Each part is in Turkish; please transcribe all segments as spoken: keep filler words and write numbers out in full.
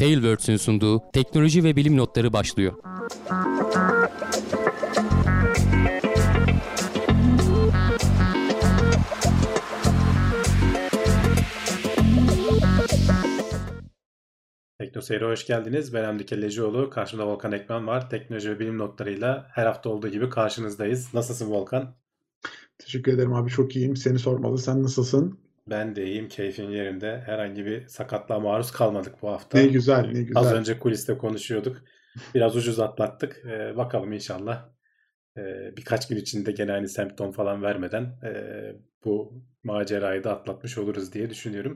Tailwords'ün sunduğu teknoloji ve bilim notları başlıyor. Tekno Seyir'e hoş geldiniz. Ben Hamdi Kellecioğlu. Karşımda Volkan Ekmen var. Teknoloji ve bilim notlarıyla her hafta olduğu gibi karşınızdayız. Nasılsın Volkan? Teşekkür ederim abi, çok iyiyim. Seni sormalı. Sen nasılsın? Ben de iyiyim. Keyfim yerinde. Herhangi bir sakatlığa maruz kalmadık bu Ne hafta. güzel, ne Az güzel. önce kuliste konuşuyorduk. Biraz ucuz atlattık. Ee, bakalım inşallah e, birkaç gün içinde gene aynı semptom falan vermeden e, bu macerayı da atlatmış oluruz diye düşünüyorum.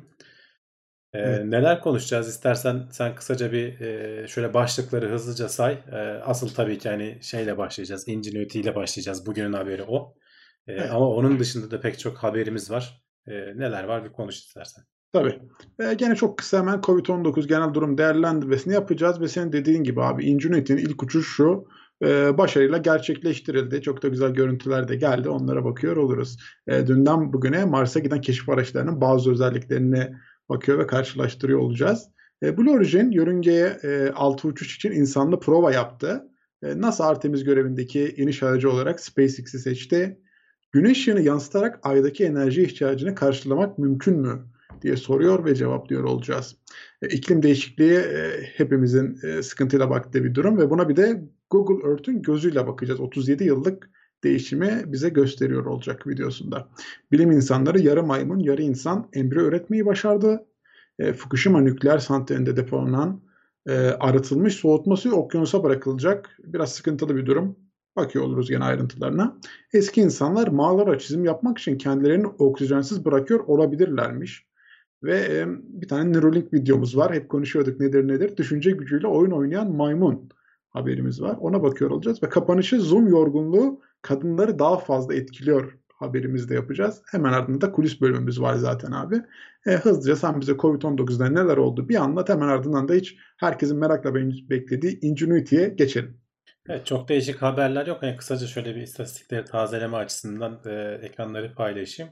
Evet, Ee, neler konuşacağız? İstersen sen kısaca bir e, şöyle başlıkları hızlıca say. Ee, asıl tabii ki hani şeyle başlayacağız. Ingenuity ile başlayacağız. Bugünün haberi o. Ee, evet. ama onun dışında da pek çok haberimiz var. Ee, neler var bir konuş istersen. Tabii. Ee, gene çok kısa hemen covid on dokuz genel durum değerlendirmesini yapacağız ve senin dediğin gibi abi Ingenuity'nin ilk uçuşu e, başarıyla gerçekleştirildi. Çok da güzel görüntüler de geldi. Onlara bakıyor oluruz. E, dünden bugüne Mars'a giden keşif araçlarının bazı özelliklerini bakıyor ve karşılaştırıyor olacağız. E, Blue Origin yörüngeye e, altı uçuş için insanlı prova yaptı. E, NASA Artemis görevindeki iniş aracı olarak SpaceX'i seçti. Güneş ışığını yansıtarak aydaki enerji ihtiyacını karşılamak mümkün mü diye soruyor ve cevaplıyor olacağız. E, iklim değişikliği e, hepimizin e, sıkıntıyla baktığı bir durum ve buna bir de Google Earth'ün gözüyle bakacağız. otuz yedi yıllık değişimi bize gösteriyor olacak videosunda. Bilim insanları yarı maymun, yarı insan embriyo üretmeyi başardı. E, Fukushima nükleer santralinde depolanan e, arıtılmış soğutma suyu okyanusa bırakılacak. Biraz sıkıntılı bir durum. Bakıyor oluruz gene ayrıntılarına. Eski insanlar mağara çizim yapmak için kendilerini oksijensiz bırakıyor olabilirlermiş. Ve e, bir tane Neuralink videomuz var. Hep konuşuyorduk nedir nedir. Düşünce gücüyle oyun oynayan maymun haberimiz var. Ona bakıyor olacağız. Ve kapanışı Zoom yorgunluğu kadınları daha fazla etkiliyor haberimizi de yapacağız. Hemen ardında da kulis bölümümüz var zaten abi. E, hızlıca sen bize covid on dokuzda neler oldu bir anlat. Hemen ardından da hiç herkesin merakla beklediği Ingenuity'ye geçelim. Evet, çok değişik haberler yok. Yani kısaca şöyle bir istatistikleri tazeleme açısından e, ekranları paylaşayım.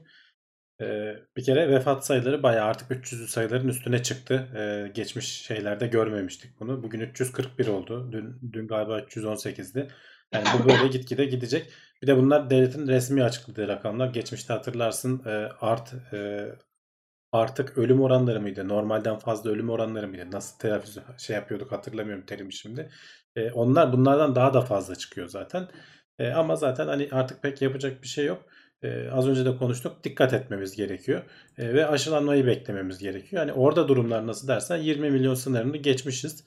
Ee, bir kere vefat sayıları bayağı artık üç yüzlü sayıların üstüne çıktı. Ee, geçmiş şeylerde görmemiştik bunu. Bugün üç yüz kırk bir oldu. Dün, dün galiba üç yüz on sekizdi. Yani bu böyle gitgide gidecek. Bir de bunlar devletin resmi açıkladığı rakamlar. Geçmişte hatırlarsın e, art e, artık ölüm oranları mıydı? Normalden fazla ölüm oranları mıydı? Nasıl telaffuz şey yapıyorduk hatırlamıyorum terimi şimdi. E, onlar bunlardan daha da fazla çıkıyor zaten. E, ama zaten hani artık pek yapacak bir şey yok. E, az önce de konuştuk. Dikkat etmemiz gerekiyor. E, ve aşılanmayı beklememiz gerekiyor. Yani orada durumlar nasıl dersen yirmi milyon sınırını geçmişiz.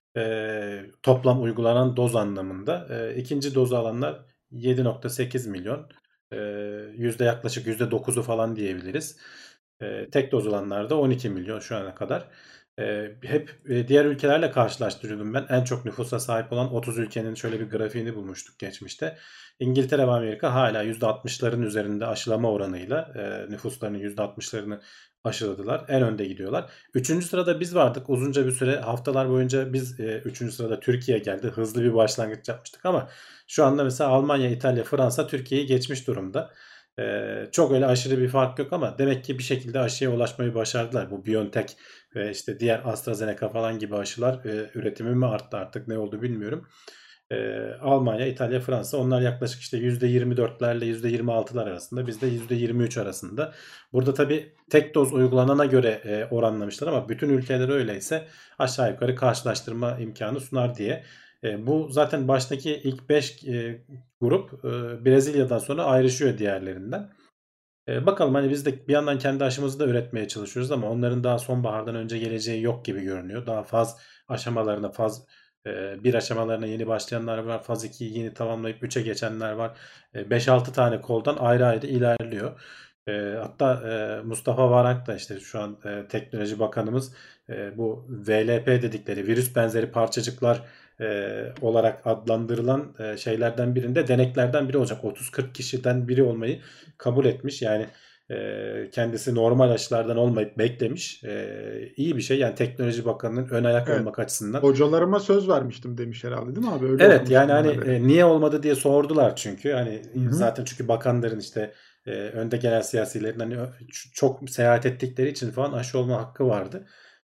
E, toplam uygulanan doz anlamında. E, ikinci dozu alanlar yedi nokta sekiz milyon. E, yüzde yaklaşık yüzde dokuzu falan diyebiliriz. E, tek doz olanlarda on iki milyon şu ana kadar. E, hep e, diğer ülkelerle karşılaştırıyordum ben. En çok nüfusa sahip olan otuz ülkenin şöyle bir grafiğini bulmuştuk geçmişte. İngiltere ve Amerika hala yüzde altmışların üzerinde aşılama oranıyla e, nüfuslarının yüzde altmışlarını aşıladılar. En önde gidiyorlar. Üçüncü sırada biz vardık. Uzunca bir süre haftalar boyunca biz e, üçüncü sırada Türkiye geldi. Hızlı bir başlangıç yapmıştık ama şu anda mesela Almanya, İtalya, Fransa Türkiye'yi geçmiş durumda. Ee, çok öyle aşırı bir fark yok ama demek ki bir şekilde aşıya ulaşmayı başardılar. Bu BioNTech ve işte diğer AstraZeneca falan gibi aşılar e, üretimi mi arttı artık ne oldu bilmiyorum. Ee, Almanya, İtalya, Fransa onlar yaklaşık işte yüzde yirmi dörtlerle yüzde yirmi altılar arasında. Bizde yüzde yirmi üç arasında. Burada tabii tek doz uygulanana göre e, oranlamışlar ama bütün ülkeler öyleyse aşağı yukarı karşılaştırma imkanı sunar diye. E, bu zaten baştaki ilk beş e, grup e, Brezilya'dan sonra ayrışıyor diğerlerinden. E, bakalım hani biz de bir yandan kendi aşımızı da üretmeye çalışıyoruz ama onların daha sonbahardan önce geleceği yok gibi görünüyor. Daha faz aşamalarına faz e, bir aşamalarına yeni başlayanlar var. Faz ikiyi yeni tamamlayıp üçe geçenler var. E, beş altı tane koldan ayrı ayrı ilerliyor. E, hatta e, Mustafa Varank da işte şu an e, Teknoloji Bakanımız e, bu V L P dedikleri virüs benzeri parçacıklar e, olarak adlandırılan e, şeylerden birinde deneklerden biri olacak. otuz kırk kişiden biri olmayı kabul etmiş. Yani e, kendisi normal aşılardan olmayıp beklemiş. E, iyi bir şey. Yani Teknoloji Bakanı'nın ön ayak Evet. olmak açısından. Hocalarıma söz vermiştim demiş herhalde, değil mi abi? Öyle Evet yani okumuştum ben hani haberi. e, niye olmadı diye sordular çünkü. Hani Hı hı. zaten çünkü bakanların işte e, önde gelen siyasilerin hani ç- çok seyahat ettikleri için falan aşı olma hakkı vardı.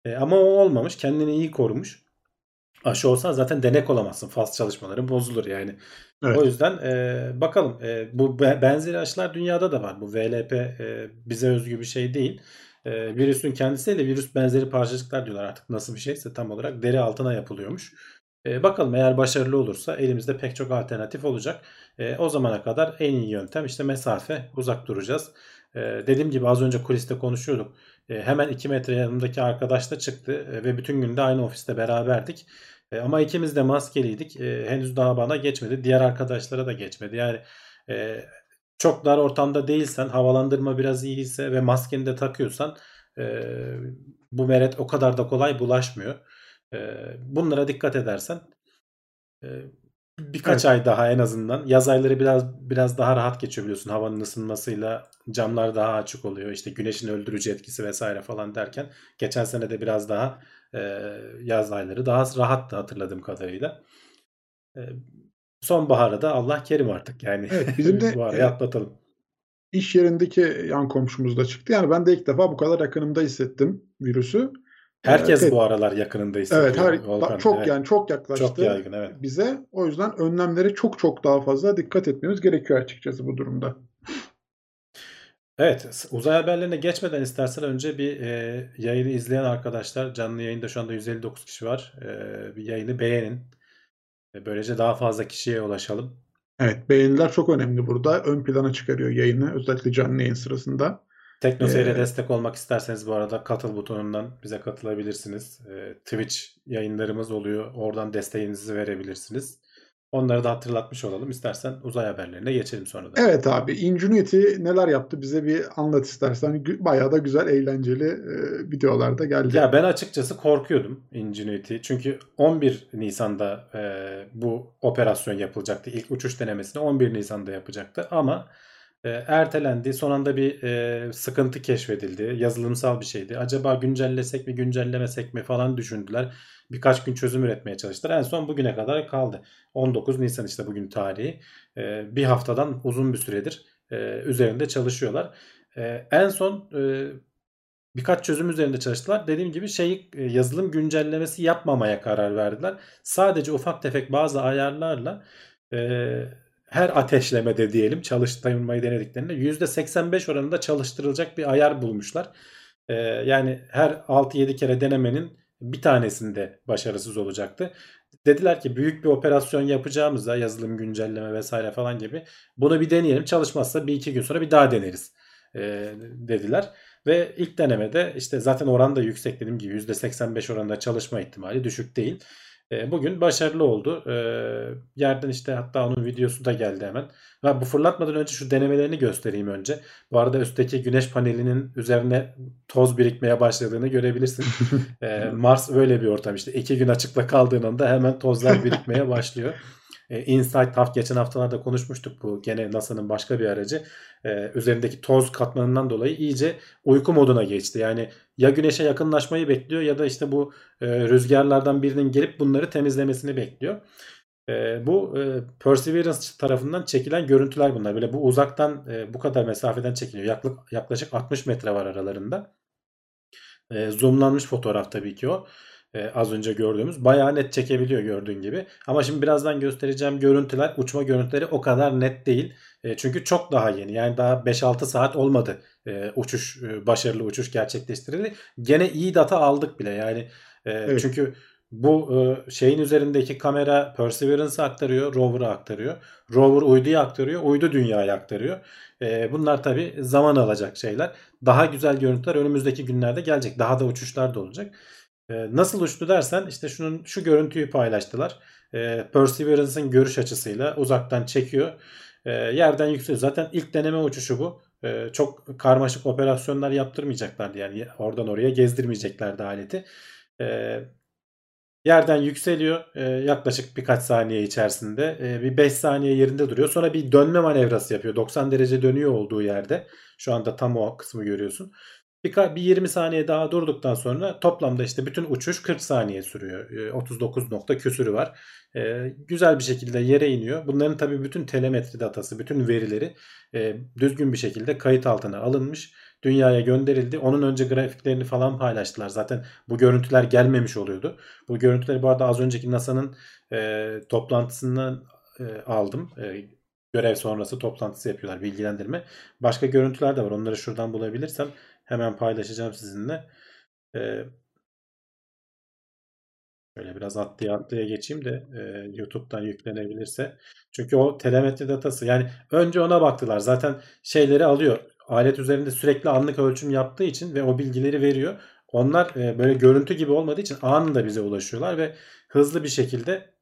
E, ama o olmamış. Kendini iyi korumuş. Aşı olsan zaten denek olamazsın. Faz çalışmaları bozulur yani. O Evet. yüzden e, bakalım. E, bu be- benzeri aşılar dünyada da var. Bu V L P e, bize özgü bir şey değil. E, virüsün kendisiyle virüs benzeri parçacıklar diyorlar artık. Nasıl bir şeyse tam olarak deri altına yapılıyormuş. E, bakalım eğer başarılı olursa elimizde pek çok alternatif olacak. E, o zamana kadar en iyi yöntem işte mesafe, uzak duracağız. E, dediğim gibi az önce kuliste konuşuyorduk. E, hemen iki metre yanımdaki arkadaş da çıktı e, ve bütün gün de aynı ofiste beraberdik. E, ama ikimiz de maskeliydik. E, henüz daha bana geçmedi. Diğer arkadaşlara da geçmedi. Yani e, çok dar ortamda değilsen, havalandırma biraz iyiyse ve maskeni de takıyorsan e, bu meret o kadar da kolay bulaşmıyor. E, bunlara dikkat edersen e, birkaç Evet. ay daha en azından yaz ayları biraz biraz daha rahat geçiyor biliyorsun. Havanın ısınmasıyla camlar daha açık oluyor. İşte güneşin öldürücü etkisi vesaire falan derken geçen sene de biraz daha e, yaz ayları daha rahattı hatırladığım kadarıyla. E, sonbaharı da Allah kerim artık yani Evet. Bizim de bu arayı e, atlatalım. iş yerindeki yan komşumuz da çıktı. Yani ben de ilk defa bu kadar yakınımda hissettim virüsü. E, Herkes te- bu aralar yakınında evet, her hissediyor da- Volkan. çok, Evet. yani çok Çok yaklaştı yaygın, evet. bize. O yüzden önlemlere çok çok daha fazla dikkat etmemiz gerekiyor açıkçası bu durumda. Evet, uzay haberlerine geçmeden istersen önce bir e, yayını izleyen arkadaşlar, canlı yayında şu anda yüz elli dokuz kişi var. E, bir yayını beğenin. E, böylece daha fazla kişiye ulaşalım. Evet, beğeniler çok önemli burada. Ön plana çıkarıyor yayını, özellikle canlı yayın sırasında. Tekno Seyir'e E, destek olmak isterseniz bu arada katıl butonundan bize katılabilirsiniz. E, Twitch yayınlarımız oluyor. Oradan desteğinizi verebilirsiniz. Onları da hatırlatmış olalım. İstersen uzay haberlerine geçelim sonra da. evet abi, Ingenuity neler yaptı bize bir anlat istersen. Gü- Bayağı da güzel, eğlenceli e, videolar da geldi. Ya ben açıkçası korkuyordum Ingenuity. Çünkü on bir Nisan'da e, bu operasyon yapılacaktı. İlk uçuş denemesini on bir Nisan'da yapacaktı. Ama e, ertelendi. Son anda bir e, sıkıntı keşfedildi. Yazılımsal bir şeydi. Acaba güncellesek mi güncellemesek mi falan düşündüler. Birkaç gün çözüm üretmeye çalıştılar. En son bugüne kadar kaldı. on dokuz Nisan işte bugün tarihi. E, bir haftadan uzun bir süredir e, üzerinde çalışıyorlar. E, en son e, birkaç çözüm üzerinde çalıştılar. Dediğim gibi şey e, yazılım güncellemesi yapmamaya karar verdiler. Sadece ufak tefek bazı ayarlarla e, her ateşlemede diyelim çalıştırmayı denediklerinde yüzde seksen beş oranında çalıştırılacak bir ayar bulmuşlar. E, yani her altı yedi kere denemenin bir tanesinde başarısız olacaktı. Dediler ki büyük bir operasyon yapacağımızda yazılım güncelleme vesaire falan gibi bunu bir deneyelim. Çalışmazsa bir iki gün sonra bir daha deneriz e, dediler. Ve ilk denemede işte zaten oran da yüksek dediğim gibi yüzde seksen beş oranında çalışma ihtimali düşük değil. E, bugün başarılı oldu. E, yerden işte hatta onun videosu da geldi hemen. Ve bu fırlatmadan önce şu denemelerini göstereyim önce. Bu arada üstteki güneş panelinin üzerine toz birikmeye başladığını görebilirsin. E, Mars öyle bir ortam işte. iki gün açıkta kaldığın anda hemen tozlar birikmeye başlıyor. E, Insight Haft geçen haftalarda konuşmuştuk bu gene NASA'nın başka bir aracı. E, üzerindeki toz katmanından dolayı iyice uyku moduna geçti. Yani ya güneşe yakınlaşmayı bekliyor ya da işte bu e, rüzgarlardan birinin gelip bunları temizlemesini bekliyor. E, bu e, Perseverance tarafından çekilen görüntüler bunlar. Böyle bu uzaktan e, bu kadar mesafeden çekiliyor. Yaklaşık, yaklaşık altmış metre var aralarında. E, zoomlanmış fotoğraf tabii ki o. E, az önce gördüğümüz. Bayağı net çekebiliyor gördüğün gibi. Ama şimdi birazdan göstereceğim görüntüler, uçma görüntüleri o kadar net değil. E, çünkü çok daha yeni. Yani daha beş altı saat olmadı e, uçuş, e, başarılı uçuş gerçekleştirildi. Gene iyi data aldık bile. Yani e, Evet. çünkü bu e, şeyin üzerindeki kamera Perseverance'ı aktarıyor, rover'ı aktarıyor. Rover uyduyu aktarıyor, uydu dünyayı aktarıyor. E, bunlar tabii zaman alacak şeyler. Daha güzel görüntüler önümüzdeki günlerde gelecek. Daha da uçuşlar da olacak. Ee, nasıl uçtu dersen işte şunun şu görüntüyü paylaştılar. Ee, Perseverance'ın görüş açısıyla uzaktan çekiyor. Ee, yerden yükseliyor. Zaten ilk deneme uçuşu bu. Ee, çok karmaşık operasyonlar yaptırmayacaklardı. Yani oradan oraya gezdirmeyeceklerdi aleti. Ee, yerden yükseliyor. Ee, yaklaşık birkaç saniye içerisinde. Ee, bir beş saniye yerinde duruyor. Sonra bir dönme manevrası yapıyor. doksan derece dönüyor olduğu yerde. Şu anda tam o kısmı görüyorsun. Bir, bir yirmi saniye daha durduktan sonra toplamda işte bütün uçuş kırk saniye sürüyor. E, otuz dokuz nokta küsürü var. E, güzel bir şekilde yere iniyor. Bunların tabii bütün telemetri datası, bütün verileri e, düzgün bir şekilde kayıt altına alınmış. dünyaya gönderildi. Onun önce grafiklerini falan paylaştılar. Zaten bu görüntüler gelmemiş oluyordu. Bu görüntüleri bu arada az önceki NASA'nın e, toplantısından e, aldım. E, görev sonrası toplantısı yapıyorlar, bilgilendirme. Başka görüntüler de var. Onları şuradan bulabilirsem hemen paylaşacağım sizinle. E, Şöyle biraz atlaya atlaya geçeyim de e, YouTube'dan yüklenebilirse. Çünkü o telemetri datası, yani önce ona baktılar. Zaten şeyleri alıyor. Alet üzerinde sürekli anlık ölçüm yaptığı için ve o bilgileri veriyor. Onlar e, böyle görüntü gibi olmadığı için anında bize ulaşıyorlar ve hızlı bir şekilde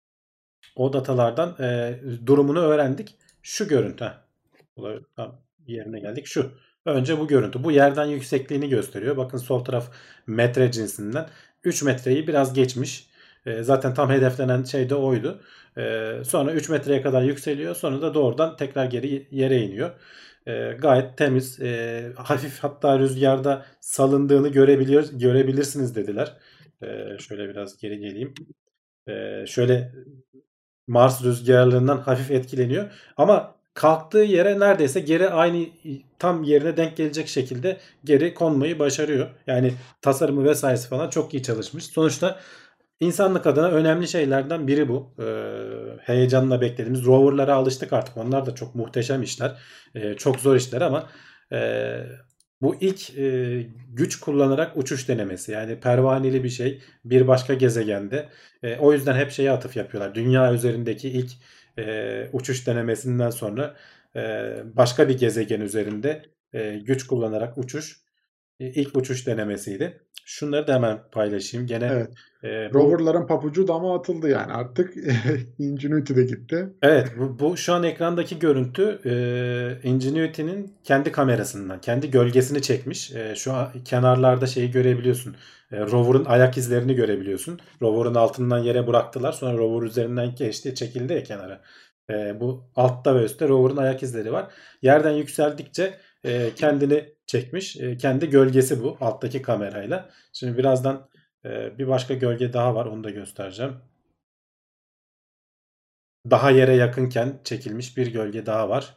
o datalardan e, durumunu öğrendik. Şu görüntü. Heh. Olay- Tam yerine geldik. Şu. Önce bu görüntü. Bu yerden yüksekliğini gösteriyor. Bakın sol taraf metre cinsinden. üç metreyi biraz geçmiş. E, zaten tam hedeflenen şey de oydu. E, sonra üç metreye kadar yükseliyor. Sonra da doğrudan tekrar geri yere iniyor. E, gayet temiz. E, hafif, hatta rüzgarda salındığını görebiliyor, görebilirsiniz dediler. E, şöyle biraz geri geleyim. E, şöyle Mars rüzgarlarından hafif etkileniyor. Ama kalktığı yere neredeyse geri aynı tam yerine denk gelecek şekilde geri konmayı başarıyor. Yani tasarımı vesairesi falan çok iyi çalışmış. Sonuçta insanlık adına önemli şeylerden biri bu. Ee, heyecanla beklediğimiz roverlara alıştık artık. Onlar da çok muhteşem işler. Ee, çok zor işler ama e, bu ilk e, güç kullanarak uçuş denemesi. Yani pervaneli bir şey bir başka gezegende. E, o yüzden hep şeye atıf yapıyorlar. Dünya üzerindeki ilk e, uçuş denemesinden sonra e, başka bir gezegen üzerinde e, güç kullanarak uçuş e, ilk uçuş denemesiydi. Şunları da hemen paylaşayım. Gene Evet. e, bu Rover'ların papucu dama atıldı yani artık Ingenuity de gitti. evet bu, bu şu an ekrandaki görüntü e, Ingenuity'nin kendi kamerasından, kendi gölgesini çekmiş. E, şu an kenarlarda şeyi görebiliyorsun. E, rover'ın ayak izlerini görebiliyorsun. Rover'ın altından yere bıraktılar. Sonra rover üzerinden geçti, çekildi ya kenara. E, bu altta ve üstte rover'ın ayak izleri var. Yerden yükseldikçe e, kendini çekmiş. E, kendi gölgesi bu alttaki kamerayla. Şimdi birazdan e, bir başka gölge daha var. Onu da göstereceğim. Daha yere yakınken çekilmiş bir gölge daha var.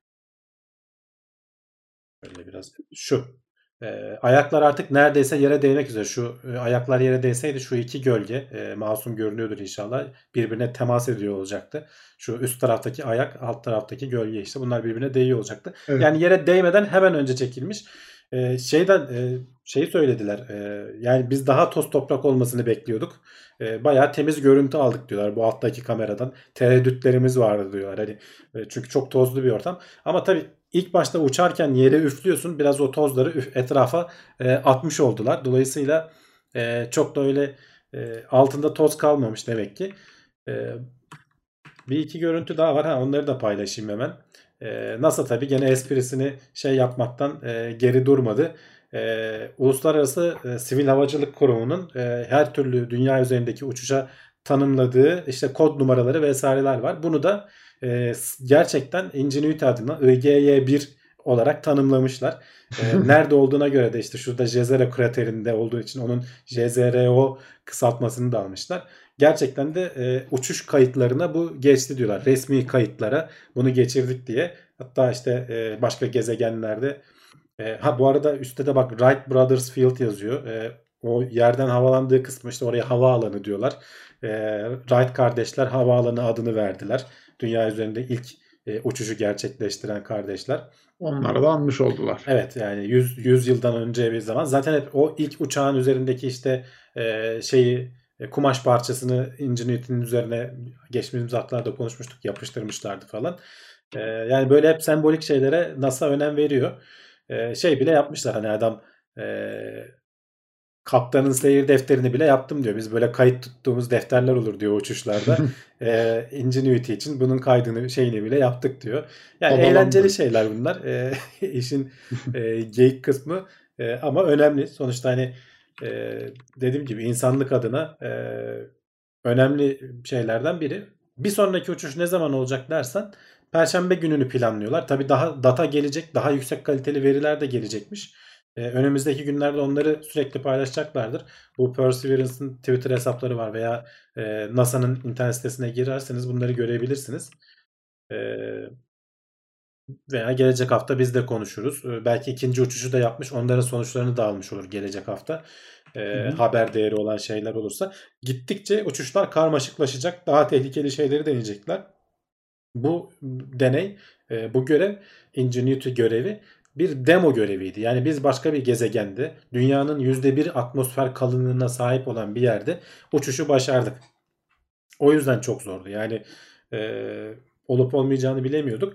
Şöyle biraz şu. Ee, ayaklar artık neredeyse yere değmek üzere. Şu e, ayaklar yere değseydi şu iki gölge e, masum görünüyordur inşallah. Birbirine temas ediyor olacaktı. Şu üst taraftaki ayak, alt taraftaki gölge işte. Bunlar birbirine değiyor olacaktı. Evet. Yani yere değmeden hemen önce çekilmiş. Ee, şeyden e, şeyi söylediler. E, yani biz daha toz toprak olmasını bekliyorduk. E, bayağı temiz görüntü aldık diyorlar bu alttaki kameradan. Tereddütlerimiz vardı diyorlar. Hani e, çünkü çok tozlu bir ortam. Ama tabii İlk başta uçarken yere üflüyorsun. Biraz o tozları üf- etrafa e, atmış oldular. Dolayısıyla e, çok da öyle e, altında toz kalmamış demek ki. E, Bir iki görüntü daha var. Ha, onları da paylaşayım hemen. E, NASA tabii gene esprisini şey yapmaktan e, geri durmadı. E, Uluslararası e, Sivil Havacılık Kurumu'nun e, her türlü dünya üzerindeki uçuşa tanımladığı işte kod numaraları vesaireler var. Bunu da e, gerçekten Ingenuity adına I G Y bir olarak tanımlamışlar. E, nerede olduğuna göre de işte şurada Jezero kraterinde olduğu için onun J Z R O kısaltmasını da almışlar. Gerçekten de e, uçuş kayıtlarına bu geçti diyorlar. Resmi kayıtlara bunu geçirdik diye. Hatta işte e, başka gezegenlerde e, ha bu arada üstte de bak Wright Brothers Field yazıyor. E, o yerden havalandığı kısmı işte oraya havaalanı diyorlar. E, Wright kardeşler havaalanı adını verdiler. Dünya üzerinde ilk e, uçuşu gerçekleştiren kardeşler. Onları da anmış oldular. Evet yani yüz yüz yıldan önce bir zaman. Zaten hep o ilk uçağın üzerindeki işte e, şeyi e, kumaş parçasını Ingenuity'nin üzerine geçtiğimiz haftalarda konuşmuştuk. Yapıştırmışlardı falan. E, yani böyle hep sembolik şeylere NASA önem veriyor. E, şey bile yapmışlar hani adam e, kaptanın seyir defterini bile yaptım diyor. Biz böyle kayıt tuttuğumuz defterler olur diyor uçuşlarda. Ee, Ingenuity için bunun kaydını şeyini bile yaptık diyor. Yani eğlenceli Havalandı. şeyler bunlar. Ee, işin e, geyik kısmı. E, ama önemli. Sonuçta hani e, dediğim gibi insanlık adına e, önemli şeylerden biri. Bir sonraki uçuş ne zaman olacak dersen Perşembe gününü planlıyorlar. Tabii daha data gelecek, daha yüksek kaliteli veriler de gelecekmiş. Ee, önümüzdeki günlerde onları sürekli paylaşacaklardır. Bu Perseverance'ın Twitter hesapları var veya e, NASA'nın internet sitesine girerseniz bunları görebilirsiniz. Ee, veya gelecek hafta biz de konuşuruz. Ee, belki ikinci uçuşu da yapmış, onların sonuçlarını da almış olur gelecek hafta. Ee, Hı hı. haber değeri olan şeyler olursa. Gittikçe uçuşlar karmaşıklaşacak. Daha tehlikeli şeyleri deneyecekler. Bu deney, e, bu görev, Ingenuity görevi bir demo göreviydi. Yani biz başka bir gezegende, dünyanın yüzde bir atmosfer kalınlığına sahip olan bir yerde uçuşu başardık. O yüzden çok zordu. Yani e, olup olmayacağını bilemiyorduk.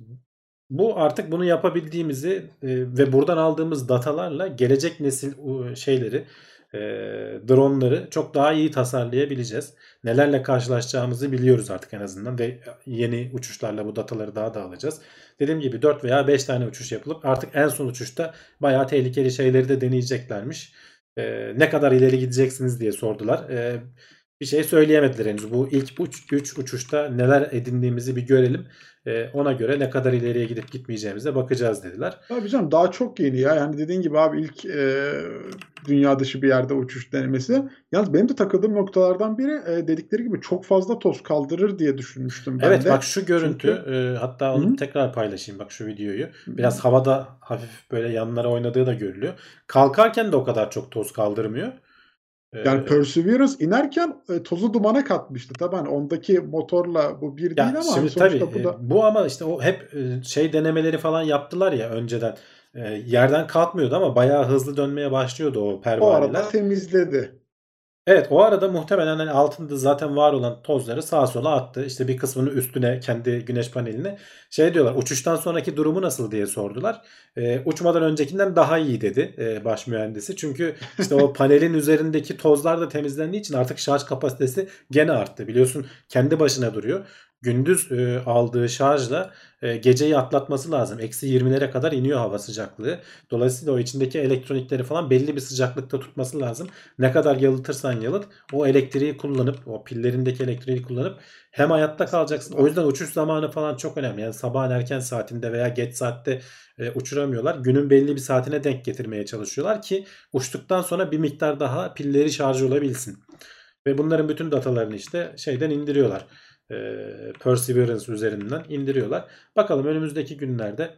Bu artık bunu yapabildiğimizi e, ve buradan aldığımız datalarla gelecek nesil e, şeyleri, e, dronları çok daha iyi tasarlayabileceğiz. Nelerle karşılaşacağımızı biliyoruz artık en azından ve yeni uçuşlarla bu dataları daha da alacağız. Dediğim gibi dört veya beş tane uçuş yapılıp artık en son uçuşta bayağı tehlikeli şeyleri de deneyeceklermiş. E, ne kadar ileri gideceksiniz diye sordular. E, bir şey söyleyemediler henüz. Bu ilk üç uçuşta neler edindiğimizi bir görelim. Ee, ona göre ne kadar ileriye gidip gitmeyeceğimize bakacağız dediler. Tabii canım, daha çok yeni ya. Yani dediğin gibi abi, ilk e, dünya dışı bir yerde uçuş denemesi. Yalnız benim de takıldığım noktalardan biri, e, dedikleri gibi çok fazla toz kaldırır diye düşünmüştüm ben Evet, de. bak şu görüntü, Çünkü e, hatta onu Hı-hı. tekrar paylaşayım, bak şu videoyu. Biraz havada hafif böyle yanlara oynadığı da görülüyor. Kalkarken de o kadar çok toz kaldırmıyor. Yani Ee, Perseverance inerken e, tozu dumana katmıştı. Tabii hani ondaki motorla bu bir değil Ya ama hani şimdi tabii sonuçta bu e, da bu ama işte o hep e, şey denemeleri falan yaptılar ya önceden. E, yerden kalkmıyordu ama bayağı hızlı dönmeye başlıyordu o o arada pervaneler. temizledi. Evet, o arada muhtemelen hani altında zaten var olan tozları sağa sola attı. İşte bir kısmını üstüne, kendi güneş paneline. Şey diyorlar, uçuştan sonraki durumu nasıl diye sordular. Ee, uçmadan öncekinden daha iyi dedi e, baş mühendisi. Çünkü işte o panelin üzerindeki tozlar da temizlendiği için artık şarj kapasitesi gene arttı. Biliyorsun kendi başına duruyor. Gündüz e, aldığı şarjla e, geceyi atlatması lazım. Eksi yirmilere kadar iniyor hava sıcaklığı. Dolayısıyla o içindeki elektronikleri falan belli bir sıcaklıkta tutması lazım. Ne kadar yalıtırsan yalıt, o elektriği kullanıp, o pillerindeki elektriği kullanıp hem hayatta kalacaksın. O yüzden uçuş zamanı falan çok önemli. Yani sabahın erken saatinde veya geç saatte e, uçuramıyorlar. Günün belli bir saatine denk getirmeye çalışıyorlar ki uçtuktan sonra bir miktar daha pilleri şarj olabilsin. Ve bunların bütün datalarını işte şeyden indiriyorlar. E, Perseverance üzerinden indiriyorlar. Bakalım önümüzdeki günlerde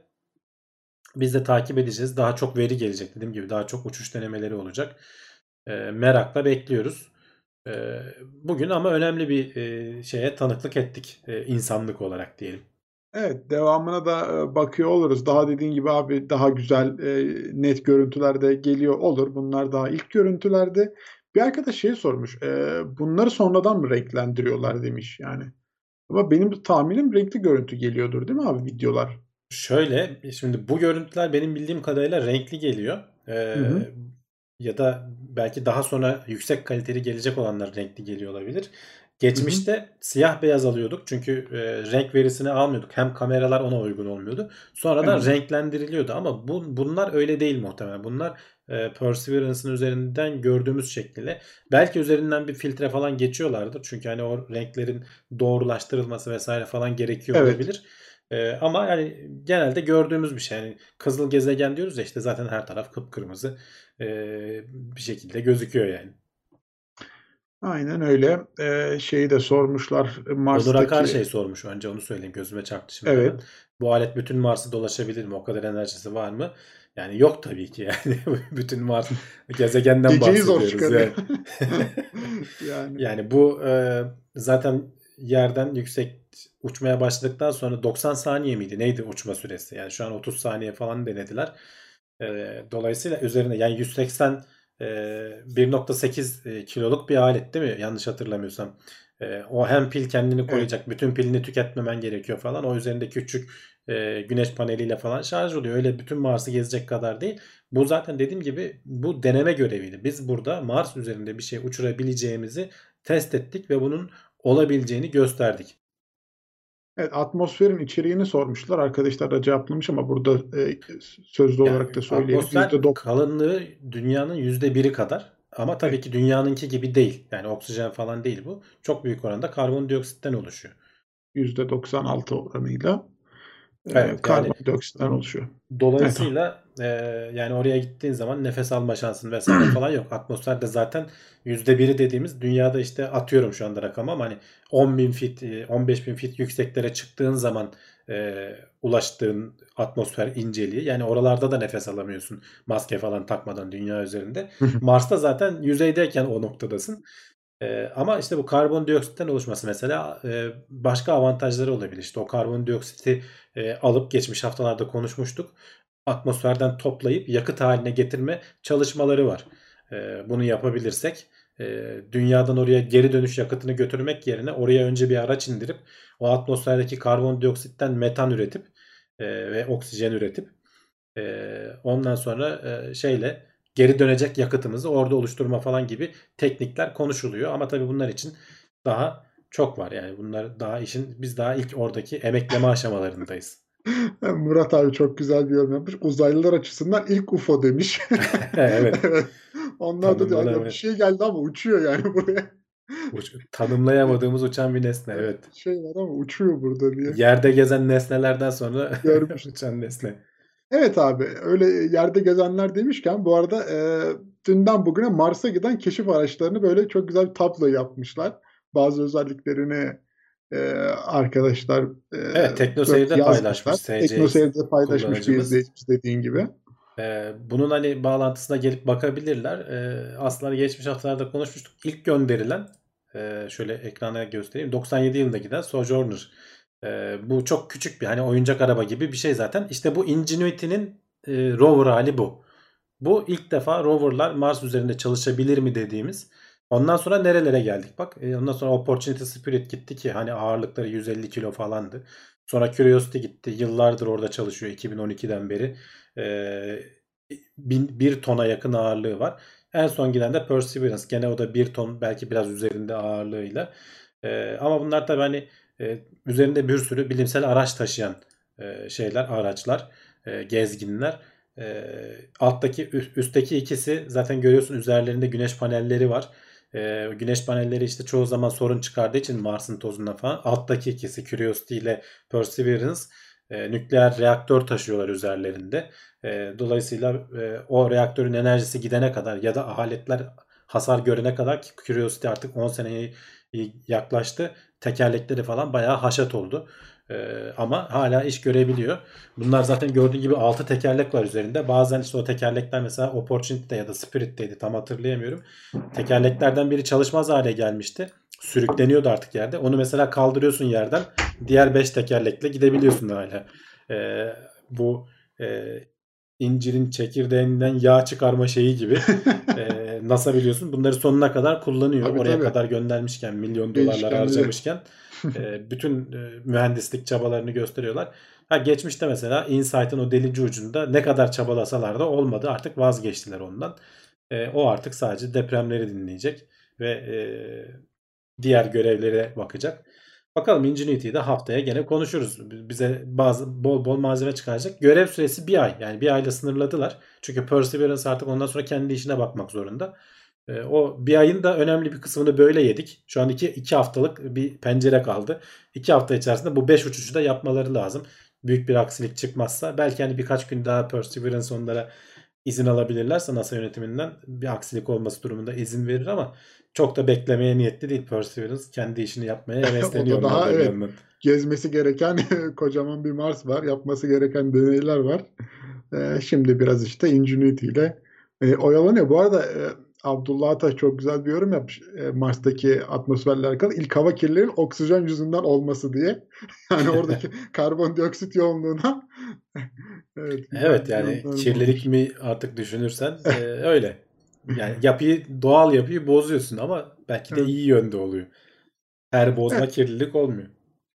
biz de takip edeceğiz. Daha çok veri gelecek. Dediğim gibi daha çok uçuş denemeleri olacak. E, merakla bekliyoruz. E, bugün ama önemli bir e, şeye tanıklık ettik. E, insanlık olarak diyelim. Evet, devamına da e, bakıyor oluruz. Daha dediğin gibi abi, daha güzel e, net görüntüler de geliyor olur. Bunlar daha ilk görüntülerde. Bir arkadaş şey sormuş. E, bunları sonradan mı renklendiriyorlar demiş yani. Ama benim tahminim renkli görüntü geliyordur değil mi abi, videolar? Şöyle, şimdi bu görüntüler benim bildiğim kadarıyla renkli geliyor. Hı E, hı. ya da belki daha sonra yüksek kaliteli gelecek olanlar renkli geliyor olabilir. Hı hı. Geçmişte siyah beyaz alıyorduk çünkü e, renk verisini almıyorduk. Hem kameralar ona uygun olmuyordu. Sonradan Evet. renklendiriliyordu ama bu, bunlar öyle değil muhtemelen. Bunlar e, Perseverance'ın üzerinden gördüğümüz şekliyle. Belki üzerinden bir filtre falan geçiyorlardır. Çünkü hani o renklerin doğrulaştırılması vesaire falan gerekiyor Evet. olabilir. E, ama yani genelde gördüğümüz bir şey. Yani kızıl gezegen diyoruz ya, işte zaten her taraf kıpkırmızı e, bir şekilde gözüküyor yani. Aynen öyle. E, şeyi de sormuşlar, e, Onur Akar Mars'taki. şey sormuş, önce onu söyleyeyim, gözüme çarptı şimdi hemen. Evet. Bu alet bütün Mars'ı dolaşabilir mi? O kadar enerjisi var mı? Yani yok tabii ki yani. Bütün Mars gezegenden Geceyi zor bahsediyoruz çıkarıyor. yani. Yani. Yani bu e, zaten yerden yüksek uçmaya başladıktan sonra doksan saniye miydi? Neydi uçma süresi? Yani şu an otuz saniye falan denediler. E, dolayısıyla üzerine yani yüz seksen e, bir nokta sekiz e, kiloluk bir alet değil mi? Yanlış hatırlamıyorsam. E, o hem pil kendini Evet. koruyacak. Bütün pilini tüketmemen gerekiyor falan. O üzerinde küçük e, güneş paneliyle falan şarj oluyor. Öyle bütün Mars'ı gezecek kadar değil. Bu zaten dediğim gibi bu deneme göreviydi. Biz burada Mars üzerinde bir şey uçurabileceğimizi test ettik ve bunun olabileceğini gösterdik. Evet, atmosferin içeriğini sormuşlar. Arkadaşlar da cevaplamış ama burada e, sözlü olarak Yani da söyleyelim. atmosfer yüzde doksan kalınlığı dünyanın yüzde biri kadar. Ama tabii evet, ki dünyanınki gibi değil. Yani oksijen falan değil bu. Çok büyük oranda karbondioksitten oluşuyor. yüzde doksan altı oranıyla e, Evet, yani karbondioksitten oluşuyor. Evet. dolayısıyla e, yani oraya gittiğin zaman nefes alma şansın vesaire falan yok. Atmosferde zaten yüzde biri dediğimiz, dünyada işte atıyorum şu anda rakam ama hani on bin fit, e, on beş bin fit yükseklere çıktığın zaman e, ulaştığın atmosfer inceliği. Yani oralarda da nefes alamıyorsun maske falan takmadan dünya üzerinde. Mars'ta zaten yüzeydeyken o noktadasın. E, ama işte bu karbondioksitten oluşması mesela e, başka avantajları olabilir. İşte o karbondioksiti e, alıp geçmiş haftalarda konuşmuştuk. Atmosferden toplayıp yakıt haline getirme çalışmaları var. E, bunu yapabilirsek e, dünyadan oraya geri dönüş yakıtını götürmek yerine oraya önce bir araç indirip o atmosferdeki karbondioksitten metan üretip e, ve oksijen üretip e, ondan sonra e, şeyle geri dönecek yakıtımızı orada oluşturma falan gibi teknikler konuşuluyor. Ama tabii bunlar için daha çok var. Yani bunlar daha işin biz daha ilk oradaki emekleme aşamalarındayız. Murat abi çok güzel bir yorum yapmış. Uzaylılar açısından ilk U F O demiş. Evet. Evet. Onlar da diyor "Aga bir Tanımlanamayan, şey geldi ama uçuyor yani buraya. uç- tanımlayamadığımız uçan bir nesne. Evet. Bir şey var ama uçuyor burada diye Yerde gezen nesnelerden sonra görmüş. uçan nesne. Evet abi öyle yerde gezenler demişken bu arada e, dünden bugüne Mars'a giden keşif araçlarını böyle çok güzel bir tablo yapmışlar. Bazı özelliklerini e, arkadaşlar e, Evet, böyle TeknoSeyir'de paylaşmış yazmışlar. S C X TeknoSeyir'de paylaşmış bir kullanıcımız. izleyicimiz dediğin gibi. Ee, bunun hani bağlantısına gelip bakabilirler. Ee, aslında geçmiş haftalarda konuşmuştuk. İlk gönderilen e, şöyle ekrana göstereyim. doksan yedi yılında giden Sojourner. Ee, bu çok küçük bir hani oyuncak araba gibi bir şey zaten. İşte bu Ingenuity'nin e, rover hali bu. Bu ilk defa roverlar Mars üzerinde çalışabilir mi dediğimiz. Ondan sonra nerelere geldik bak. E, ondan sonra Opportunity Spirit gitti ki hani ağırlıkları yüz elli kilo falandı. Sonra Curiosity gitti. Yıllardır orada çalışıyor iki bin on ikiden beri. E, bin, bir tona yakın ağırlığı var. En son giden de Perseverance. Gene o da bir ton belki biraz üzerinde ağırlığıyla. E, ama bunlar tabii hani e, üzerinde bir sürü bilimsel araç taşıyan e, şeyler, araçlar, e, gezginler. E, alttaki üstteki ikisi zaten görüyorsun üzerlerinde güneş panelleri var. E, güneş panelleri işte çoğu zaman sorun çıkardığı için Mars'ın tozundan falan. Alttaki ikisi Curiosity ile Perseverance e, nükleer reaktör taşıyorlar üzerlerinde. E, dolayısıyla e, o reaktörün enerjisi gidene kadar ya da aletler hasar görene kadar ki Curiosity artık on seneye yaklaştı. Tekerlekleri falan bayağı haşat oldu. Ee, ama hala iş görebiliyor. Bunlar zaten gördüğün gibi altı tekerlek var üzerinde. Bazen işte o tekerlekler mesela Opportunity'de ya da Spirit'teydi tam hatırlayamıyorum. Tekerleklerden biri çalışmaz hale gelmişti. Sürükleniyordu artık yerde. Onu mesela kaldırıyorsun yerden. Diğer beş tekerlekle gidebiliyorsun hala. Ee, bu e, incirin çekirdeğinden yağ çıkarma şeyi gibi. Ee, NASA biliyorsun bunları sonuna kadar kullanıyor. Tabii Oraya tabii. kadar göndermişken, milyon dolarlar Değişkenleri. harcamışken e, bütün e, mühendislik çabalarını gösteriyorlar. Ha geçmişte mesela InSight'ın o delici ucunda ne kadar çabalasalar da olmadı. Artık vazgeçtiler ondan. E, o artık sadece depremleri dinleyecek ve e, diğer görevlere bakacak. Bakalım Ingenuity'yi de haftaya gene konuşuruz. Bize bazı bol bol malzeme çıkaracak. Görev süresi bir ay. Yani bir ayla sınırladılar. Çünkü Perseverance artık ondan sonra kendi işine bakmak zorunda. E, o bir ayın da önemli bir kısmını böyle yedik. Şu an iki, iki haftalık bir pencere kaldı. iki hafta içerisinde bu beş uçuşu da yapmaları lazım. Büyük bir aksilik çıkmazsa. Belki hani birkaç gün daha Perseverance onlara izin alabilirlerse NASA yönetiminden bir aksilik olması durumunda izin verir ama çok da beklemeye niyetli değil Perseverance. Kendi işini yapmaya O hevesleniyor da onlar daha da bir evet yandan. gezmesi gereken kocaman bir Mars var. Yapması gereken deneyler var. Ee, şimdi biraz işte Ingenuity ile e, oyalanıyor. Bu arada e, Abdullah Ataş çok güzel bir yorum yapmış. E, Mars'taki atmosferle alakalı. İlk hava kirliliğinin oksijen yüzünden olması diye. Yani oradaki karbondioksit yoğunluğuna evet güzel Evet bir yani yorumlarım kirlilik olmuş. mi artık düşünürsen e, öyle. Yani yapıyı doğal yapıyı bozuyorsun ama belki de Evet. iyi yönde oluyor. Her Evet. bozma kirlilik olmuyor.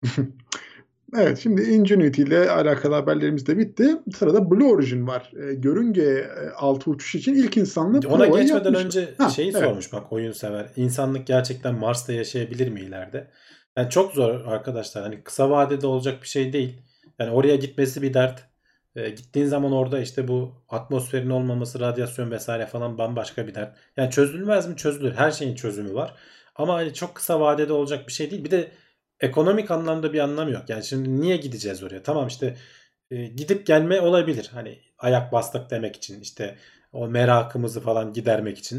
Evet, şimdi Ingenuity ile alakalı haberlerimiz de bitti. Sırada Blue Origin var. E, yörünge e, altı uçuş için ilk insanlı Ona provayı geçmeden yapmışlar. önce Ha, şeyi evet. sormuş bak oyun sever. İnsanlık gerçekten Mars'ta yaşayabilir mi ileride? Yani çok zor arkadaşlar. Hani kısa vadede olacak bir şey değil. Yani oraya gitmesi bir dert. E, gittiğin zaman orada işte bu atmosferin olmaması, radyasyon vesaire falan bambaşka bir dert. Yani çözülmez mi? Çözülür. Her şeyin çözümü var. Ama hani çok kısa vadede olacak bir şey değil. Bir de ekonomik anlamda bir anlamı yok. Yani şimdi niye gideceğiz oraya? Tamam işte e, gidip gelme olabilir. Hani ayak bastık demek için işte o merakımızı falan gidermek için.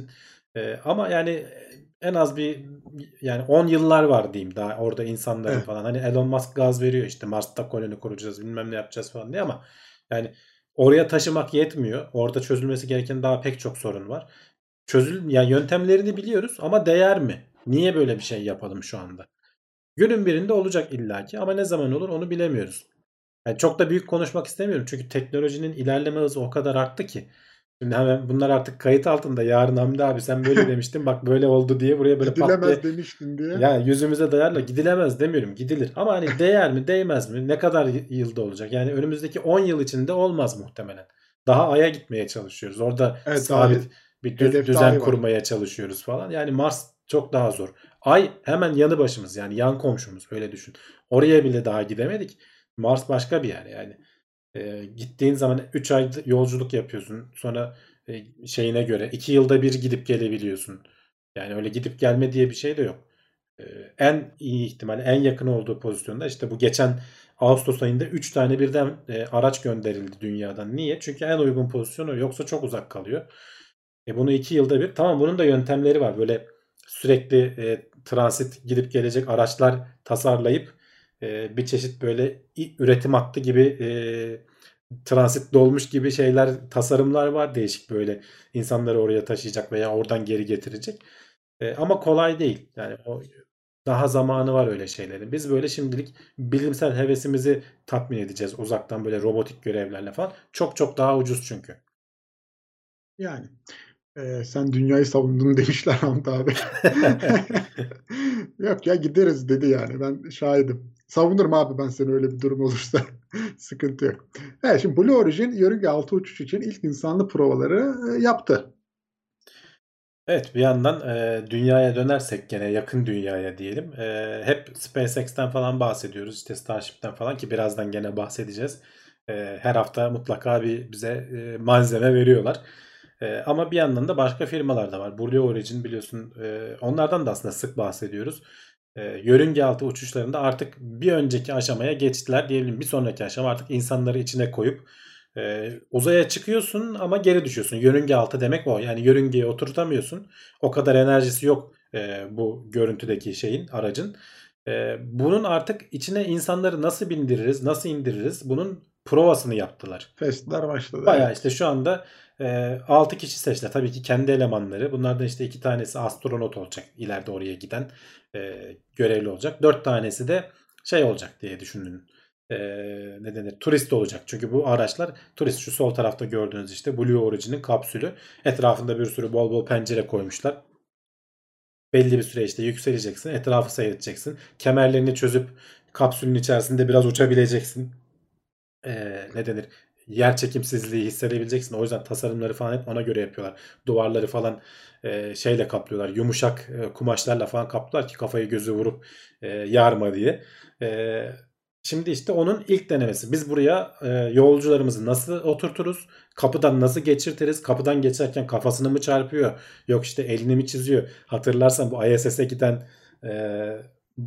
E, ama yani en az bir yani on yıllar var diyeyim daha orada insanların Evet. falan. Hani Elon Musk gaz veriyor işte Mars'ta koloni kuracağız bilmem ne yapacağız falan diye ama yani oraya taşımak yetmiyor. Orada çözülmesi gereken daha pek çok sorun var. Çözül yani yöntemlerini biliyoruz ama değer mi? Niye böyle bir şey yapalım şu anda? Günün birinde olacak illaki ama ne zaman olur onu bilemiyoruz. Yani çok da büyük konuşmak istemiyorum çünkü teknolojinin ilerleme hızı o kadar arttı ki. Şimdi hemen bunlar artık kayıt altında. Yarın Hamdi abi sen böyle demiştin bak böyle oldu diye buraya böyle pat diye Gidilemez demiştin diye. yani yüzümüze dayarla gidilemez demiyorum gidilir. Ama hani değer mi değmez mi ne kadar y- yılda olacak? Yani önümüzdeki on yıl içinde olmaz muhtemelen. Daha Ay'a gitmeye çalışıyoruz. Orada Evet, daha he- sabit bir düz- hedefte düzen ay var. kurmaya çalışıyoruz falan. Yani Mars çok daha zor. Ay hemen yanı başımız yani yan komşumuz öyle düşün. Oraya bile daha gidemedik. Mars başka bir yer yani. Ee, gittiğin zaman üç ay yolculuk yapıyorsun. Sonra e, şeyine göre iki yılda bir gidip gelebiliyorsun. Yani öyle gidip gelme diye bir şey de yok. Ee, en iyi ihtimalle en yakın olduğu pozisyonda işte bu geçen Ağustos ayında üç tane birden e, araç gönderildi dünyadan. Niye? Çünkü en uygun pozisyonu yoksa çok uzak kalıyor. E bunu iki yılda bir. Tamam bunun da yöntemleri var. Böyle sürekli e, transit gidip gelecek araçlar tasarlayıp e, bir çeşit böyle i- üretim hattı gibi e, transit dolmuş gibi şeyler tasarımlar var değişik böyle insanları oraya taşıyacak veya oradan geri getirecek. E, ama kolay değil. Yani o daha zamanı var öyle şeylerin. Biz böyle şimdilik bilimsel hevesimizi tatmin edeceğiz uzaktan böyle robotik görevlerle falan. Çok çok daha ucuz çünkü. Yani. Eee, sen dünyayı savundun demişler Hamdi abi. Yok ya, gideriz dedi yani. Ben şahidim. Savunurum abi ben seni öyle bir durum olursa. Sıkıntı yok. Evet, şimdi Blue Origin yörünge altı uçuş için ilk insanlı provaları eee, yaptı. Evet bir yandan e, dünyaya dönersek gene yakın dünyaya diyelim. E, hep SpaceX'ten falan bahsediyoruz. İşte Starship'ten falan ki birazdan gene bahsedeceğiz. E, her hafta mutlaka bir bize e, malzeme veriyorlar. E, ama bir yandan da başka firmalar da var. Blue Origin biliyorsun e, onlardan da aslında sık bahsediyoruz. E, yörünge altı uçuşlarında artık bir önceki aşamaya geçtiler diyebilirim. Bir sonraki aşama artık insanları içine koyup ee, uzaya çıkıyorsun ama geri düşüyorsun. Yörünge altı demek o. Yani yörüngeye oturtamıyorsun. O kadar enerjisi yok e, bu görüntüdeki şeyin, aracın. E, bunun artık içine insanları nasıl bindiririz, nasıl indiririz? Bunun provasını yaptılar. Testler başladı, Bayağı işte evet. şu anda e, altı kişi seçtiler. Tabii ki kendi elemanları. Bunlardan işte iki tanesi astronot olacak. İleride oraya giden e, görevli olacak. Dört tanesi de şey olacak diye düşünün. E, ne denir? Turist olacak. Çünkü bu araçlar turist. Şu sol tarafta gördüğünüz işte Blue Origin'in kapsülü. Etrafında bir sürü bol bol pencere koymuşlar. Belli bir süre işte yükseleceksin. Etrafı seyredeceksin. Kemerlerini çözüp kapsülün içerisinde biraz uçabileceksin. Ee, ne denir? Yer çekimsizliği hissedebileceksin. O yüzden tasarımları falan hep ona göre yapıyorlar. Duvarları falan e, şeyle kaplıyorlar. Yumuşak e, kumaşlarla falan kaplıyorlar ki kafayı gözü vurup e, yarma diye. E, şimdi işte onun ilk denemesi. Biz buraya e, yolcularımızı nasıl oturturuz? Kapıdan nasıl geçirtiriz? Kapıdan geçerken kafasını mı çarpıyor? Yok işte elini mi çiziyor? Hatırlarsan bu I S S'e giden e,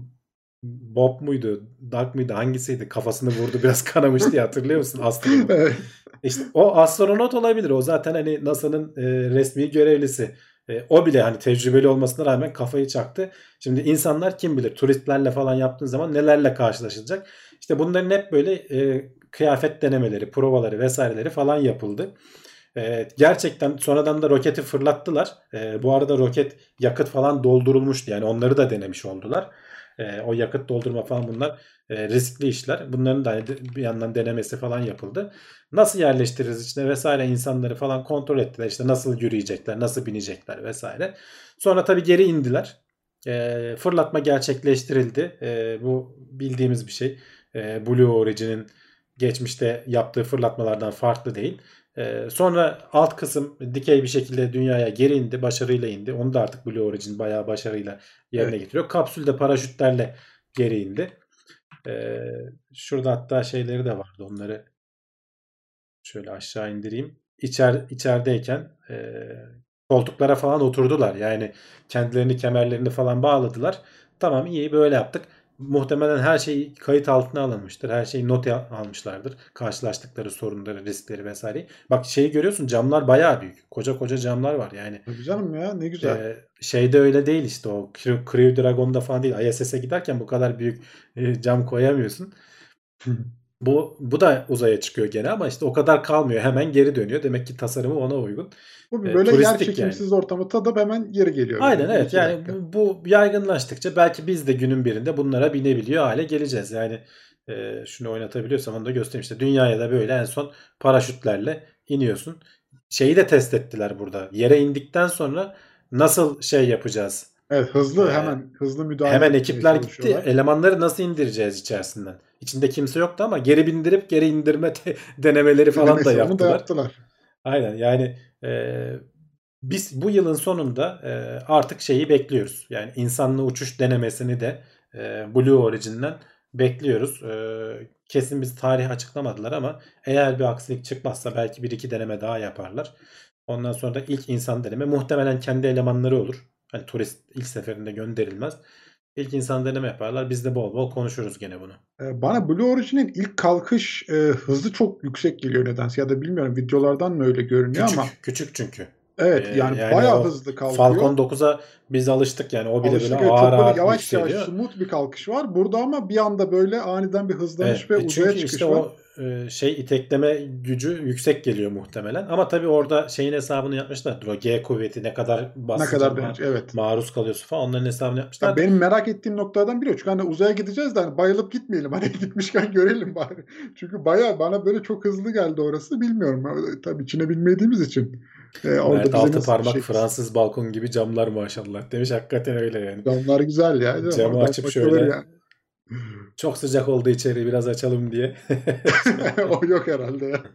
Bob muydu? Doug muydu? Hangisiydi? Kafasını vurdu biraz kanamış diye hatırlıyor musun astronot? Evet. İşte o astronot olabilir. O zaten hani NASA'nın e, resmi görevlisi. E, o bile hani tecrübeli olmasına rağmen kafayı çaktı. Şimdi insanlar kim bilir turistlerle falan yaptığın zaman nelerle karşılaşılacak. İşte bunların hep böyle e, kıyafet denemeleri, provaları vesaireleri falan yapıldı. E, gerçekten sonradan da roketi fırlattılar. E, bu arada roket yakıt falan doldurulmuştu. Yani onları da denemiş oldular. E, o yakıt doldurma falan bunlar e, riskli işler. Bunların da hani bir yandan denemesi falan yapıldı. Nasıl yerleştiririz içine vesaire insanları falan kontrol ettiler. İşte nasıl yürüyecekler, nasıl binecekler vesaire. Sonra tabii geri indiler. E, fırlatma gerçekleştirildi. E, bu bildiğimiz bir şey. E, Blue Origin'in geçmişte yaptığı fırlatmalardan farklı değil. Ee, sonra alt kısım dikey bir şekilde dünyaya geri indi. Başarıyla indi. Onu da artık Blue Origin bayağı başarıyla yerine Evet. getiriyor. Kapsül de paraşütlerle geri indi. Ee, şurada hatta şeyleri de vardı. Onları şöyle aşağı indireyim. İçer, içerideyken e, koltuklara falan oturdular. Yani kendilerini kemerlerini falan bağladılar. Tamam iyi böyle yaptık. muhtemelen her şey kayıt altına alınmıştır. Her şeyi not almışlardır. Karşılaştıkları sorunları, riskleri vesaire. Bak şeyi görüyorsun, camlar bayağı büyük. Koca koca camlar var yani. Tabii canım ya, ne güzel. Ee, şeyde öyle değil işte, o Crew Crew Dragon'da falan değil. I S S'e giderken bu kadar büyük e, cam koyamıyorsun. Bu bu da uzaya çıkıyor gene ama işte o kadar kalmıyor. Hemen geri dönüyor. Demek ki tasarımı ona uygun. Bu E, böyle yer turistik yani. çekimsiz ortamı tadıp hemen geri geliyor. Aynen böyle. evet. İki Yani dakika. bu, bu yaygınlaştıkça belki biz de günün birinde bunlara binebiliyor hale geleceğiz. Yani e, şunu oynatabiliyorsam onu da göstereyim. İşte dünyaya da böyle en son paraşütlerle iniyorsun. Şeyi de test ettiler burada. Yere indikten sonra nasıl şey yapacağız? Evet, hızlı E, hemen hızlı müdahale Hemen etmeye ekipler gitti. çalışıyorlar. Elemanları nasıl indireceğiz içerisinden? İçinde kimse yoktu ama geri bindirip geri indirme de- denemeleri falan da Denemesi, onu da yaptılar. yaptılar. Aynen yani e, biz bu yılın sonunda e, artık şeyi bekliyoruz. Yani insanlı uçuş denemesini de e, Blue Origin'den bekliyoruz. E, kesin biz tarih açıklamadılar ama eğer bir aksilik çıkmazsa belki bir iki deneme daha yaparlar. Ondan sonra da ilk insan deneme muhtemelen kendi elemanları olur. Hani turist ilk seferinde gönderilmez. İlk insan deneme yaparlar. Biz de bol bol konuşuruz gene bunu. Ee, Bana Blue Origin'in ilk kalkış e, hızı çok yüksek geliyor nedense, ya da bilmiyorum, videolardan mı öyle görünüyor Küçük, ama küçük çünkü. evet, Ee, yani yani bayağı o hızlı kalkıyor. Falcon dokuza biz alıştık yani. O bile böyle Alıştık, evet, ağır çok böyle ağır yavaş yavaş yükseliyor. smooth bir kalkış var. Burada ama bir anda böyle aniden bir hızlanış Evet, ve e uzaya çünkü işte çıkış var. o e, şey itekleme gücü yüksek geliyor muhtemelen. Ama tabii orada şeyin hesabını yapmışlardır. O G kuvveti ne kadar Ne basınca kadar ma- dayanıcı, evet. maruz kalıyorsun falan, onların hesabını Ya yapmışlardır. benim merak ettiğim noktadan biri o. Çünkü hani uzaya gideceğiz de hani bayılıp gitmeyelim. Hani gitmişken görelim bari. Çünkü bayağı bana böyle çok hızlı geldi orası. Bilmiyorum. Ama tabii içine bilmediğimiz için e, orada Mert bize altı nasıl bir parmak şey kız. Fransız balkon gibi camlar maşallah demiş. Hakikaten öyle yani. Camlar güzel ya. Canım. Camı Oradan açıp bakılır şöyle, yani. çok sıcak oldu içeri biraz açalım diye. O yok herhalde ya.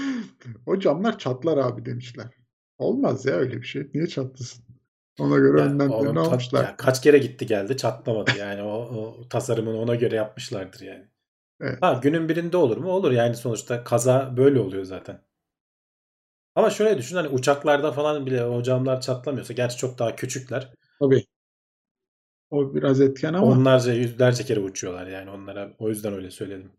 O camlar çatlar abi demişler. Olmaz ya öyle bir şey. Niye çatlasın? Ona göre Ya önlemlerini onun ta- almışlar. ya kaç kere gitti geldi çatlamadı yani, o, o tasarımını ona göre yapmışlardır yani. Evet. Ha, günün birinde olur mu? Olur yani, sonuçta kaza böyle oluyor zaten. Ama şöyle düşün, hani uçaklarda falan bile o camlar çatlamıyorsa, gerçi çok daha küçükler. Tabii. O biraz etken ama Onlarca yüzlerce kere uçuyorlar yani onlara, o yüzden öyle söyledim.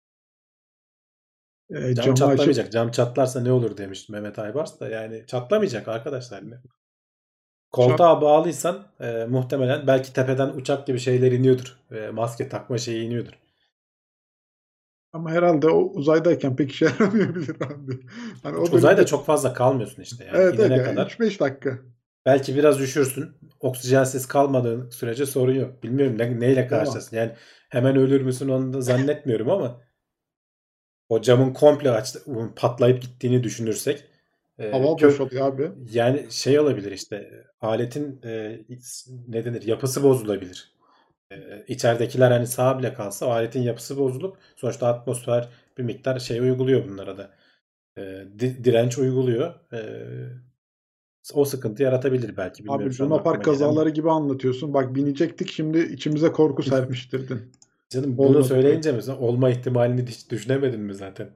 e, Cam camı açıp çatlamayacak. Cam çatlarsa ne olur demişti Mehmet Aybars da, yani çatlamayacak arkadaşlar. çat Koltuğa bağlıysan e, muhtemelen belki tepeden uçak gibi şeyler iniyordur. E, maske takma şeyi iniyordur. ama herhalde o uzaydayken pek işe yaramayabilir abi. Hani o Uzayda bölümde çok fazla kalmıyorsun işte yani, evet, evet inene yani kadar. üç beş dakika. Belki biraz üşürsün. Oksijensiz kalmadığın sürece sorun yok. Bilmiyorum ne, neyle Devam. karşılaşsın. Yani hemen ölür müsün onu da zannetmiyorum ama o camın komple aç, patlayıp gittiğini düşünürsek e, Hava kök boşalıyor abi. yani şey olabilir işte, aletin e, ne denir, yapısı bozulabilir. E, içeridekiler hani sağ bile kalsa o aletin yapısı bozulup sonuçta atmosfer bir miktar şey uyguluyor bunlara da. E, di- direnç uyguluyor. E, o sıkıntı yaratabilir belki, bilmiyorum, Abi şu an Luna Park aklıma gelen kazaları bu. gibi anlatıyorsun. Bak binecektik, şimdi içimize korku serpiştirdin. Canım bunu Olmadı böyle. söyleyince mesela olma ihtimalini hiç düşünemedin mi zaten?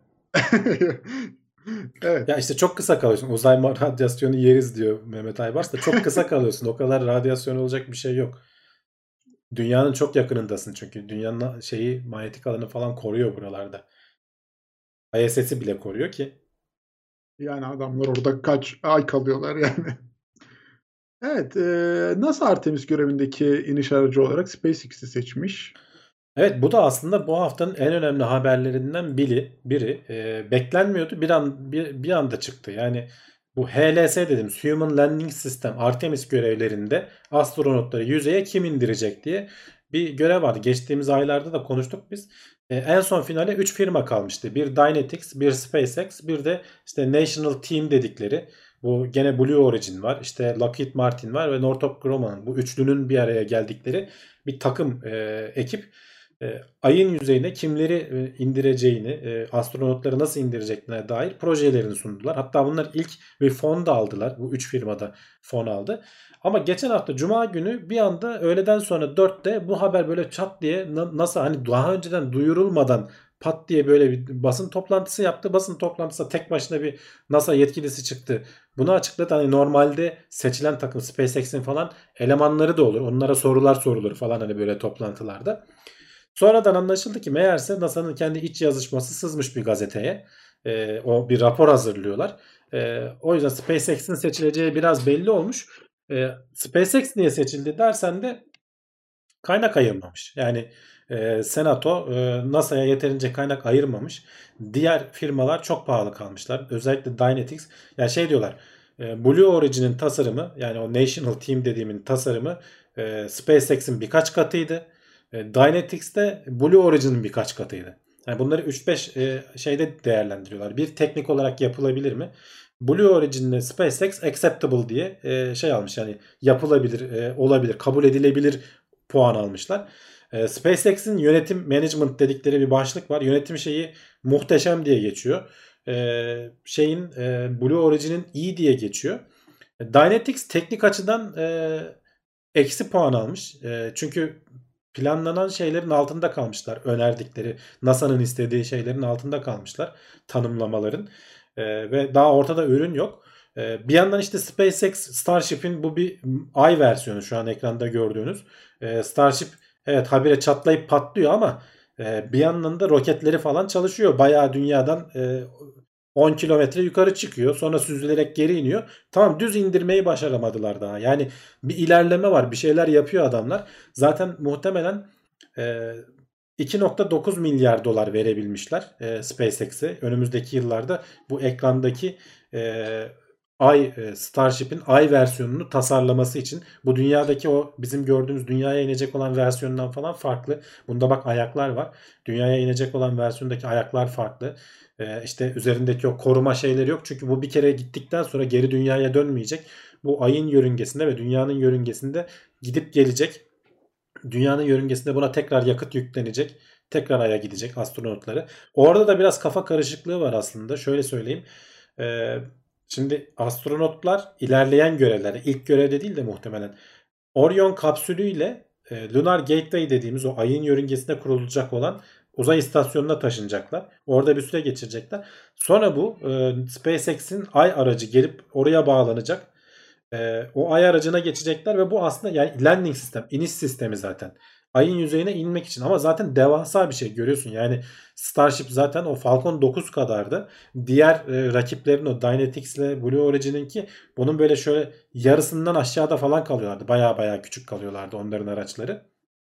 Evet. Ya işte çok kısa kalıyorsun. Uzay ma- radyasyonu yeriz diyor Mehmet Aybars da, çok kısa kalıyorsun. O kadar radyasyon olacak bir şey yok. Dünyanın çok yakınındasın çünkü. Dünyanın şeyi, manyetik alanı falan koruyor buralarda. I S S'i bile koruyor ki. Yani adamlar orada kaç ay kalıyorlar yani. Evet. E, NASA Artemis görevindeki iniş aracı olarak SpaceX'i seçmiş. Evet, bu da aslında bu haftanın en önemli haberlerinden biri. Biri e, beklenmiyordu. Bir an bir, bir anda çıktı. Yani bu H L S dediğimiz Human Landing System Artemis görevlerinde astronotları yüzeye kim indirecek diye bir görev vardı. Geçtiğimiz aylarda da konuştuk biz. E, en son finale üç firma kalmıştı. Bir Dynetics, bir SpaceX, bir de işte National Team dedikleri. Bu gene Blue Origin var. İşte Lockheed Martin var ve Northrop Grumman. Bu üçlünün bir araya geldikleri bir takım e, ekip. E, Ayın yüzeyine kimleri e, indireceğini, e, astronotları nasıl indireceklerine dair projelerini sundular. Hatta bunlar ilk bir fon da aldılar. Bu üç firmada fon aldı. Ama geçen hafta Cuma günü bir anda öğleden sonra dörtte bu haber böyle çat diye na- NASA hani daha önceden duyurulmadan pat diye böyle bir basın toplantısı yaptı. Basın toplantısında tek başına bir NASA yetkilisi çıktı. Bunu açıkladı. Hani normalde seçilen takım SpaceX'in falan elemanları da olur. Onlara sorular sorulur falan hani böyle toplantılarda. Sonradan anlaşıldı ki meğerse NASA'nın kendi iç yazışması sızmış bir gazeteye. Ee, o bir rapor hazırlıyorlar. Ee, o yüzden SpaceX'in seçileceği biraz belli olmuş. Ee, SpaceX niye seçildi dersen de kaynak ayırmamış. Yani e, Senato e, NASA'ya yeterince kaynak ayırmamış. Diğer firmalar çok pahalı kalmışlar. Özellikle Dynetics. Yani şey diyorlar. E, Blue Origin'in tasarımı yani o National Team dediğimin tasarımı e, SpaceX'in birkaç katıydı. E, Dynetics de Blue Origin'in birkaç katıydı. Yani bunları üç beş e, şeyde değerlendiriyorlar. Bir, teknik olarak yapılabilir mi? Blue Origin ile SpaceX acceptable diye e, şey almış. Yani yapılabilir, e, olabilir, kabul edilebilir puan almışlar. E, SpaceX'in yönetim management dedikleri bir başlık var. Yönetim şeyi muhteşem diye geçiyor. E, şeyin e, Blue Origin'in iyi diye geçiyor. E, Dynetics teknik açıdan e, eksi puan almış. E, çünkü planlanan şeylerin altında kalmışlar. Önerdikleri, NASA'nın istediği şeylerin altında kalmışlar. Tanımlamaların. E, ve daha ortada ürün yok. E, bir yandan işte SpaceX Starship'in bu bir ay versiyonu şu an ekranda gördüğünüz. E, Starship evet habire çatlayıp patlıyor ama e, bir yandan da roketleri falan çalışıyor. Bayağı dünyadan e, on kilometre yukarı çıkıyor. Sonra süzülerek geri iniyor. Tamam düz indirmeyi başaramadılar daha. Yani bir ilerleme var. Bir şeyler yapıyor adamlar. Zaten muhtemelen e, iki nokta dokuz milyar dolar verebilmişler e, SpaceX'e. Önümüzdeki yıllarda bu ekrandaki e, Ay e, Starship'in Ay versiyonunu tasarlaması için bu dünyadaki o bizim gördüğümüz dünyaya inecek olan versiyonundan falan farklı. Bunda bak ayaklar var. Dünyaya inecek olan versiyondaki ayaklar farklı. E, işte üzerindeki o koruma şeyleri yok. Çünkü bu bir kere gittikten sonra geri dünyaya dönmeyecek. Bu ayın yörüngesinde ve dünyanın yörüngesinde gidip gelecek. Dünyanın yörüngesinde buna tekrar yakıt yüklenecek. Tekrar Ay'a gidecek astronotları. Orada da biraz kafa karışıklığı var aslında. Şöyle söyleyeyim. Ee, şimdi astronotlar ilerleyen görevlerde, ilk görevde değil de muhtemelen Orion kapsülüyle e, Lunar Gateway dediğimiz o ayın yörüngesinde kurulacak olan uzay istasyonuna taşınacaklar. Orada bir süre geçirecekler. Sonra bu e, SpaceX'in Ay aracı gelip oraya bağlanacak. E, o Ay aracına geçecekler ve bu aslında yani landing sistem, iniş sistemi zaten. Ayın yüzeyine inmek için ama zaten devasa bir şey görüyorsun. Yani Starship zaten o Falcon dokuz kadardı. Diğer e, rakiplerin o Dynetics ile Blue Origin'inki bunun böyle şöyle yarısından aşağıda falan kalıyorlardı. Baya baya küçük kalıyorlardı onların araçları.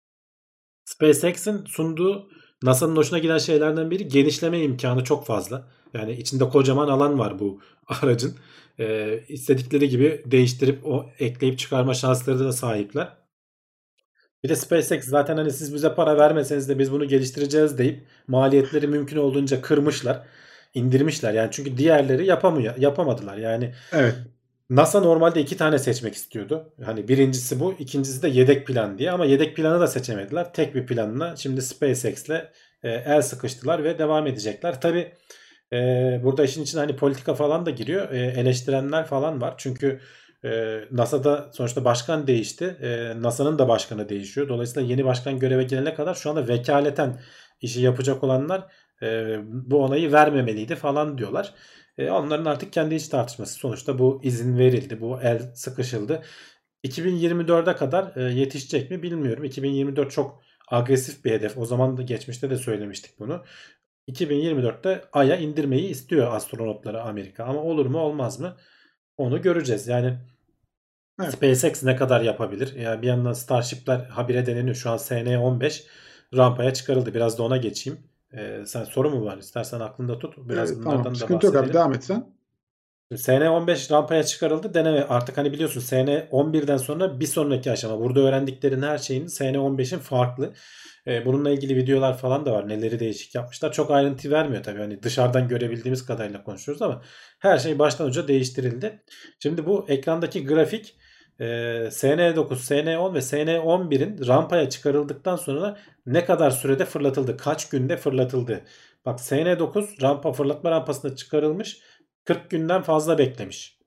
SpaceX'in sunduğu NASA'nın hoşuna giden şeylerden biri genişleme imkanı çok fazla. Yani içinde kocaman alan var bu aracın. Ee, istedikleri gibi değiştirip o ekleyip çıkarma şansları da sahipler. Bir de SpaceX zaten hani siz bize para vermeseniz de biz bunu geliştireceğiz deyip maliyetleri mümkün olduğunca kırmışlar, indirmişler. Yani çünkü diğerleri yapamıyor, yapamadılar. Yani Evet. NASA normalde iki tane seçmek istiyordu. Hani birincisi bu, ikincisi de yedek plan diye ama yedek planı da seçemediler. Tek bir planla şimdi SpaceX'le e, el sıkıştılar ve devam edecekler. Tabii e, burada işin içine hani politika falan da giriyor. E, eleştirenler falan var. Çünkü e, NASA'da sonuçta başkan değişti. E, NASA'nın da başkanı değişiyor. Dolayısıyla yeni başkan göreve gelene kadar şu anda vekaleten işi yapacak olanlar e, bu onayı vermemeliydi falan diyorlar. E, onların artık kendi iç tartışması. Sonuçta bu izin verildi. Bu el sıkışıldı. iki bin yirmi dörde kadar e, yetişecek mi bilmiyorum. iki bin yirmi dört çok agresif bir hedef. O zaman da geçmişte de söylemiştik bunu. iki bin yirmi dörtte Ay'a indirmeyi istiyor astronotları Amerika. Ama olur mu olmaz mı? Onu göreceğiz. Yani Evet. SpaceX ne kadar yapabilir? Yani bir yandan Starship'ler habire deneniyor. Şu an S N on beş rampaya çıkarıldı. Biraz da ona geçeyim. Ee, sen soru mu var? İstersen aklında tut. Biraz Ee, tamam. bunlardan da Sıkıntı yok abi. bahsedelim. Devam et sen. S N on beş rampaya çıkarıldı. Deneme artık hani biliyorsun S N on birden sonra bir sonraki aşama. Burada öğrendiklerin her şeyin S N on beşin farklı. Ee, bununla ilgili videolar falan da var. Neleri değişik yapmışlar. Çok ayrıntı vermiyor tabii. Hani dışarıdan görebildiğimiz kadarıyla konuşuyoruz ama her şey baştan uca değiştirildi. Şimdi bu ekrandaki grafik e, S N dokuz, S N on ve S N on birin rampaya çıkarıldıktan sonra ne kadar sürede fırlatıldı? Kaç günde fırlatıldı? Bak S N dokuz rampa fırlatma rampasına çıkarılmış. kırk günden fazla beklemiş.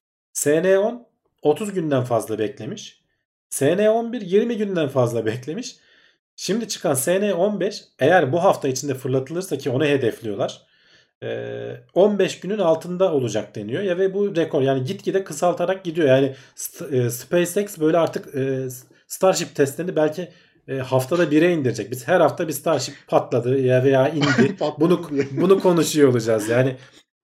S N on otuz günden fazla beklemiş. S N on bir yirmi günden fazla beklemiş. Şimdi çıkan S N on beş eğer bu hafta içinde fırlatılırsa ki onu hedefliyorlar. on beş günün altında olacak deniyor ya ve bu rekor yani gitgide kısaltarak gidiyor. Yani SpaceX böyle artık Starship testlerini belki haftada bire indirecek. Biz her hafta bir Starship patladı ya veya indi. bunu bunu konuşuyor olacağız. Yani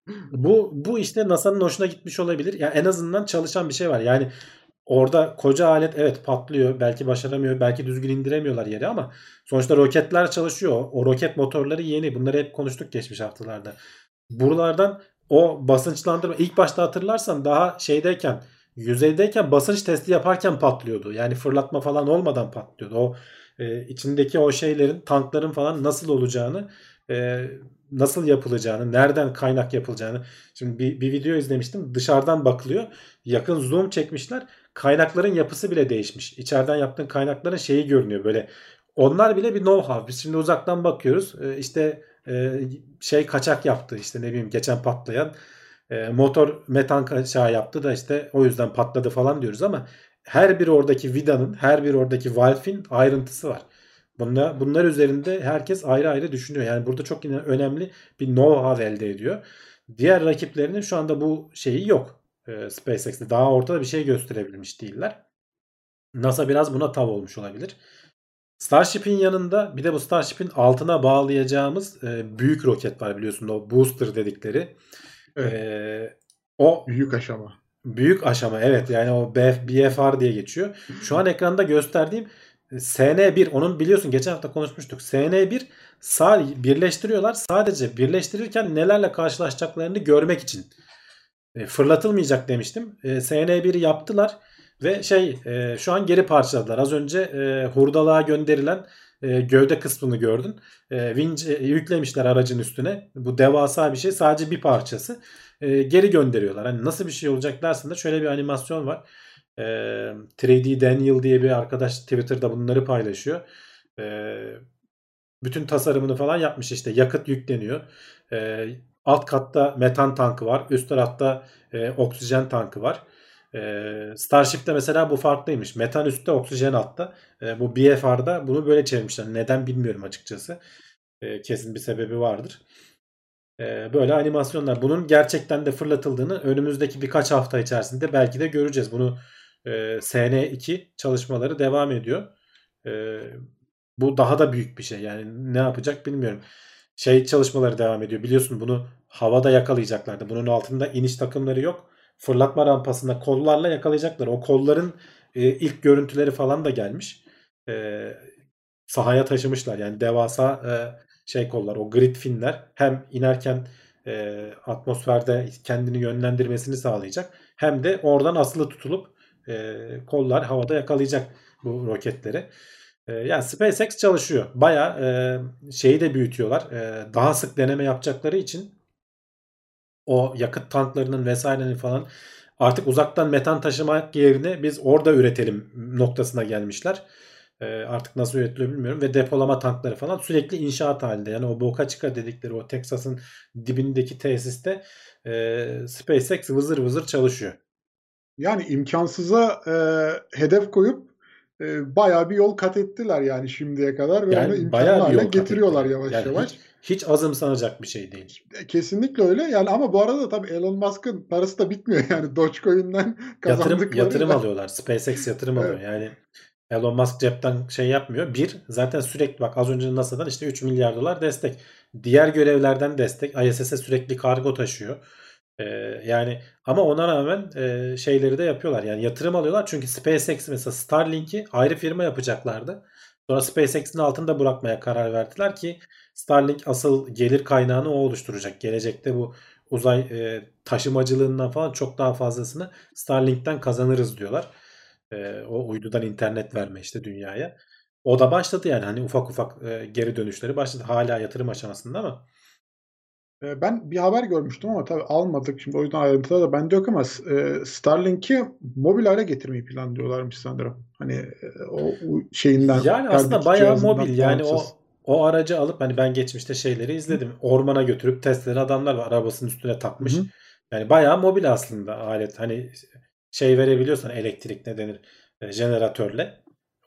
bu bu işte NASA'nın hoşuna gitmiş olabilir. Yani en azından çalışan bir şey var. Yani orada koca alet evet patlıyor. Belki başaramıyor. Belki düzgün indiremiyorlar yere ama sonuçta roketler çalışıyor. O roket motorları yeni. Bunları hep konuştuk geçmiş haftalarda. Buralardan o basınçlandırma ilk başta hatırlarsan daha şeydeyken yüzeydeyken basınç testi yaparken patlıyordu. Yani fırlatma falan olmadan patlıyordu. O e, içindeki o şeylerin tankların falan nasıl olacağını e, nasıl yapılacağını, nereden kaynak yapılacağını. Şimdi bir, bir video izlemiştim. Dışarıdan bakılıyor. Yakın zoom çekmişler. Kaynakların yapısı bile değişmiş. İçeriden yaptığın kaynakların şeyi görünüyor böyle. Onlar bile bir know-how. Biz şimdi uzaktan bakıyoruz. E, işte e, şey kaçak yaptı işte ne bileyim geçen patlayan e, motor metan kaçağı yaptı da işte o yüzden patladı falan diyoruz ama her bir oradaki vidanın, her bir oradaki valfin ayrıntısı var. Bunlar, bunlar üzerinde herkes ayrı ayrı düşünüyor. Yani burada çok yine önemli bir know-how elde ediyor. Diğer rakiplerinin şu anda bu şeyi yok. E, SpaceX'te daha ortada bir şey gösterebilmiş değiller. NASA biraz buna tav olmuş olabilir. Starship'in yanında bir de bu Starship'in altına bağlayacağımız e, büyük roket var biliyorsun o booster dedikleri. Evet. E, o Büyük aşama. büyük aşama evet yani o B F R diye geçiyor. Şu an ekranda gösterdiğim S N bir onun biliyorsun geçen hafta konuşmuştuk. S N bir sağ birleştiriyorlar. Sadece birleştirirken nelerle karşılaşacaklarını görmek için. E, fırlatılmayacak demiştim. E, S N bir'i yaptılar ve şey e, şu an geri parçaladılar. Az önce e, hurdalığa gönderilen e, gövde kısmını gördün. E, vinç e, yüklemişler aracın üstüne. Bu devasa bir şey. Sadece bir parçası. E, geri gönderiyorlar. Hani nasıl bir şey olacak dersin de şöyle bir animasyon var. E, üç D Daniel diye bir arkadaş Twitter'da bunları paylaşıyor. E, bütün tasarımını falan yapmış işte. Yakıt yükleniyor. E, alt katta metan tankı var. Üst tarafta e, oksijen tankı var. E, Starship'te mesela bu farklıymış. Metan üstte, oksijen altta. E, bu B F R'da bunu böyle çevirmişler. Neden bilmiyorum açıkçası. E, kesin bir sebebi vardır. E, böyle animasyonlar. Bunun gerçekten de fırlatıldığını önümüzdeki birkaç hafta içerisinde belki de göreceğiz. Bunu e, S N iki çalışmaları devam ediyor. E, bu daha da büyük bir şey. Yani ne yapacak bilmiyorum. Şey çalışmaları devam ediyor. Biliyorsun bunu havada yakalayacaklardı. Bunun altında iniş takımları yok. Fırlatma rampasında kollarla yakalayacaklar. O kolların e, ilk görüntüleri falan da gelmiş. E, sahaya taşımışlar. Yani devasa e, şey kollar. O grid finler hem inerken e, atmosferde kendini yönlendirmesini sağlayacak. Hem de oradan asılı tutulup e, kollar havada yakalayacak bu roketleri. E, yani SpaceX çalışıyor. Baya e, şeyi de büyütüyorlar. E, daha sık deneme yapacakları için o yakıt tanklarının vesairenin falan artık uzaktan metan taşımak yerine biz orada üretelim noktasına gelmişler. E, artık nasıl üretiliyor bilmiyorum ve depolama tankları falan sürekli inşaat halinde. Yani o Boca Chica dedikleri o Texas'ın dibindeki tesiste e, SpaceX vızır vızır çalışıyor. Yani imkansıza e, hedef koyup e, bayağı bir yol kat ettiler yani şimdiye kadar ve Yani onu imkanlı bayağı bir hale yol kat getiriyorlar ettiler. yavaş Yani yavaş. hiç hiç azımsanacak bir şey değil. E, Kesinlikle öyle. Yani ama bu arada tabii Elon Musk'ın parası da bitmiyor yani Dogecoin'den Yatırım yatırım kazandıklarıyla. alıyorlar. SpaceX yatırım alıyor. Evet. Yani Elon Musk cepten şey yapmıyor. Bir, zaten sürekli bak az önce NASA'dan işte üç milyar dolar destek. Diğer görevlerden destek. I S S'e sürekli kargo taşıyor. Ee, yani ama ona rağmen e, şeyleri de yapıyorlar. Yani yatırım alıyorlar. Çünkü SpaceX mesela Starlink'i ayrı firma yapacaklardı. Sonra SpaceX'in altında bırakmaya karar verdiler ki Starlink asıl gelir kaynağını o oluşturacak. Gelecekte bu uzay e, taşımacılığından falan çok daha fazlasını Starlink'ten kazanırız diyorlar. E, o uydudan internet verme işte dünyaya. O da başladı yani hani ufak ufak e, geri dönüşleri başladı. Hala yatırım aşamasında ama E, Ben bir haber görmüştüm ama tabii almadık. Şimdi o yüzden ayrıntılar da bende yok ama e, Starlink'i mobil hale getirmeyi planlıyorlarmış sanırım. Hani e, o, o şeyinden, yani aslında yerdeki bayağı cihazından mobil yani bağımsız. o o aracı alıp hani ben geçmişte şeyleri Hı izledim. Ormana götürüp testleri adamlar var arabasının üstüne takmış. hı. Yani bayağı mobil aslında alet. Hani şey verebiliyorsan elektrik ne denir? E, jeneratörle.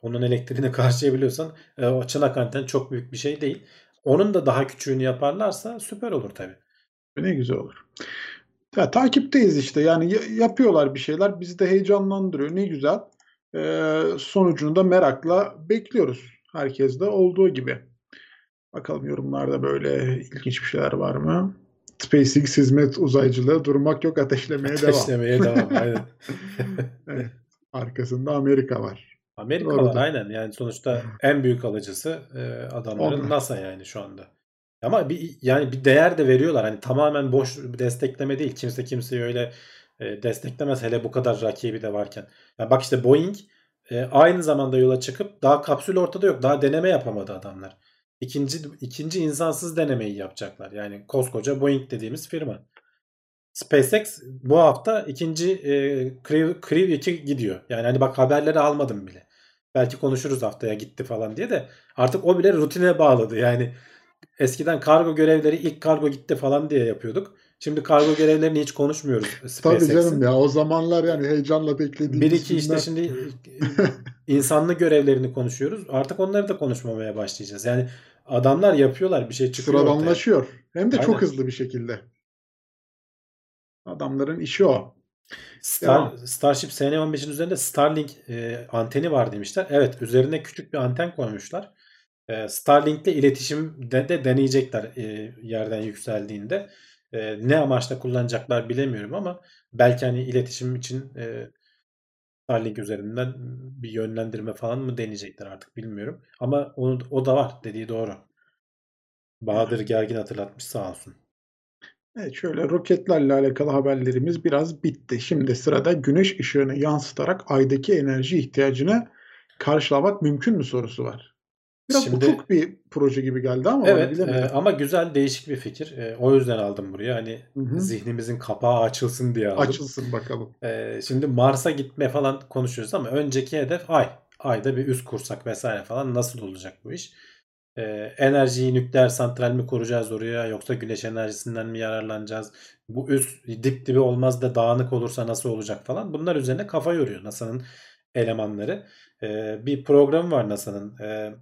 Onun elektriğini karşılayabiliyorsan e, o çanak anten çok büyük bir şey değil. Onun da daha küçüğünü yaparlarsa süper olur tabii. Ne güzel olur. Ya, takipteyiz işte. Yani ya- yapıyorlar bir şeyler. Bizi de heyecanlandırıyor. Ne güzel. Ee, sonucunu da merakla bekliyoruz. Herkes de olduğu gibi. Bakalım yorumlarda böyle ilginç bir şeyler var mı? SpaceX hizmet uzaycılığı durmak yok ateşlemeye devam. Ateşlemeye devam. Aynen. Evet. Arkasında Amerika var. Amerika var Doğrudur. aynen. Yani sonuçta en büyük alıcısı e, adamların Onlar. NASA yani şu anda. Ama bir yani bir değer de veriyorlar. Hani tamamen boş bir destekleme değil. Kimse kimseyi öyle e, desteklemez hele bu kadar rakibi de varken. Ya bak işte Boeing e, aynı zamanda yola çıkıp daha kapsül ortada yok. Daha deneme yapamadı adamlar. İkinci ikinci insansız denemeyi yapacaklar. Yani koskoca Boeing dediğimiz firma. SpaceX bu hafta ikinci e, Crew, Crew iki gidiyor. Yani hani bak haberleri almadım bile. Belki konuşuruz haftaya gitti falan diye de artık o bile rutine bağladı. Yani eskiden kargo görevleri ilk kargo gitti falan diye yapıyorduk. Şimdi kargo görevlerini hiç konuşmuyoruz Tabii canım SpaceX'in. ya, o zamanlar yani heyecanla Bir beklediğimiz iki işte günler. şimdi e, insanlı görevlerini konuşuyoruz. Artık onları da konuşmamaya başlayacağız. Yani adamlar yapıyorlar bir şey çıkıyor ortaya. Sıradanlaşıyor. Hem de çok Aynen. hızlı bir şekilde. Adamların işi o. Star, Devam. Starship S N on beşin üzerinde Starlink e, anteni var demişler. Evet, üzerine küçük bir anten koymuşlar. E, Starlink'le iletişimde de deneyecekler e, yerden yükseldiğinde. E, ne amaçla kullanacaklar bilemiyorum ama belki hani iletişim için e, Starlink üzerinden bir yönlendirme falan mı deneyecekler artık bilmiyorum. Ama onu, o da var dediği doğru. Bahadır Gergin hatırlatmış sağ olsun. Evet, şöyle roketlerle alakalı haberlerimiz biraz bitti. Şimdi sırada güneş ışığını yansıtarak aydaki enerji ihtiyacını karşılamak mümkün mü sorusu var. Biraz Şimdi uçuk bir proje gibi geldi ama bana evet e, bilemedim. ama güzel değişik bir fikir. E, o yüzden aldım buraya. Hani Hı hı. zihnimizin kapağı açılsın diye aldım. Açılsın bakalım. E, şimdi Mars'a gitme falan konuşuyoruz ama önceki hedef Ay. Ayda bir üs kursak vesaire falan nasıl olacak bu iş? E, enerjiyi nükleer santral mi kuracağız oraya yoksa güneş enerjisinden mi yararlanacağız? Bu üs dip dibi olmaz da dağınık olursa nasıl olacak falan. Bunlar üzerine kafa yoruyor NASA'nın elemanları. E, bir program var NASA'nın. E,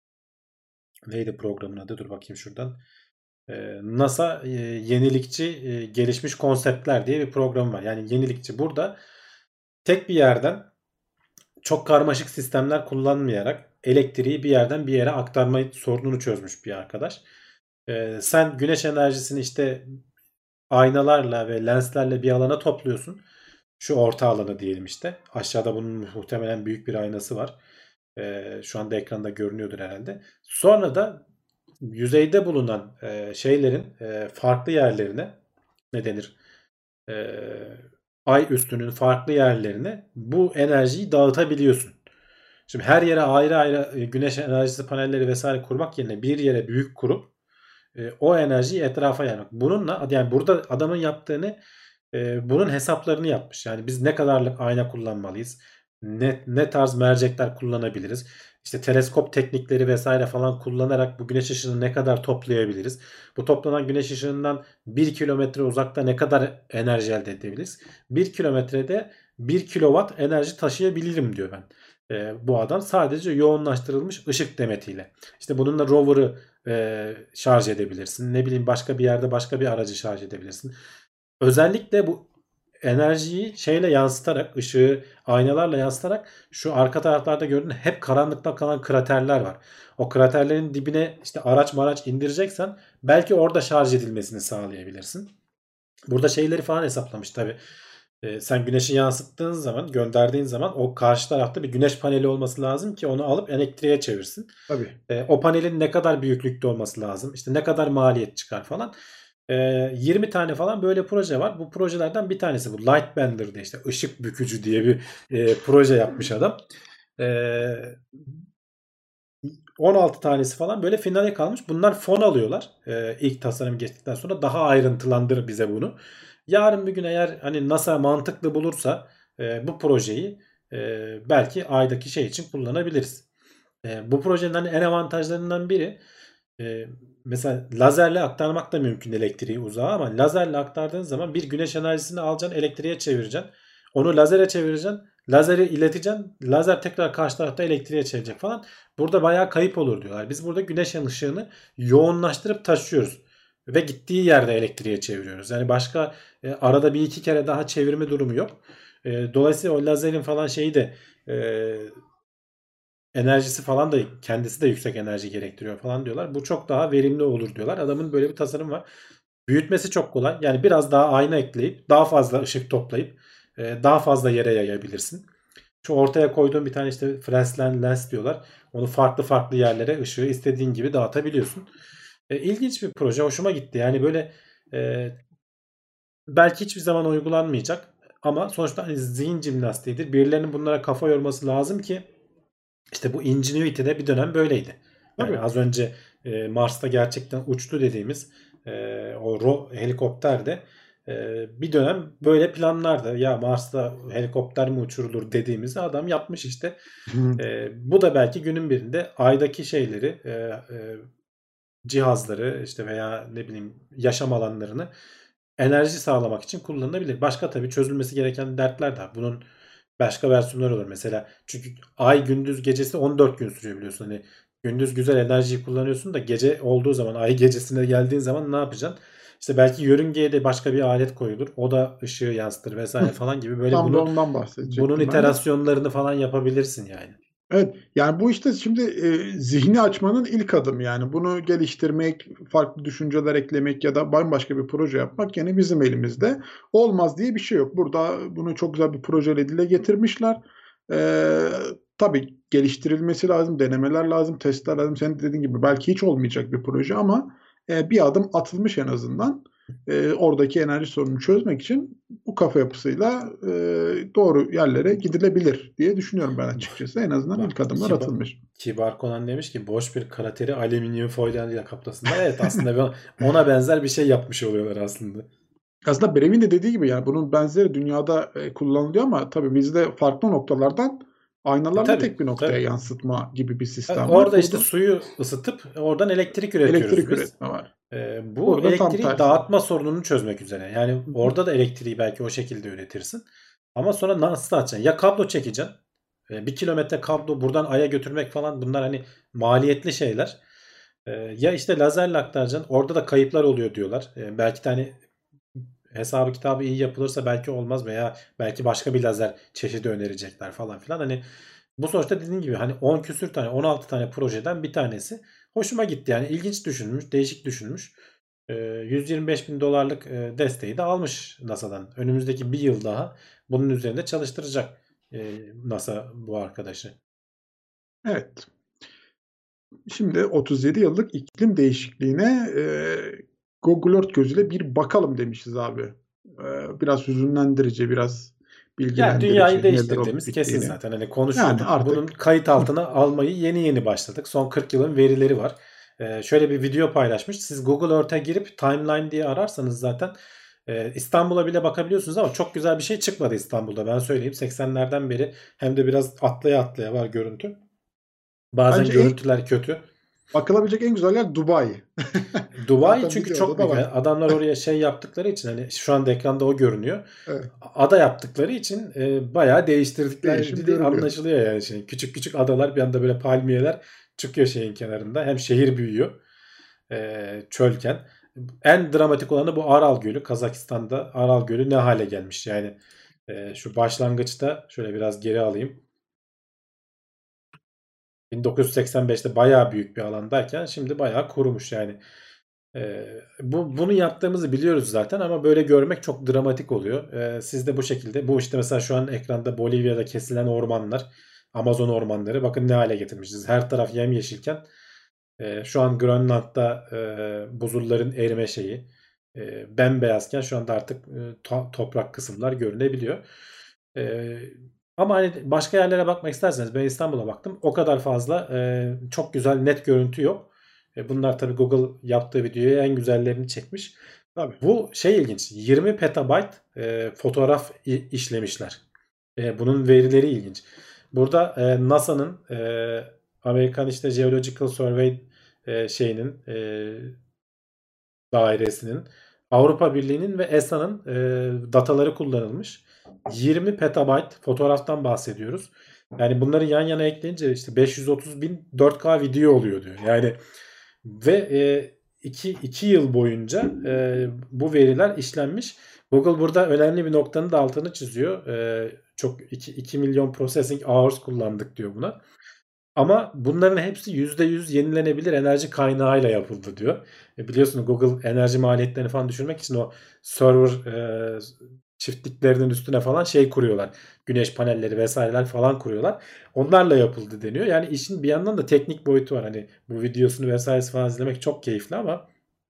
neydi programın adı? Dur bakayım şuradan. Ee, NASA e, yenilikçi e, gelişmiş konseptler diye bir program var. Yani yenilikçi burada tek bir yerden çok karmaşık sistemler kullanmayarak elektriği bir yerden bir yere aktarma sorununu çözmüş bir arkadaş. Ee, sen güneş enerjisini işte aynalarla ve lenslerle bir alana topluyorsun. Şu orta alanı diyelim işte. Aşağıda bunun muhtemelen büyük bir aynası var. Ee, şu anda ekranda görünüyordur herhalde. Sonra da yüzeyde bulunan e, şeylerin e, farklı yerlerine ne denir? E, ay üstünün farklı yerlerine bu enerjiyi dağıtabiliyorsun. Şimdi her yere ayrı ayrı e, güneş enerjisi panelleri vesaire kurmak yerine bir yere büyük kurup e, o enerjiyi etrafa yaymak. Bununla yani burada adamın yaptığını e, bunun hesaplarını yapmış. Yani biz ne kadarlık ayna kullanmalıyız? Ne, ne tarz mercekler kullanabiliriz? İşte teleskop teknikleri vesaire falan kullanarak bu güneş ışığını ne kadar toplayabiliriz? Bu toplanan güneş ışığından bir kilometre uzakta ne kadar enerji elde edebiliriz? bir kilometrede bir kilowatt enerji taşıyabilirim diyor ben. E, bu adam sadece yoğunlaştırılmış ışık demetiyle. İşte bununla rover'ı e, şarj edebilirsin. Ne bileyim başka bir yerde başka bir aracı şarj edebilirsin. Özellikle bu enerjiyi şeyle yansıtarak, ışığı aynalarla yansıtarak şu arka taraflarda gördüğün hep karanlıkta kalan kraterler var. O kraterlerin dibine işte araç maraç indireceksen belki orada şarj edilmesini sağlayabilirsin. Burada şeyleri falan hesaplamış tabii. Ee, sen güneşi yansıttığın zaman, gönderdiğin zaman o karşı tarafta bir güneş paneli olması lazım ki onu alıp elektriğe çevirsin. Tabii. E, o panelin ne kadar büyüklükte olması lazım? İşte ne kadar maliyet çıkar falan. E, yirmi tane falan böyle proje var. Bu projelerden bir tanesi bu. Lightbender diye işte ışık bükücü diye bir e, proje yapmış adam. E, on altı tanesi falan böyle finale kalmış. Bunlar fon alıyorlar. E, ilk tasarım geçtikten sonra daha ayrıntılandır bize bunu. Yarın bir gün eğer hani NASA mantıklı bulursa e, bu projeyi e, belki aydaki şey için kullanabiliriz. E, bu projenin hani en avantajlarından biri e, mesela lazerle aktarmak da mümkün elektriği uzağa ama lazerle aktardığın zaman bir güneş enerjisini alacaksın elektriğe çevireceksin. Onu lazere çevireceksin. Lazeri ileteceksin. Lazer tekrar karşı tarafta elektriğe çevirecek falan. Burada bayağı kayıp olur diyorlar. Biz burada güneş ışığını yoğunlaştırıp taşıyoruz. Ve gittiği yerde elektriğe çeviriyoruz. Yani başka e, arada bir iki kere daha çevirme durumu yok. E, dolayısıyla o lazerin falan şeyi de e, enerjisi falan da kendisi de yüksek enerji gerektiriyor falan diyorlar. Bu çok daha verimli olur diyorlar. Adamın böyle bir tasarım var. Büyütmesi çok kolay. Yani biraz daha ayna ekleyip daha fazla ışık toplayıp e, daha fazla yere yayabilirsin. Şu ortaya koyduğum bir tane işte Fresnel lens diyorlar. Onu farklı farklı yerlere ışığı istediğin gibi dağıtabiliyorsun. E, ilginç bir proje. Hoşuma gitti. Yani böyle e, belki hiçbir zaman uygulanmayacak ama sonuçta hani zihin jimnastiğidir. Birilerinin bunlara kafa yorması lazım ki işte bu Ingenuity'de bir dönem böyleydi. Yani Tabii. az önce e, Mars'ta gerçekten uçtu dediğimiz e, o ro- helikopter de e, bir dönem böyle planlardı. Ya Mars'ta helikopter mi uçurulur dediğimizi adam yapmış işte. E, bu da belki günün birinde aydaki şeyleri e, e, cihazları işte veya ne bileyim yaşam alanlarını enerji sağlamak için kullanılabilir. Başka tabii çözülmesi gereken dertler de var. Bunun başka versiyonları olur. Mesela çünkü ay gündüz gecesi on dört gün sürüyor biliyorsun. Hani gündüz güzel enerjiyi kullanıyorsun da gece olduğu zaman ay gecesine geldiğin zaman ne yapacaksın? İşte belki yörüngeye de başka bir alet koyulur. O da ışığı yansıtır vesaire falan gibi böyle Tam da bunun ondan bunun bahsedecektim ben de. iterasyonlarını falan yapabilirsin yani. Evet, yani bu işte şimdi e, zihni açmanın ilk adımı, yani bunu geliştirmek, farklı düşünceler eklemek ya da bambaşka bir proje yapmak yani bizim elimizde. Olmaz diye bir şey yok. Burada bunu çok güzel bir projeyle dile getirmişler. Ee, tabii geliştirilmesi lazım, denemeler lazım, testler lazım. Senin dediğin gibi belki hiç olmayacak bir proje ama e, bir adım atılmış en azından. E, oradaki enerji sorununu çözmek için bu kafa yapısıyla e, doğru yerlere gidilebilir diye düşünüyorum ben açıkçası. En azından Bak ilk adımlar kibar, atılmış. kibar Conan demiş ki boş bir krateri alüminyum folyoyla kaplasınlar. Evet aslında ben- ona benzer bir şey yapmış oluyorlar aslında. Aslında Brevin de dediği gibi yani bunun benzeri dünyada e, kullanılıyor ama tabii bizde farklı noktalardan E, aynalarla tabii tek bir noktaya tabii. yansıtma gibi bir E, sistem var. Orada işte Burada suyu ısıtıp oradan elektrik üretiyoruz elektrik biz. üretme var. E, bu Burada tam elektriği tersi. dağıtma sorununu çözmek üzere. Yani orada da elektriği belki o şekilde üretirsin. Ama sonra nasıl atacaksın? Ya kablo çekeceksin. E, bir kilometre kablo buradan Ay'a götürmek falan bunlar hani maliyetli şeyler. E, ya işte lazerle aktaracaksın. Orada da kayıplar oluyor diyorlar. E, belki de hani hesabı kitabı iyi yapılırsa belki olmaz veya belki başka bir lazer çeşidi önerecekler falan filan. Hani bu sonuçta dediğim gibi hani on küsür tane on altı tane projeden bir tanesi. Hoşuma gitti yani ilginç düşünmüş, değişik düşünmüş. Ee, yüz yirmi beş bin dolarlık e, desteği de almış NASA'dan. Önümüzdeki bir yıl daha bunun üzerinde çalıştıracak e, NASA bu arkadaşı. Evet. Şimdi otuz yedi yıllık iklim değişikliğine e, Google Earth gözüyle bir bakalım demişiz abi. E, biraz hüzünlendirici, biraz Yani dünyayı bilgilendirici neler olup değiştirdiğimiz kesin bittiğini. zaten. Hani Yani konuşuyorduk. Bunun artık kayıt altına almayı yeni yeni başladık. Son kırk yılın verileri var. Ee, şöyle bir video paylaşmış. Siz Google Earth'e girip timeline diye ararsanız zaten e, İstanbul'a bile bakabiliyorsunuz ama çok güzel bir şey çıkmadı İstanbul'da. Ben söyleyeyim. seksenlerden beri hem de biraz atlaya atlaya var görüntü. Bazen bence en, görüntüler kötü. bakılabilecek en güzel yer Dubai. Dubai Zaten çünkü videoda çok da büyük. var. Yani adamlar oraya şey yaptıkları için hani şu anda ekranda o görünüyor. Evet, Ada yaptıkları için e, bayağı değişim değiştirdikleri de görülüyor. anlaşılıyor yani şey. Küçük küçük adalar bir anda böyle palmiyeler çıkıyor şeyin kenarında. Hem şehir büyüyor e, çölken. En dramatik olanı bu Aral Gölü. Kazakistan'da Aral Gölü ne hale gelmiş. Yani e, şu başlangıçta şöyle biraz geri alayım. bin dokuz yüz seksen beşte bayağı büyük bir alandayken şimdi bayağı kurumuş yani. Ee, bu bunu yaptığımızı biliyoruz zaten ama böyle görmek çok dramatik oluyor. Ee, siz de bu şekilde bu işte mesela şu an ekranda Bolivya'da kesilen ormanlar, Amazon ormanları bakın ne hale getirmişiz. Her taraf yemyeşilken e, şu an Grönland'da e, buzulların erime şeyi e, bembeyazken şu anda artık e, to- toprak kısımlar görünebiliyor. E, ama hani başka yerlere bakmak isterseniz ben İstanbul'a baktım. O kadar fazla e, çok güzel net görüntü yok. E, bunlar tabii Google yaptığı videoya en güzellerini çekmiş. Tabii. Bu şey ilginç. yirmi petabayt e, fotoğraf i- işlemişler. E, bunun verileri ilginç. Burada e, NASA'nın e, Amerikan işte Geological Survey e, şeyinin e, dairesinin Avrupa Birliği'nin ve E S A'nın e, dataları kullanılmış. yirmi petabayt fotoğraftan bahsediyoruz. Yani bunları yan yana ekleyince işte beş yüz otuz bin dört K video oluyor diyor. Yani ve iki, iki yıl boyunca e, bu veriler işlenmiş. Google burada önemli bir noktanın da altını çiziyor. E, çok iki milyon processing hours kullandık diyor buna. Ama bunların hepsi yüzde yüz yenilenebilir enerji kaynağıyla yapıldı diyor. E biliyorsunuz Google enerji maliyetlerini falan düşürmek için o server e, çiftliklerinin üstüne falan şey kuruyorlar. Güneş panelleri vesaireler falan kuruyorlar. Onlarla yapıldı deniyor. Yani işin bir yandan da teknik boyutu var. Hani bu videosunu vesairesi falan izlemek çok keyifli ama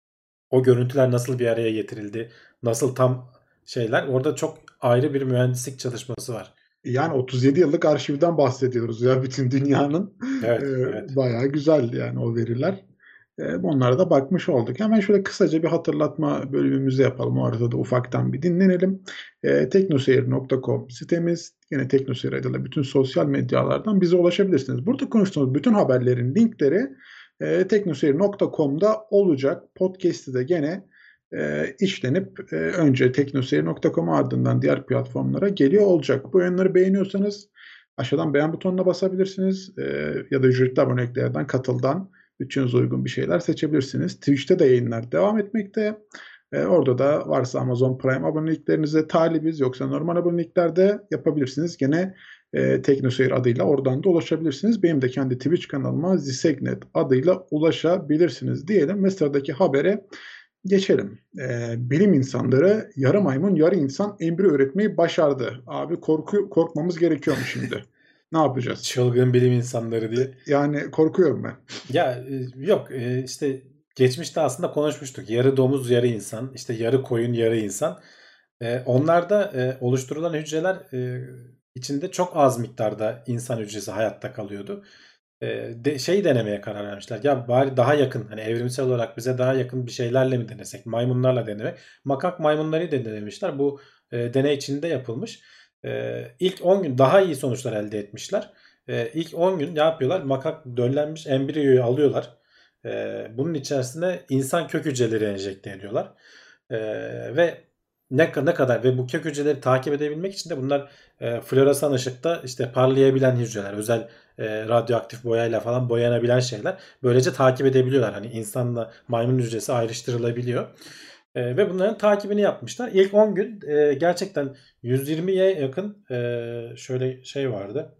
o görüntüler nasıl bir araya getirildi, nasıl tam şeyler, orada çok ayrı bir mühendislik çalışması var. Yani otuz yedi yıllık arşivden bahsediyoruz ya bütün dünyanın. Evet, Ee, evet. bayağı güzel yani o veriler. Ee, onlara da bakmış olduk. Hemen şöyle kısaca bir hatırlatma bölümümüzü yapalım. O arada da ufaktan bir dinlenelim. Ee, teknoseyir nokta com sitemiz. Yine Teknoseyir adıyla bütün sosyal medyalardan bize ulaşabilirsiniz. Burada konuştuğumuz bütün haberlerin linkleri e, teknoseyir nokta com'da olacak. Podcast'i de gene e, işlenip e, önce teknoseyir nokta com ardından diğer platformlara geliyor olacak. Bu yayınları beğeniyorsanız aşağıdan beğen butonuna basabilirsiniz. E, ya da ücretli aboneliklerden, katıldan bütçenize uygun bir şeyler seçebilirsiniz. Twitch'te de yayınlar devam etmekte. E, orada da varsa Amazon Prime aboneliklerinize talibiz, yoksa normal aboneliklerde yapabilirsiniz. Gene e, Teknoseyir adıyla oradan da ulaşabilirsiniz. Benim de kendi Twitch kanalıma Zisegnet adıyla ulaşabilirsiniz diyelim ve sıradaki habere geçelim. Ee, bilim insanları yarı maymun yarı insan embriyo üretmeyi başardı. Abi korku korkmamız gerekiyor mu şimdi? Ne yapacağız? Çılgın bilim insanları diye. Yani korkuyorum ben. Ya e, yok e, işte geçmişte aslında konuşmuştuk. Yarı domuz yarı insan, işte yarı koyun yarı insan. E, onlarda e, oluşturulan hücreler e, içinde çok az miktarda insan hücresi hayatta kalıyordu. E, de, şey denemeye karar vermişler. Ya bari daha yakın, hani evrimsel olarak bize daha yakın bir şeylerle mi denesek? Maymunlarla denemek. Makak maymunları da denemişler. Bu e, deney içinde yapılmış. E, ilk on gün daha iyi sonuçlar elde etmişler. E, ilk on gün ne yapıyorlar? Makak döllenmiş embriyoyu alıyorlar. E, bunun içerisine insan kök hücreleri enjekte ediyorlar. E, ve ne, ne kadar ve bu kök hücreleri takip edebilmek için de bunlar e, floresan ışıkta işte parlayabilen hücreler, özel e, radyoaktif boyayla falan boyanabilen şeyler. Böylece takip edebiliyorlar. Hani insanla maymun hücresi ayrıştırılabiliyor. E, ve bunların takibini yapmışlar. İlk on gün e, gerçekten yüz yirmiye yakın e, şöyle şey vardı.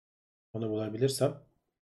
Onu bulabilirsem.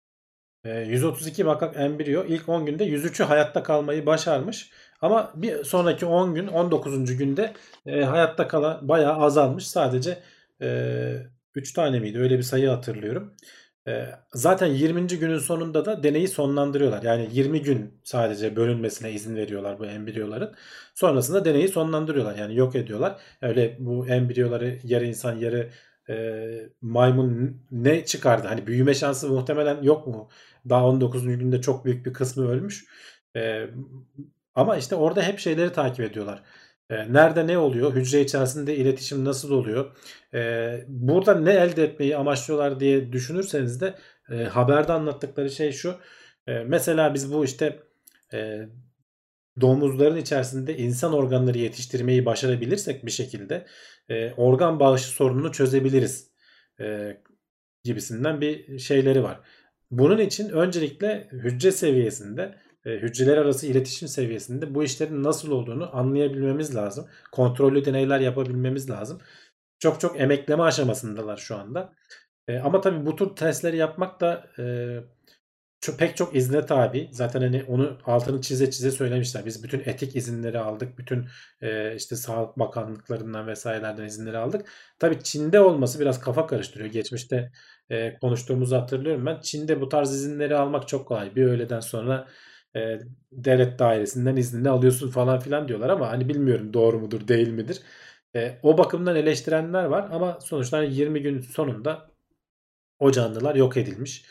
E, yüz otuz iki makak embriyo ilk on günde yüz üçü hayatta kalmayı başarmış. Ama bir sonraki on gün, on dokuzuncu günde e, hayatta kalan bayağı azalmış. Sadece e, üç tane miydi? Öyle bir sayı hatırlıyorum. E, zaten yirminci günün sonunda da deneyi sonlandırıyorlar. Yani yirmi gün sadece bölünmesine izin veriyorlar bu embriyoların. Sonrasında deneyi sonlandırıyorlar. Yani yok ediyorlar. Öyle bu embriyoları yarı insan yarı e, maymun ne çıkardı? Hani büyüme şansı muhtemelen yok mu? Daha on dokuzuncu günde çok büyük bir kısmı ölmüş. E, ama işte orada hep şeyleri takip ediyorlar. E, nerede ne oluyor? Hücre içerisinde iletişim nasıl oluyor? E, burada ne elde etmeyi amaçlıyorlar diye düşünürseniz de e, haberde anlattıkları şey şu. E, mesela biz bu işte e, domuzların içerisinde insan organları yetiştirmeyi başarabilirsek bir şekilde e, organ bağışı sorununu çözebiliriz e, gibisinden bir şeyleri var. Bunun için öncelikle hücre seviyesinde, e, hücreler arası iletişim seviyesinde bu işlerin nasıl olduğunu anlayabilmemiz lazım. Kontrollü deneyler yapabilmemiz lazım. Çok çok emekleme aşamasındalar şu anda. E, ama tabii bu tür testleri yapmak da e, çok, pek çok izne tabi. Zaten hani onu altını çize çize söylemişler. Biz bütün etik izinleri aldık. Bütün e, işte Sağlık Bakanlıklarından vesairelerden izinleri aldık. Tabii Çin'de olması biraz kafa karıştırıyor. Geçmişte e, konuştuğumuzu hatırlıyorum ben. Çin'de bu tarz izinleri almak çok kolay. Bir öğleden sonra e, devlet dairesinden iznini alıyorsun falan filan diyorlar ama hani bilmiyorum doğru mudur değil midir. E, o bakımdan eleştirenler var ama sonuçta hani yirmi gün sonunda o canlılar yok edilmiş.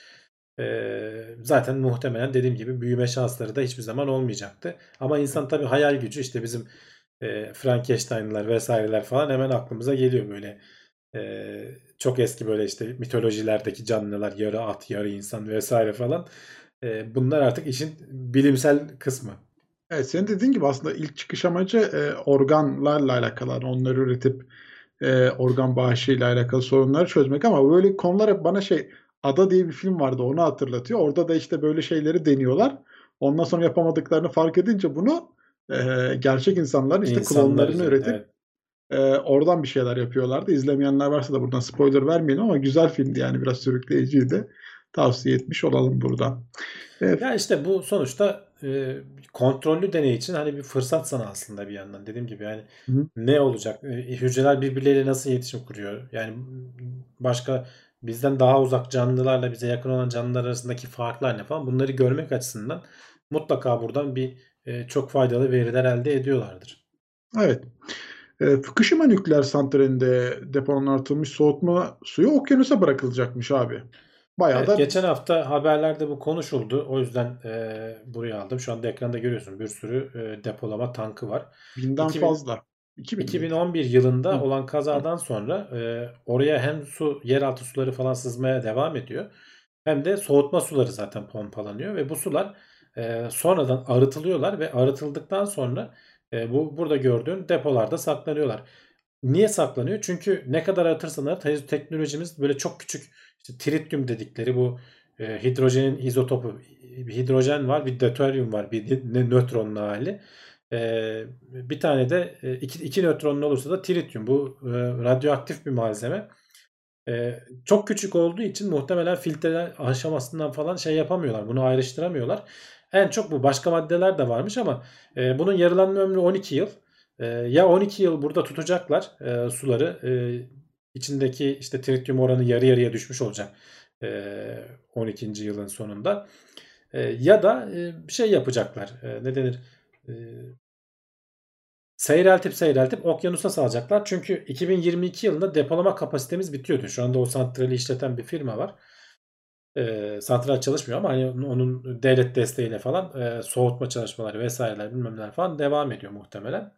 Ee, zaten muhtemelen dediğim gibi büyüme şansları da hiçbir zaman olmayacaktı. Ama insan tabii hayal gücü, işte bizim e, Frankenstein'lar vesaireler falan hemen aklımıza geliyor böyle. E, çok eski böyle işte mitolojilerdeki canlılar, yarı at yarı insan vesaire falan. E, bunlar artık işin bilimsel kısmı. Evet, senin dediğin gibi aslında ilk çıkış amacı e, organlarla alakalı. Yani onları üretip e, organ bağışıyla alakalı sorunları çözmek ama böyle konular hep bana şey Ada diye bir film vardı onu hatırlatıyor. Orada da işte böyle şeyleri deniyorlar. Ondan sonra yapamadıklarını fark edince bunu e, gerçek insanların işte İnsanlar klonlarını üzerinde üretip evet. e, oradan bir şeyler yapıyorlardı. İzlemeyenler varsa da buradan spoiler vermeyelim ama güzel filmdi yani biraz sürükleyiciydi. Tavsiye etmiş olalım buradan. E, Ya işte bu sonuçta e, kontrollü deney için hani bir fırsat sana aslında bir yandan. Dediğim gibi yani hı. ne olacak? E, hücreler birbirleriyle nasıl iletişim kuruyor? Yani başka bizden daha uzak canlılarla bize yakın olan canlılar arasındaki farklar ne falan bunları görmek açısından mutlaka buradan bir e, çok faydalı veriler elde ediyorlardır. Evet. E, Fukushima nükleer santralinde depolanmış soğutma suyu okyanusa bırakılacakmış abi. Bayağı Evet, da geçen hafta haberlerde bu konuşuldu. O yüzden e, buraya aldım. Şu anda ekranda görüyorsun bir sürü e, depolama tankı var. binden iki bin fazla. iki bin miydi? iki bin on bir yılında Hı. olan kazadan sonra e, oraya hem su, yeraltı suları falan sızmaya devam ediyor. Hem de soğutma suları zaten pompalanıyor ve bu sular e, sonradan arıtılıyorlar ve arıtıldıktan sonra e, bu burada gördüğün depolarda saklanıyorlar. Niye saklanıyor? Çünkü ne kadar arıtırsan arıt henüz teknolojimiz böyle çok küçük işte tritium dedikleri bu e, hidrojenin izotopu bir hidrojen var bir deuterium var bir ne nötronlu hali. E, bir tane de e, iki, iki nötronlu olursa da tritium. Bu e, radyoaktif bir malzeme. E, çok küçük olduğu için muhtemelen filtre aşamasından falan şey yapamıyorlar. Bunu ayrıştıramıyorlar. En çok bu. Başka maddeler de varmış ama e, bunun yarılanma ömrü on iki yıl. E, ya on iki yıl burada tutacaklar e, suları. E, içindeki işte tritium oranı yarı yarıya düşmüş olacak. E, on ikinci yılın sonunda. E, ya da e, bir şey yapacaklar. E, ne denir? E, Seyreltip seyreltip okyanusa salacaklar. Çünkü iki bin yirmi iki yılında depolama kapasitemiz bitiyordu. Şu anda o santrali işleten bir firma var. E, santral çalışmıyor ama hani onun devlet desteğiyle falan e, soğutma çalışmaları vesaireler bilmem neler falan devam ediyor muhtemelen.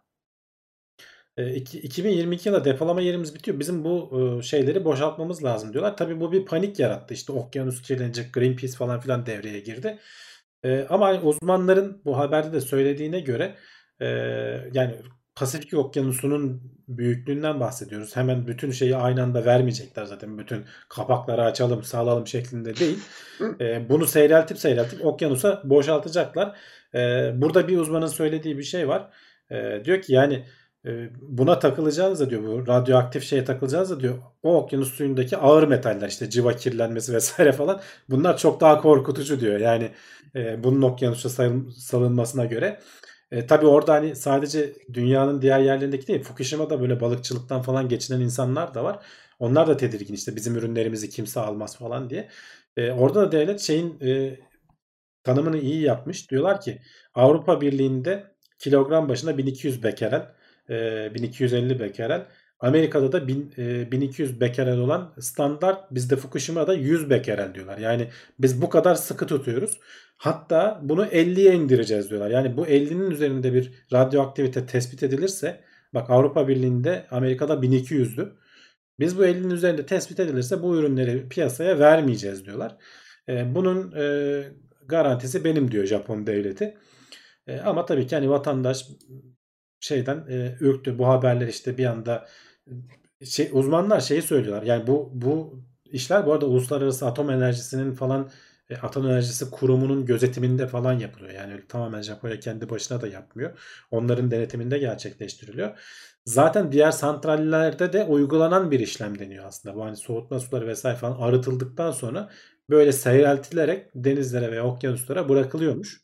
E, iki- 2022 yılında depolama yerimiz bitiyor. Bizim bu e, şeyleri boşaltmamız lazım diyorlar. Tabii bu bir panik yarattı. İşte okyanus kirlenecek, Greenpeace falan filan devreye girdi. E, ama hani uzmanların bu haberde de söylediğine göre e, yani Pasifik Okyanusu'nun büyüklüğünden bahsediyoruz. Hemen bütün şeyi aynı anda vermeyecekler zaten. Bütün kapakları açalım, salalım şeklinde değil. E, bunu seyreltip seyreltip okyanusa boşaltacaklar. E, burada bir uzmanın söylediği bir şey var. E, diyor ki yani e, buna takılacağınızda diyor bu radyoaktif şeye takılacağınızda diyor o okyanus suyundaki ağır metaller işte civa kirlenmesi vesaire falan bunlar çok daha korkutucu diyor. Yani e, bunun okyanusa salınmasına göre. E, tabii orada hani sadece dünyanın diğer yerlerindeki değil Fukushima'da böyle balıkçılıktan falan geçinen insanlar da var. Onlar da tedirgin işte bizim ürünlerimizi kimse almaz falan diye. E, orada da devlet şeyin e, tanımını iyi yapmış. Diyorlar ki Avrupa Birliği'nde kilogram başına bin iki yüz bekerel, e, bin iki yüz elli bekerel. Amerika'da da bin, e, bin iki yüz bekerel olan standart bizde Fukushima'da yüz bekerel diyorlar. Yani biz bu kadar sıkı tutuyoruz. Hatta bunu elliye indireceğiz diyorlar. Yani bu ellinin üzerinde bir radyoaktivite tespit edilirse bak Avrupa Birliği'nde Amerika'da bin iki yüzdü. Biz bu ellinin üzerinde tespit edilirse bu ürünleri piyasaya vermeyeceğiz diyorlar. E, bunun e, garantisi benim diyor Japon devleti. E, ama tabii ki hani vatandaş şeyden e, ürktü. Bu haberler işte bir anda şey, uzmanlar şeyi söylüyorlar. Yani bu bu işler bu arada Uluslararası Atom Enerjisi'nin falan e, Atom Enerjisi Kurumu'nun gözetiminde falan yapılıyor. Yani öyle tamamen Japonya kendi başına da yapmıyor. Onların denetiminde gerçekleştiriliyor. Zaten diğer santrallerde de uygulanan bir işlem deniyor aslında. Bu hani soğutma suları vesaire falan arıtıldıktan sonra böyle seyreltilerek denizlere ve okyanuslara bırakılıyormuş.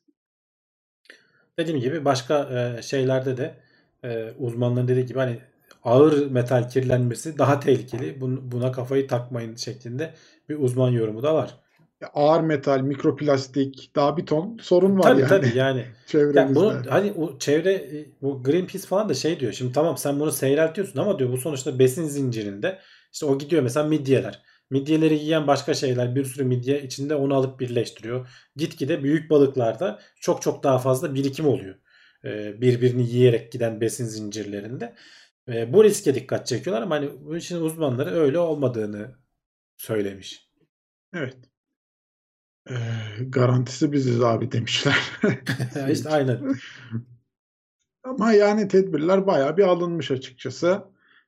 Dediğim gibi başka e, şeylerde de e, uzmanların dediği gibi hani ağır metal kirlenmesi daha tehlikeli. Bun- Buna kafayı takmayın şeklinde bir uzman yorumu da var. ağır metal, mikroplastik, daha bir ton sorun var Tabii yani tabii yani ya bunu çevremizde. hani o çevre e, bu Greenpeace falan da şey diyor. Şimdi tamam sen bunu seyreltiyorsun ama diyor bu sonuçta besin zincirinde işte o gidiyor mesela midyeler. Midyeleri yiyen başka şeyler bir sürü midye içinde onu alıp birleştiriyor. Gitgide büyük balıklarda çok çok daha fazla birikim oluyor. Ee, birbirini yiyerek giden besin zincirlerinde. Ee, bu riske dikkat çekiyorlar ama hani bu işin uzmanları öyle olmadığını söylemiş. Evet. Ee, garantisi biziz abi demişler. İşte aynen. Ama yani tedbirler bayağı bir alınmış açıkçası.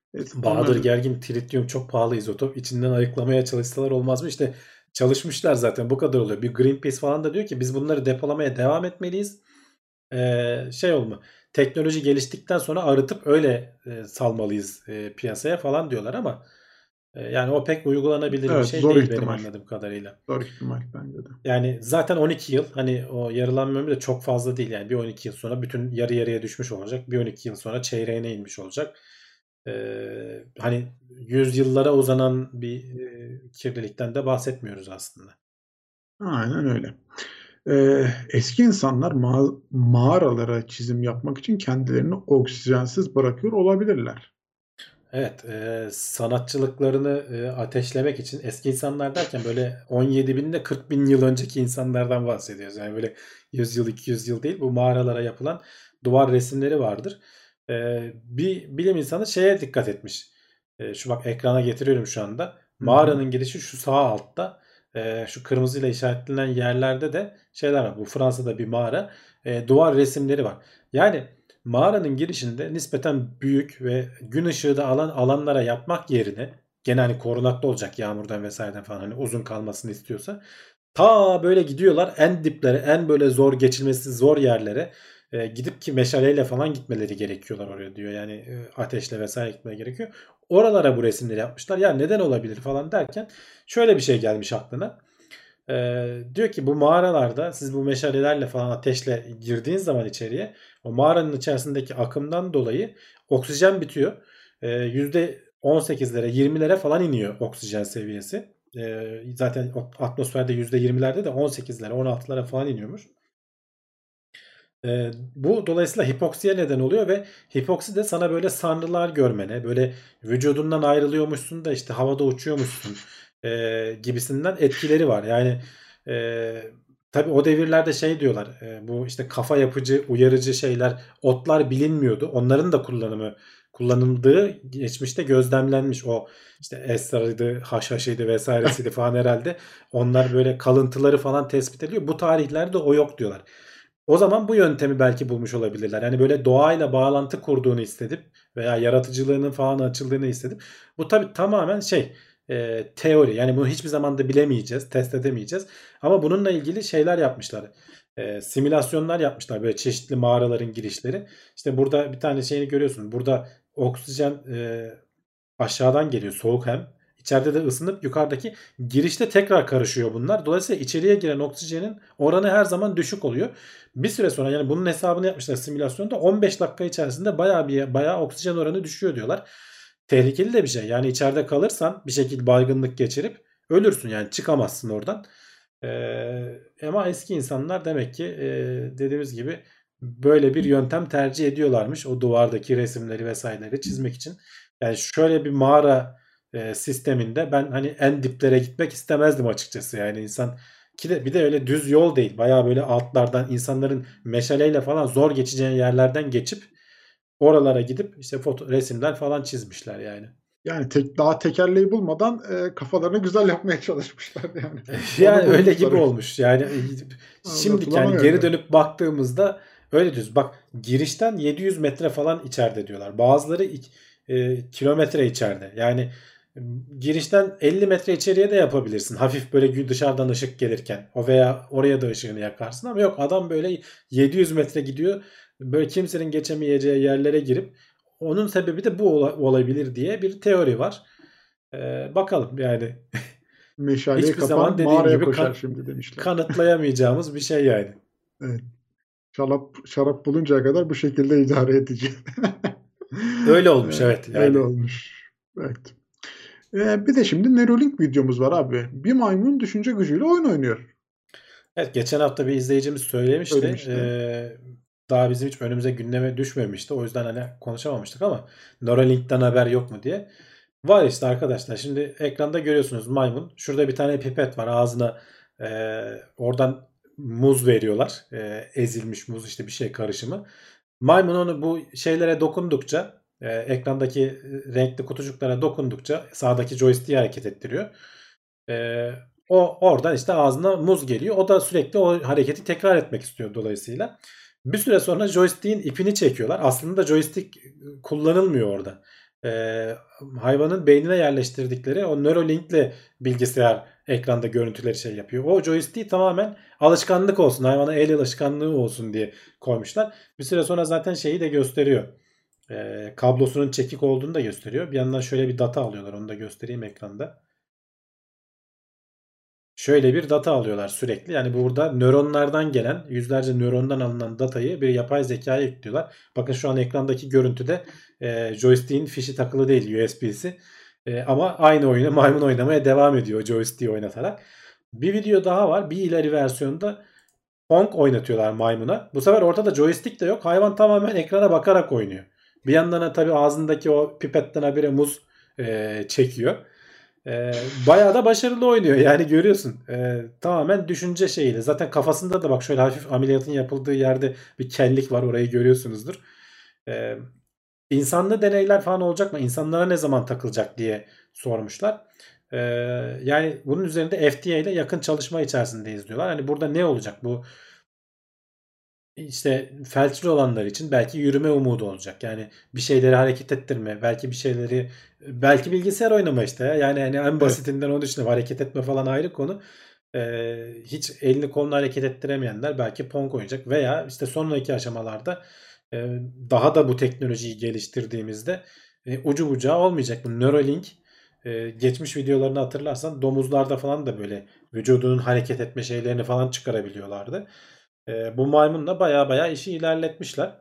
Evet, Bahadır onları Gergin, trityum çok pahalı izotop. İçinden ayıklamaya çalışsalar olmaz mı? İşte çalışmışlar zaten, bu kadar oluyor. Bir Greenpeace falan da diyor ki biz bunları depolamaya devam etmeliyiz. Ee, şey olma. Teknoloji geliştikten sonra arıtıp öyle e, salmalıyız e, piyasaya falan diyorlar ama e, yani o pek uygulanabilir bir evet, şey zor değil benim ihtimal. anladığım kadarıyla. Zor ihtimal bence de. Yani zaten on iki yıl, hani o yarılanma ömrü de çok fazla değil yani. Bir on iki yıl sonra bütün yarı yarıya düşmüş olacak. Bir on iki yıl sonra çeyreğine inmiş olacak. Ee, hani yüzyıllara uzanan bir e, kirlilikten de bahsetmiyoruz aslında. Aynen öyle. Ee, eski insanlar ma- mağaralara çizim yapmak için kendilerini oksijensiz bırakıyor olabilirler. Evet, e, sanatçılıklarını e, ateşlemek için eski insanlar derken böyle on yedi bin ile kırk bin yıl önceki insanlardan bahsediyoruz. Yani böyle yüz yıl, iki yüz yıl değil. Bu mağaralara yapılan duvar resimleri vardır. E, bir bilim insanı şeye dikkat etmiş. E, şu bak, ekrana getiriyorum şu anda. Hı hı. Mağaranın girişi şu sağ altta. E, şu kırmızıyla işaretlenen yerlerde de şeyler var. Bu Fransa'da bir mağara. E, duvar resimleri var. Yani mağaranın girişinde nispeten büyük ve gün ışığı da alan alanlara yapmak yerine, gene hani korunaklı olacak yağmurdan vesaireden falan, hani uzun kalmasını istiyorsa, ta böyle gidiyorlar en diplere, en böyle zor geçilmesi zor yerlere e, gidip ki meşaleyle falan gitmeleri gerekiyorlar oraya diyor. Yani e, ateşle vesaire gitmeye gerekiyor. Oralara bu resimleri yapmışlar. Ya neden olabilir falan derken şöyle bir şey gelmiş aklına. Ee, diyor ki bu mağaralarda siz bu meşalelerle falan ateşle girdiğiniz zaman içeriye, o mağaranın içerisindeki akımdan dolayı oksijen bitiyor. Ee, yüzde on sekizlere yirmilere falan iniyor oksijen seviyesi. Ee, zaten atmosferde yüzde yirmilerde de on sekizlere on altılara falan iniyormuş. Ee, bu dolayısıyla hipoksiye neden oluyor ve hipoksi de sana böyle sanrılar görmene, böyle vücudundan ayrılıyormuşsun da işte havada uçuyormuşsun e, gibisinden etkileri var. Yani e, tabii o devirlerde şey diyorlar, e, bu işte kafa yapıcı, uyarıcı şeyler, otlar bilinmiyordu. Onların da kullanımı kullanıldığı geçmişte gözlemlenmiş. O işte esrarıydı, haşhaşıydı vesairesiydi falan herhalde. Onlar böyle kalıntıları falan tespit ediyor. Bu tarihlerde o yok diyorlar. O zaman bu yöntemi belki bulmuş olabilirler. Yani böyle doğayla bağlantı kurduğunu hissedip veya yaratıcılığının falan açıldığını hissedip, bu tabii tamamen şey, e, teori. Yani bunu hiçbir zaman da bilemeyeceğiz, test edemeyeceğiz. Ama bununla ilgili şeyler yapmışlar. E, simülasyonlar yapmışlar, böyle çeşitli mağaraların girişleri. İşte burada bir tane şeyini görüyorsun. Burada oksijen e, aşağıdan geliyor, soğuk hem. İçeride de ısınıp yukarıdaki girişte tekrar karışıyor bunlar. Dolayısıyla içeriye giren oksijenin oranı her zaman düşük oluyor. Bir süre sonra, yani bunun hesabını yapmışlar simülasyonda, on beş dakika içerisinde bayağı bir bayağı oksijen oranı düşüyor diyorlar. Tehlikeli de bir şey. Yani içeride kalırsan bir şekilde baygınlık geçirip ölürsün, yani çıkamazsın oradan. Ee, ama eski insanlar demek ki e, dediğimiz gibi böyle bir yöntem tercih ediyorlarmış. O duvardaki resimleri vesaireleri çizmek için. Yani şöyle bir mağara e, sisteminde ben hani en diplere gitmek istemezdim açıkçası. Yani insan, ki de bir de öyle düz yol değil. Bayağı böyle altlardan insanların meşaleyle falan zor geçeceği yerlerden geçip oralara gidip işte foto resimler falan çizmişler yani. Yani tek, daha tekerleği bulmadan e, kafalarını güzel yapmaya çalışmışlar yani. Yani Onu öyle bulmuşlar. gibi olmuş. Yani şimdiki, Anlatılan o yani geri yönde. dönüp baktığımızda öyle düz. Bak, girişten yedi yüz metre falan içeride diyorlar. Bazıları ik- e, kilometre içeride. Yani e, girişten elli metre içeriye de yapabilirsin. Hafif böyle gü- dışarıdan ışık gelirken. O veya oraya da ışığını yakarsın ama yok, adam böyle yedi yüz metre gidiyor. Böyle kimsenin geçemeyeceği yerlere girip, onun sebebi de bu ola- olabilir diye bir teori var. Ee, bakalım yani. Meşaleyi Hiçbir kapan zaman dediğim mağaraya gibi koşar kan- şimdi demişler. kanıtlayamayacağımız bir şey yani. Evet. Şarap, şarap buluncaya kadar bu şekilde idare edeceğiz. Öyle olmuş, Eee, evet öyle yani. olmuş. Evet. Eee, bir de şimdi Neuralink videomuz var abi. Bir maymun düşünce gücüyle oyun oynuyor. Evet, geçen hafta bir izleyicimiz söylemişti. Söylemişti. Ee, daha bizim hiç önümüze gündeme düşmemişti. O yüzden hani konuşamamıştık ama Neuralink'ten haber yok mu diye. Var işte arkadaşlar. Şimdi ekranda görüyorsunuz maymun. Şurada bir tane pipet var. Ağzına e, oradan muz veriyorlar. E, ezilmiş muz, işte bir şey karışımı. Maymun onu bu şeylere dokundukça, e, ekrandaki renkli kutucuklara dokundukça sağdaki joystick'i hareket ettiriyor. E, o oradan işte ağzına muz geliyor. O da sürekli o hareketi tekrar etmek istiyor dolayısıyla. Bir süre sonra joystick'in ipini çekiyorlar. Aslında joystick kullanılmıyor orada. e, hayvanın beynine yerleştirdikleri o Neuralink'le bilgisayar ekranda görüntüleri şey yapıyor. O joystick'i tamamen alışkanlık olsun, hayvana el alışkanlığı olsun diye koymuşlar. Bir süre sonra zaten şeyi de gösteriyor. E, kablosunun çekik olduğunu da gösteriyor. Bir yandan şöyle bir data alıyorlar. Onu da göstereyim ekranda. Şöyle bir data alıyorlar sürekli. Yani burada nöronlardan gelen, yüzlerce nörondan alınan datayı bir yapay zekaya yüklüyorlar. Bakın şu an ekrandaki görüntüde e, joystick'in fişi takılı değil, U S B'si. E, ama aynı oyunu maymun oynamaya devam ediyor joystick'i oynatarak. Bir video daha var. Bir ileri versiyonda Pong oynatıyorlar maymuna. Bu sefer ortada joystick de yok. Hayvan tamamen ekrana bakarak oynuyor. Bir yandan da tabii ağzındaki o pipetten habire muz e, çekiyor. E, bayağı da başarılı oynuyor. Yani görüyorsun. E, tamamen düşünce şeyiyle. Zaten kafasında da bak şöyle hafif ameliyatın yapıldığı yerde bir kellik var. Orayı görüyorsunuzdur. E, insanlı deneyler falan olacak mı? İnsanlara ne zaman takılacak diye sormuşlar. E, yani bunun üzerinde F D A ile yakın çalışma içerisindeyiz diyorlar. Hani burada ne olacak? Bu işte felçli olanlar için belki yürüme umudu olacak. Yani bir şeyleri hareket ettirme, belki bir şeyleri belki bilgisayar oynama işte ya. Yani hani en Evet. basitinden onu düşünüyorum. Hareket etme falan ayrı konu. Ee, hiç elini kolunu hareket ettiremeyenler belki Pong oynayacak veya işte sonraki aşamalarda e, daha da bu teknolojiyi geliştirdiğimizde e, ucu bucağı olmayacak. Bu Neuralink e, geçmiş videolarını hatırlarsan domuzlarda falan da böyle vücudunun hareket etme şeylerini falan çıkarabiliyorlardı. E, bu maymunla baya baya işi ilerletmişler.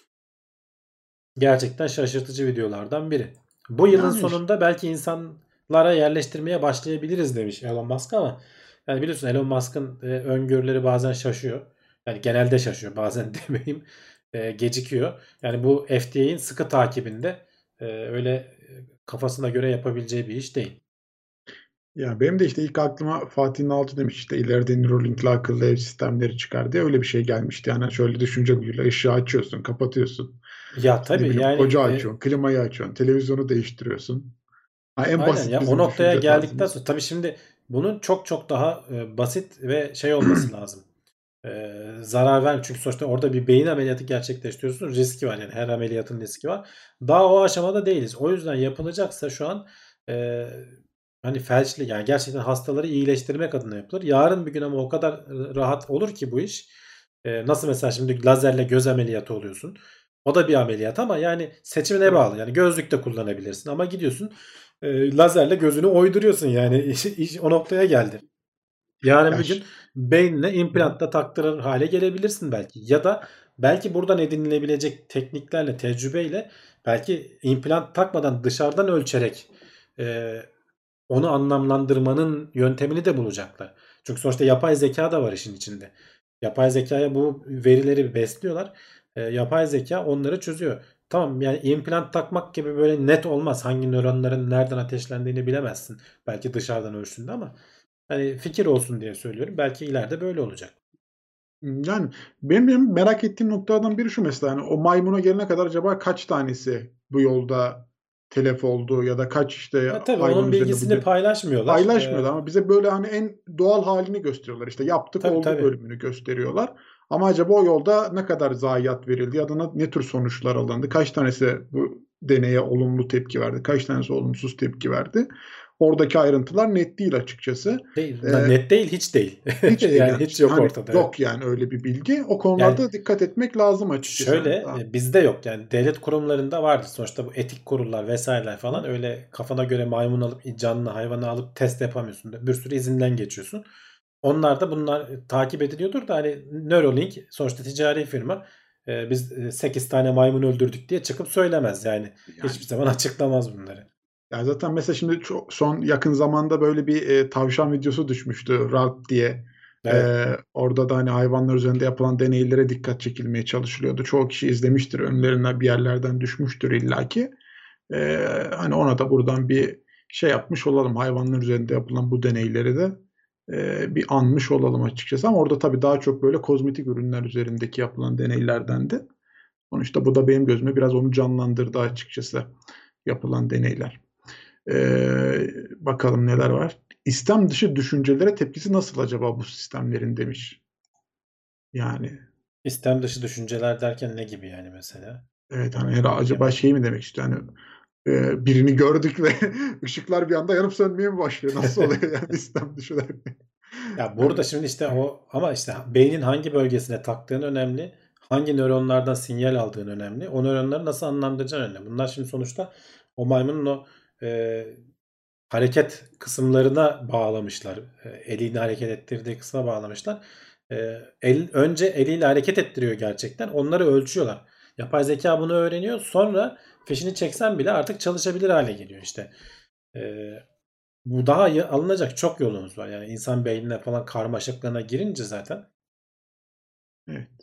Gerçekten şaşırtıcı videolardan biri. Bu yılın Yani işte, sonunda belki insanlara yerleştirmeye başlayabiliriz demiş Elon Musk ama yani biliyorsun Elon Musk'ın e, öngörüleri bazen şaşıyor. Yani genelde şaşıyor bazen demeyeyim. E, gecikiyor. Yani bu F D A'nin sıkı takibinde e, öyle e, kafasına göre yapabileceği bir iş değil. ya benim de işte ilk aklıma Fatih Nalcı demiş işte ileride Neuralink'le akıllı ev sistemleri çıkar diye öyle bir şey gelmişti. Yani şöyle düşünce gücüyle ışığı açıyorsun, kapatıyorsun. Ya İşte ne tabii bileyim yani ocağı e, açıyorsun, klimayı açıyorsun, televizyonu değiştiriyorsun. Ha, en aynen basit ya o bizim noktaya düşünce geldikten tarzımız. sonra tabii şimdi bunun çok çok daha e, basit ve şey olması lazım. E, zarar vermiyor. Çünkü sonuçta orada bir beyin ameliyatı gerçekleştiriyorsun. Riski var yani her ameliyatın riski var. Daha o aşamada değiliz. O yüzden yapılacaksa şu an e, hani felçli yani gerçekten hastaları iyileştirmek adına yapılır. Yarın bir gün ama o kadar e, rahat olur ki bu iş. E, nasıl mesela şimdi lazerle göz ameliyatı oluyorsun. O da bir ameliyat ama yani seçimine Tabii. bağlı. Yani gözlük de kullanabilirsin ama gidiyorsun e, lazerle gözünü oyduruyorsun yani iş, iş o noktaya geldi. Yarın Ya bir gün ş- beynine Hı hı. implant da taktırır hale gelebilirsin belki. Ya da belki buradan edinilebilecek tekniklerle, tecrübeyle belki implant takmadan dışarıdan ölçerek e, onu anlamlandırmanın yöntemini de bulacaklar. Çünkü sonuçta yapay zeka da var işin içinde. Yapay zekaya bu verileri besliyorlar. E, yapay zeka onları çözüyor. Tamam yani implant takmak gibi böyle net olmaz. Hangi nöronların nereden ateşlendiğini bilemezsin. Belki dışarıdan ölçtüğünde ama hani fikir olsun diye söylüyorum. Belki ileride böyle olacak. Yani benim, benim merak ettiğim noktalardan biri şu mesela hani o maymuna gelene kadar acaba kaç tanesi bu yolda telef oldu ya da kaç işte Ha, tabii hayvan onun üzerinde bu bilgisini de paylaşmıyorlar. paylaşmıyorlar Ee, ama bize böyle hani en doğal halini gösteriyorlar. İşte yaptık tabii oldu tabii. bölümünü gösteriyorlar. Ama acaba o yolda ne kadar zayiat verildi ya da ne, ne tür sonuçlar alındı? Kaç tanesi bu deneye olumlu tepki verdi? Kaç tanesi olumsuz tepki verdi? Oradaki ayrıntılar net değil açıkçası. Değil, Ee, net değil, hiç değil. Hiç değil Yani yani. hiç yok Hani ortada. Evet. yok yani öyle bir bilgi. O Yani konularda dikkat etmek lazım açıkçası. şöyle Yani daha. e, bizde yok. Yani devlet kurumlarında vardır. Sonuçta bu etik kurullar vesaireler falan öyle kafana göre maymun alıp canlı hayvanı alıp test yapamıyorsun. Bir sürü izinden geçiyorsun. Onlar da bunlar e, takip ediliyordur da hani Neuralink sonuçta ticari firma. E, biz e, sekiz tane maymun öldürdük diye çıkıp söylemez yani. Hiçbir Yani zaman açıklamaz bunları. yani zaten mesela şimdi çok, son yakın zamanda böyle bir e, tavşan videosu düşmüştü Ralph diye. Evet. E, orada da hani hayvanlar üzerinde yapılan deneylere dikkat çekilmeye çalışılıyordu. Çoğu kişi izlemiştir. Önlerine bir yerlerden düşmüştür illaki. E, Hani ona da buradan bir şey yapmış olalım. Hayvanlar üzerinde yapılan bu deneyleri de e, bir anmış olalım açıkçası. Ama orada tabii daha çok böyle kozmetik ürünler üzerindeki yapılan deneylerden de. Sonuçta bu da benim gözüme biraz onu canlandırdı açıkçası yapılan deneyler. Ee, Bakalım neler var. İslam dışı düşüncelere tepkisi nasıl acaba bu sistemlerin demiş. Yani İstem dışı düşünceler derken ne gibi yani mesela? evet hani Onu herhalde acaba anlayamadım. şey mi demek istiyor? Hani Ee, birini gördük ve ışıklar bir anda yanıp sönmeye mi başlıyor? Nasıl oluyor yani istem dışılar? Ya burada Yani şimdi işte o ama işte beynin hangi bölgesine taktığın önemli. Hangi nöronlardan sinyal aldığın önemli. O nöronları nasıl anlamlayacağın önemli. Bunlar şimdi sonuçta o maymunun o e, hareket kısımlarına bağlamışlar. E, elini hareket ettirdiği kısma bağlamışlar. E, el, önce eliyle hareket ettiriyor gerçekten. Onları ölçüyorlar. Yapay zeka bunu öğreniyor. Sonra fişini çeksen bile artık çalışabilir hale geliyor işte. E, Bu daha iyi alınacak çok yolumuz var. Yani insan beynine falan karmaşıklığına girince zaten. evet.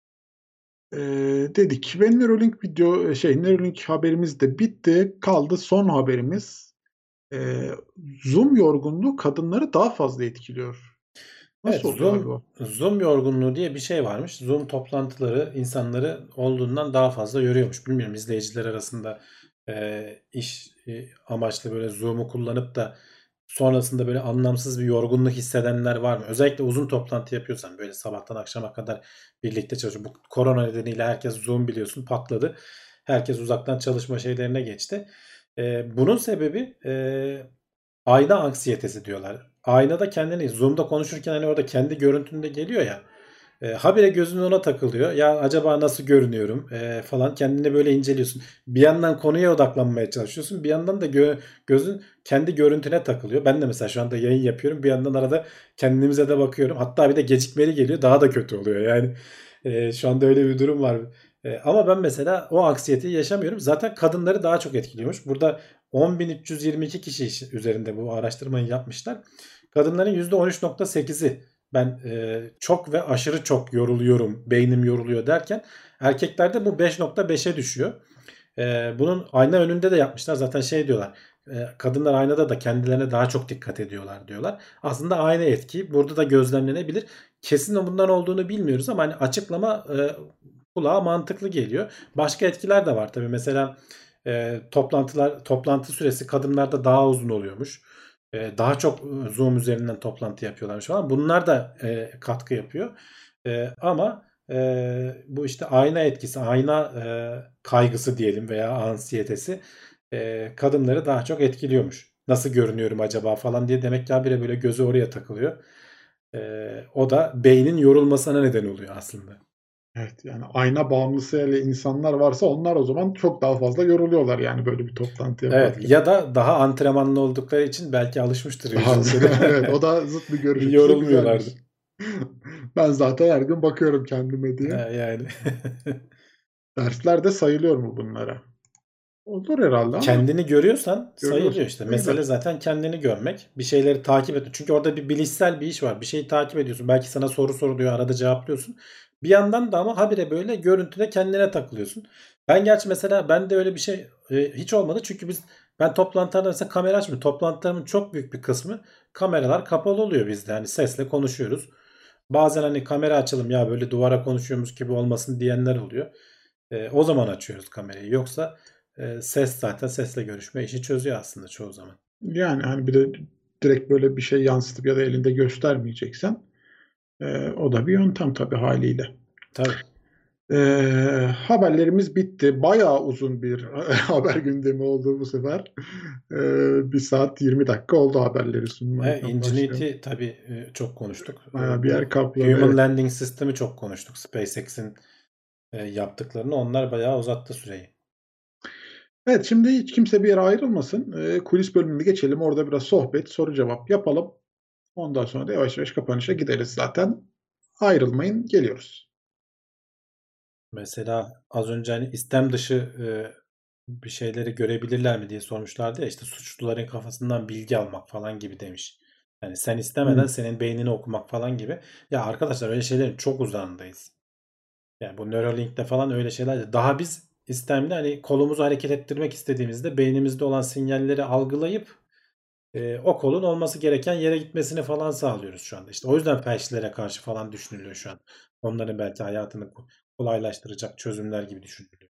Ee, dedik ve Neuralink video şey Neuralink haberimiz de bitti. Kaldı son haberimiz. Ee, Zoom yorgunluğu kadınları daha fazla etkiliyor. Evet, Nasıl oluyor abi Zoom o? Zoom yorgunluğu diye bir şey varmış. Zoom toplantıları insanları olduğundan daha fazla yoruyormuş. Bilmiyorum izleyiciler arasında e, iş e, amaçlı böyle Zoom'u kullanıp da sonrasında böyle anlamsız bir yorgunluk hissedenler var mı? Özellikle uzun toplantı yapıyorsan böyle sabahtan akşama kadar birlikte çalışıyor. Bu korona nedeniyle herkes Zoom biliyorsun patladı. Herkes uzaktan çalışma şeylerine geçti. E, bunun sebebi e, ayna anksiyetesi diyorlar. Aynada kendini Zoom'da konuşurken hani orada kendi görüntünde geliyor ya. E, habire gözün ona takılıyor. Ya acaba nasıl görünüyorum e, falan kendini böyle inceliyorsun. Bir yandan konuya odaklanmaya çalışıyorsun. Bir yandan da gö- gözün kendi görüntüne takılıyor. Ben de mesela şu anda yayın yapıyorum. Bir yandan arada kendimize de bakıyorum. Hatta bir de gecikmeli geliyor. Daha da kötü oluyor. Yani e, şu anda öyle bir durum var. E, ama ben mesela o anksiyeteyi yaşamıyorum. Zaten kadınları daha çok etkiliyormuş. Burada on bin üç yüz yirmi iki kişi üzerinde bu araştırmayı yapmışlar. Kadınların yüzde on üç nokta sekizi ben e, çok ve aşırı çok yoruluyorum, beynim yoruluyor derken erkeklerde bu beş nokta beşe düşüyor. E, bunun ayna önünde de yapmışlar. Zaten şey diyorlar. E, kadınlar aynada da kendilerine daha çok dikkat ediyorlar diyorlar. Aslında aynı etki burada da gözlemlenebilir. Kesin bundan olduğunu bilmiyoruz ama hani açıklama e, kulağa mantıklı geliyor. Başka etkiler de var tabii. Mesela e, toplantılar toplantı süresi kadınlarda daha uzun oluyormuş. E, daha çok e, Zoom üzerinden toplantı yapıyorlarmış falan. Bunlar da e, katkı yapıyor. E, ama e, bu işte ayna etkisi, ayna e, kaygısı diyelim veya ansiyetesi e, kadınları daha çok etkiliyormuş. Nasıl görünüyorum acaba falan diye demek ki habire böyle gözü oraya takılıyor. E, O da beynin yorulmasına neden oluyor aslında. Evet yani ayna bağımlısı ile insanlar varsa onlar o zaman çok daha fazla yoruluyorlar yani böyle bir toplantı Evet yaparken. ya da daha antrenmanlı oldukları için belki alışmıştır Daha vücutları. evet o da zıt bir görüş açısı güzelmiş. Yorulmuyorlardı. Ben zaten her gün bakıyorum kendime Ha, diye. yani. Derslerde sayılıyor mu bunlara? Olur herhalde ama Kendini görüyorsan sayılıyor görüyorsun. işte. Ne güzel. Mesele zaten kendini görmek. Bir şeyleri takip et. Çünkü orada bir bilişsel bir iş var. Bir şeyi takip ediyorsun. Belki sana soru soruluyor. Arada cevaplıyorsun. Bir yandan da ama habire böyle görüntüde kendine takılıyorsun. Ben gerçi mesela ben de öyle bir şey e, hiç olmadı. Çünkü biz ben toplantılarda mesela kamera açmıyorum. Toplantılarımın çok büyük bir kısmı kameralar kapalı oluyor bizde. Hani sesle konuşuyoruz. Bazen hani kamera açalım ya böyle duvara konuşuyormuş gibi olmasın diyenler oluyor. E, o zaman açıyoruz kamerayı. Yoksa e, ses zaten sesle görüşme işi çözüyor aslında çoğu zaman. Yani hani bir de direkt böyle bir şey yansıtıp ya da elinde göstermeyeceksen e, o da bir yöntem tabii haliyle. Tabii. E, haberlerimiz bitti. Bayağı uzun bir haber gündemi oldu bu sefer. E, bir saat yirmi dakika oldu haberleri E, sunmaktan başlayalım. Ingenuity tabii e, çok konuştuk. Bayağı E, bir yer bu kapladı. Human Evet. Landing System'i çok konuştuk. SpaceX'in e, yaptıklarını. Onlar bayağı uzattı süreyi. Evet şimdi hiç kimse bir yere ayrılmasın. E, kulis bölümüne geçelim. Orada biraz sohbet, soru cevap yapalım. Ondan sonra da yavaş yavaş kapanışa gideriz zaten. Ayrılmayın, geliyoruz. Mesela az önce hani istem dışı e, bir şeyleri görebilirler mi diye sormuşlardı ya işte suçluların kafasından bilgi almak falan gibi demiş. Yani sen istemeden Hmm. senin beynini okumak falan gibi. Ya arkadaşlar öyle şeylerin çok uzağındayız. Yani bu Neuralink'te falan öyle şeyler de. Daha biz istemli hani kolumuzu hareket ettirmek istediğimizde beynimizde olan sinyalleri algılayıp e, o kolun olması gereken yere gitmesini falan sağlıyoruz şu anda. İşte o yüzden felçlilere karşı falan düşünülüyor şu an. Onların belki hayatını kolaylaştıracak çözümler gibi düşünülüyor.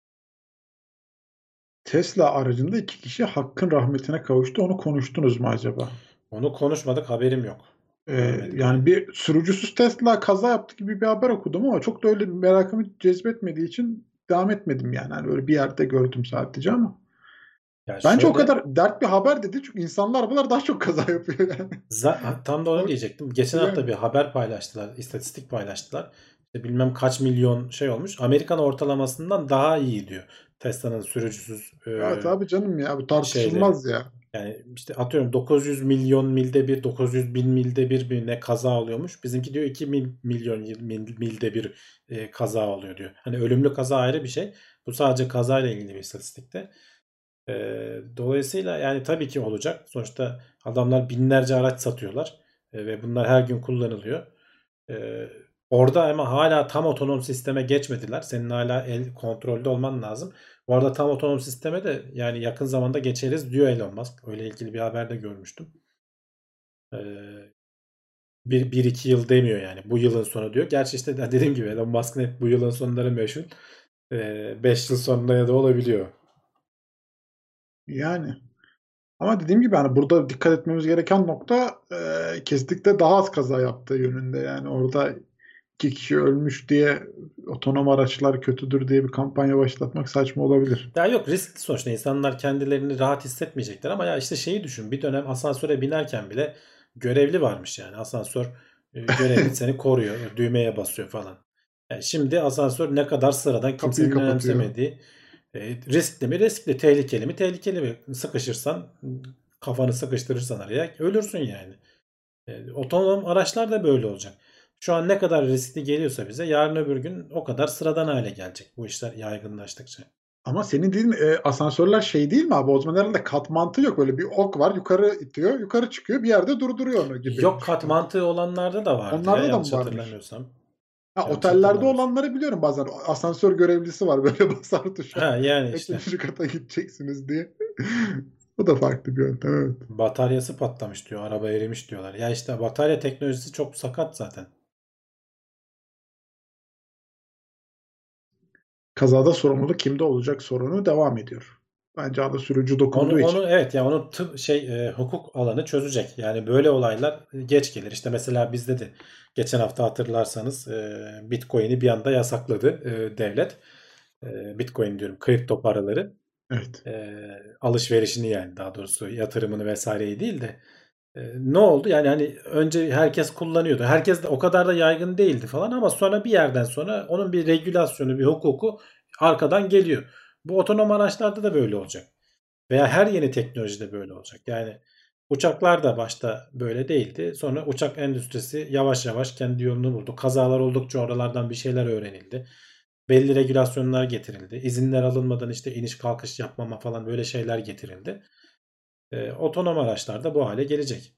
Tesla aracında iki kişi Hakk'ın rahmetine kavuştu. Onu konuştunuz mu acaba? Onu konuşmadık, haberim yok. Ee, Görmedim yani yani. bir sürücüsüz Tesla kaza yaptı gibi bir haber okudum ama çok da öyle merakımı cezbetmediği için devam etmedim yani. Hani öyle bir yerde gördüm sadece ama. Ya Bence o şöyle kadar dert bir haber dedi çünkü insanlı arabalar daha çok kaza yapıyor yani. za- tam da onu O- diyecektim. Geçen hafta Yani. bir haber paylaştılar, istatistik paylaştılar. İşte bilmem kaç milyon şey olmuş. Amerikan ortalamasından daha iyi diyor. Tesla'nın sürücüsüz e, Evet abi canım ya bu şeyleri. tartışılmaz ya. Yani işte atıyorum dokuz yüz milyon milde bir, dokuz yüz bin milde bir bir ne kaza oluyormuş. Bizimki diyor iki mil- milyon mil- milde bir e, kaza oluyor diyor. Hani ölümlü kaza ayrı bir şey. Bu sadece kazayla ilgili bir istatistikte. E, dolayısıyla yani tabii ki olacak. Sonuçta adamlar binlerce araç satıyorlar. E, ve bunlar her gün kullanılıyor. E, orada ama hala tam otonom sisteme geçmediler. Senin hala el kontrolde olman lazım. Bu arada tam otonom sisteme de yani yakın zamanda geçeriz diyor Elon Musk. Öyle ilgili bir haber de görmüştüm. Ee, bir, bir iki yıl demiyor yani. Bu yılın sonu diyor. Gerçi işte dediğim gibi Elon Musk'ın hep bu yılın sonları meşhur. Ee, beş yıl sonunda ya da olabiliyor. Yani. Ama dediğim gibi hani burada dikkat etmemiz gereken nokta e, kesinlikle daha az kaza yaptığı yönünde. Yani orada iki kişi ölmüş diye otonom araçlar kötüdür diye bir kampanya başlatmak saçma olabilir. Ya yok, riskli sonuçta, insanlar kendilerini rahat hissetmeyecekler ama ya işte şeyi düşün, bir dönem asansöre binerken bile görevli varmış yani asansör e, görevli seni koruyor, düğmeye basıyor falan. Yani şimdi asansör ne kadar sıradan, Kapıyı kimsenin kapatıyor. önemsemediği, e, riskli mi riskli, tehlikeli mi tehlikeli mi, sıkışırsan, kafanı sıkıştırırsan araya ölürsün yani. E, otonom araçlar da böyle olacak. Şu an ne kadar riskli geliyorsa bize, yarın öbür gün o kadar sıradan hale gelecek bu işler yaygınlaştıkça. Ama senin dediğin e, asansörler şey değil mi abi? O zaman herhalde kat mantığı yok. Böyle bir ok var yukarı itiyor, yukarı çıkıyor bir yerde durduruyor onu gibi Yok, kat düşünüyorum. mantığı olanlarda da vardı ya, Onlarda da mı yanlış varmış? hatırlamıyorsam. Ha, Yanlış otellerde hatırlamıyorsam. olanları biliyorum bazen. Asansör görevlisi var böyle basar tuşa. Ha yani işte Kaçıncı kata gideceksiniz diye. O da farklı bir yöntem evet. bataryası patlamış diyor, araba erimiş diyorlar. Ya işte batarya teknolojisi çok sakat zaten. Kazada sorumluluk kimde olacak sorunu devam ediyor. Bence ada sürücü Onu dokunduğu için. onu evet ya, onu tıp şey e, hukuk alanı çözecek. Yani böyle olaylar geç gelir. İşte mesela bizde de geçen hafta hatırlarsanız e, Bitcoin'i bir anda yasakladı e, devlet. E, Bitcoin diyorum, kripto paraları. Evet. E, alışverişini, yani daha doğrusu yatırımını vesaireyi değil de. E, ne oldu? Yani hani önce herkes kullanıyordu. Herkes de o kadar da yaygın değildi falan ama sonra bir yerden sonra onun bir regülasyonu, bir hukuku arkadan geliyor. Bu otonom araçlarda da böyle olacak. Veya her yeni teknolojide böyle olacak. Yani uçaklar da başta böyle değildi. Sonra uçak endüstrisi yavaş yavaş kendi yolunu buldu. Kazalar oldukça oralardan bir şeyler öğrenildi. Belli regülasyonlar getirildi. İzinler alınmadan işte iniş kalkış yapmama falan, böyle şeyler getirildi. E, otonom araçlar da bu hale gelecek.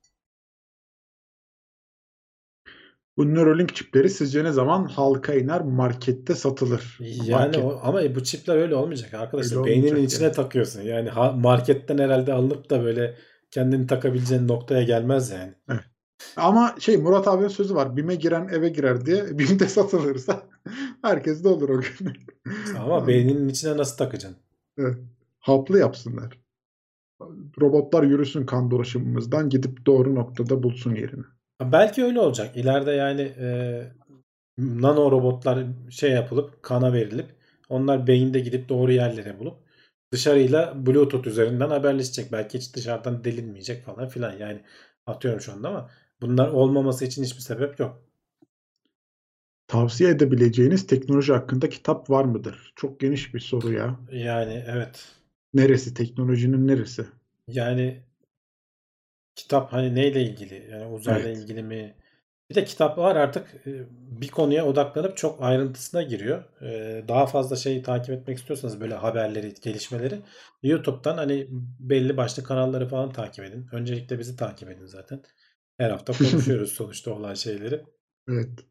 Bu Neuralink çipleri sizce ne zaman halka iner, markette satılır? Yani Market o, ama bu çipler öyle olmayacak öyle arkadaşlar. Beyninin olmayacak içine ya. takıyorsun. Yani ha- marketten herhalde alınıp da böyle kendini takabileceğin noktaya gelmez yani. Evet. Ama şey Murat abinin sözü var. BİM'e giren eve girer diye. BİM'de satılırsa herkes de olur o gün. Ama beyninin içine nasıl takacaksın? Evet. Haplı yapsınlar. Robotlar yürüsün kan dolaşımımızdan gidip doğru noktada bulsun yerini. Belki öyle olacak. İleride yani e, nano robotlar şey yapılıp kana verilip onlar beyinde gidip doğru yerlere bulup dışarıyla Bluetooth üzerinden haberleşecek. Belki hiç dışarıdan delinmeyecek falan filan. Yani atıyorum şu anda ama bunlar olmaması için hiçbir sebep yok. Tavsiye edebileceğiniz teknoloji hakkında kitap var mıdır? Çok geniş bir soru ya. Yani evet. Neresi? Teknolojinin neresi? Yani kitap hani neyle ilgili? Yani uzayla Evet. ilgili mi? Bir de kitaplar artık e, bir konuya odaklanıp çok ayrıntısına giriyor. E, Daha fazla şeyi takip etmek istiyorsanız, böyle haberleri, gelişmeleri, YouTube'dan hani belli başlı kanalları falan takip edin. Öncelikle bizi takip edin zaten. Her hafta konuşuyoruz sonuçta olan şeyleri. Evet.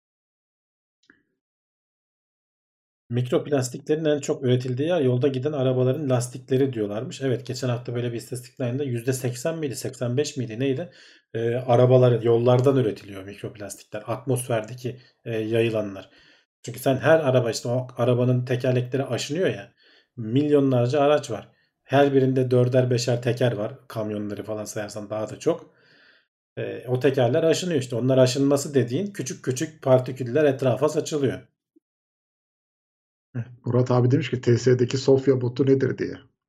Mikroplastiklerin en çok üretildiği yer yolda giden arabaların lastikleri diyorlarmış. Evet, geçen hafta böyle bir istatistiklerinde yüzde seksen miydi, seksen beş miydi neydi? Ee, arabaların yollardan üretiliyor mikroplastikler. Atmosferdeki e, yayılanlar. Çünkü sen her araba, işte o arabanın tekerlekleri aşınıyor ya. Milyonlarca araç var. Her birinde dörder beşer teker var. Kamyonları falan sayarsan daha da çok. Ee, o tekerler aşınıyor işte. Onlar aşınması dediğin küçük küçük partiküller etrafa saçılıyor. Murat abi demiş ki T S'deki Sofya botu nedir diye.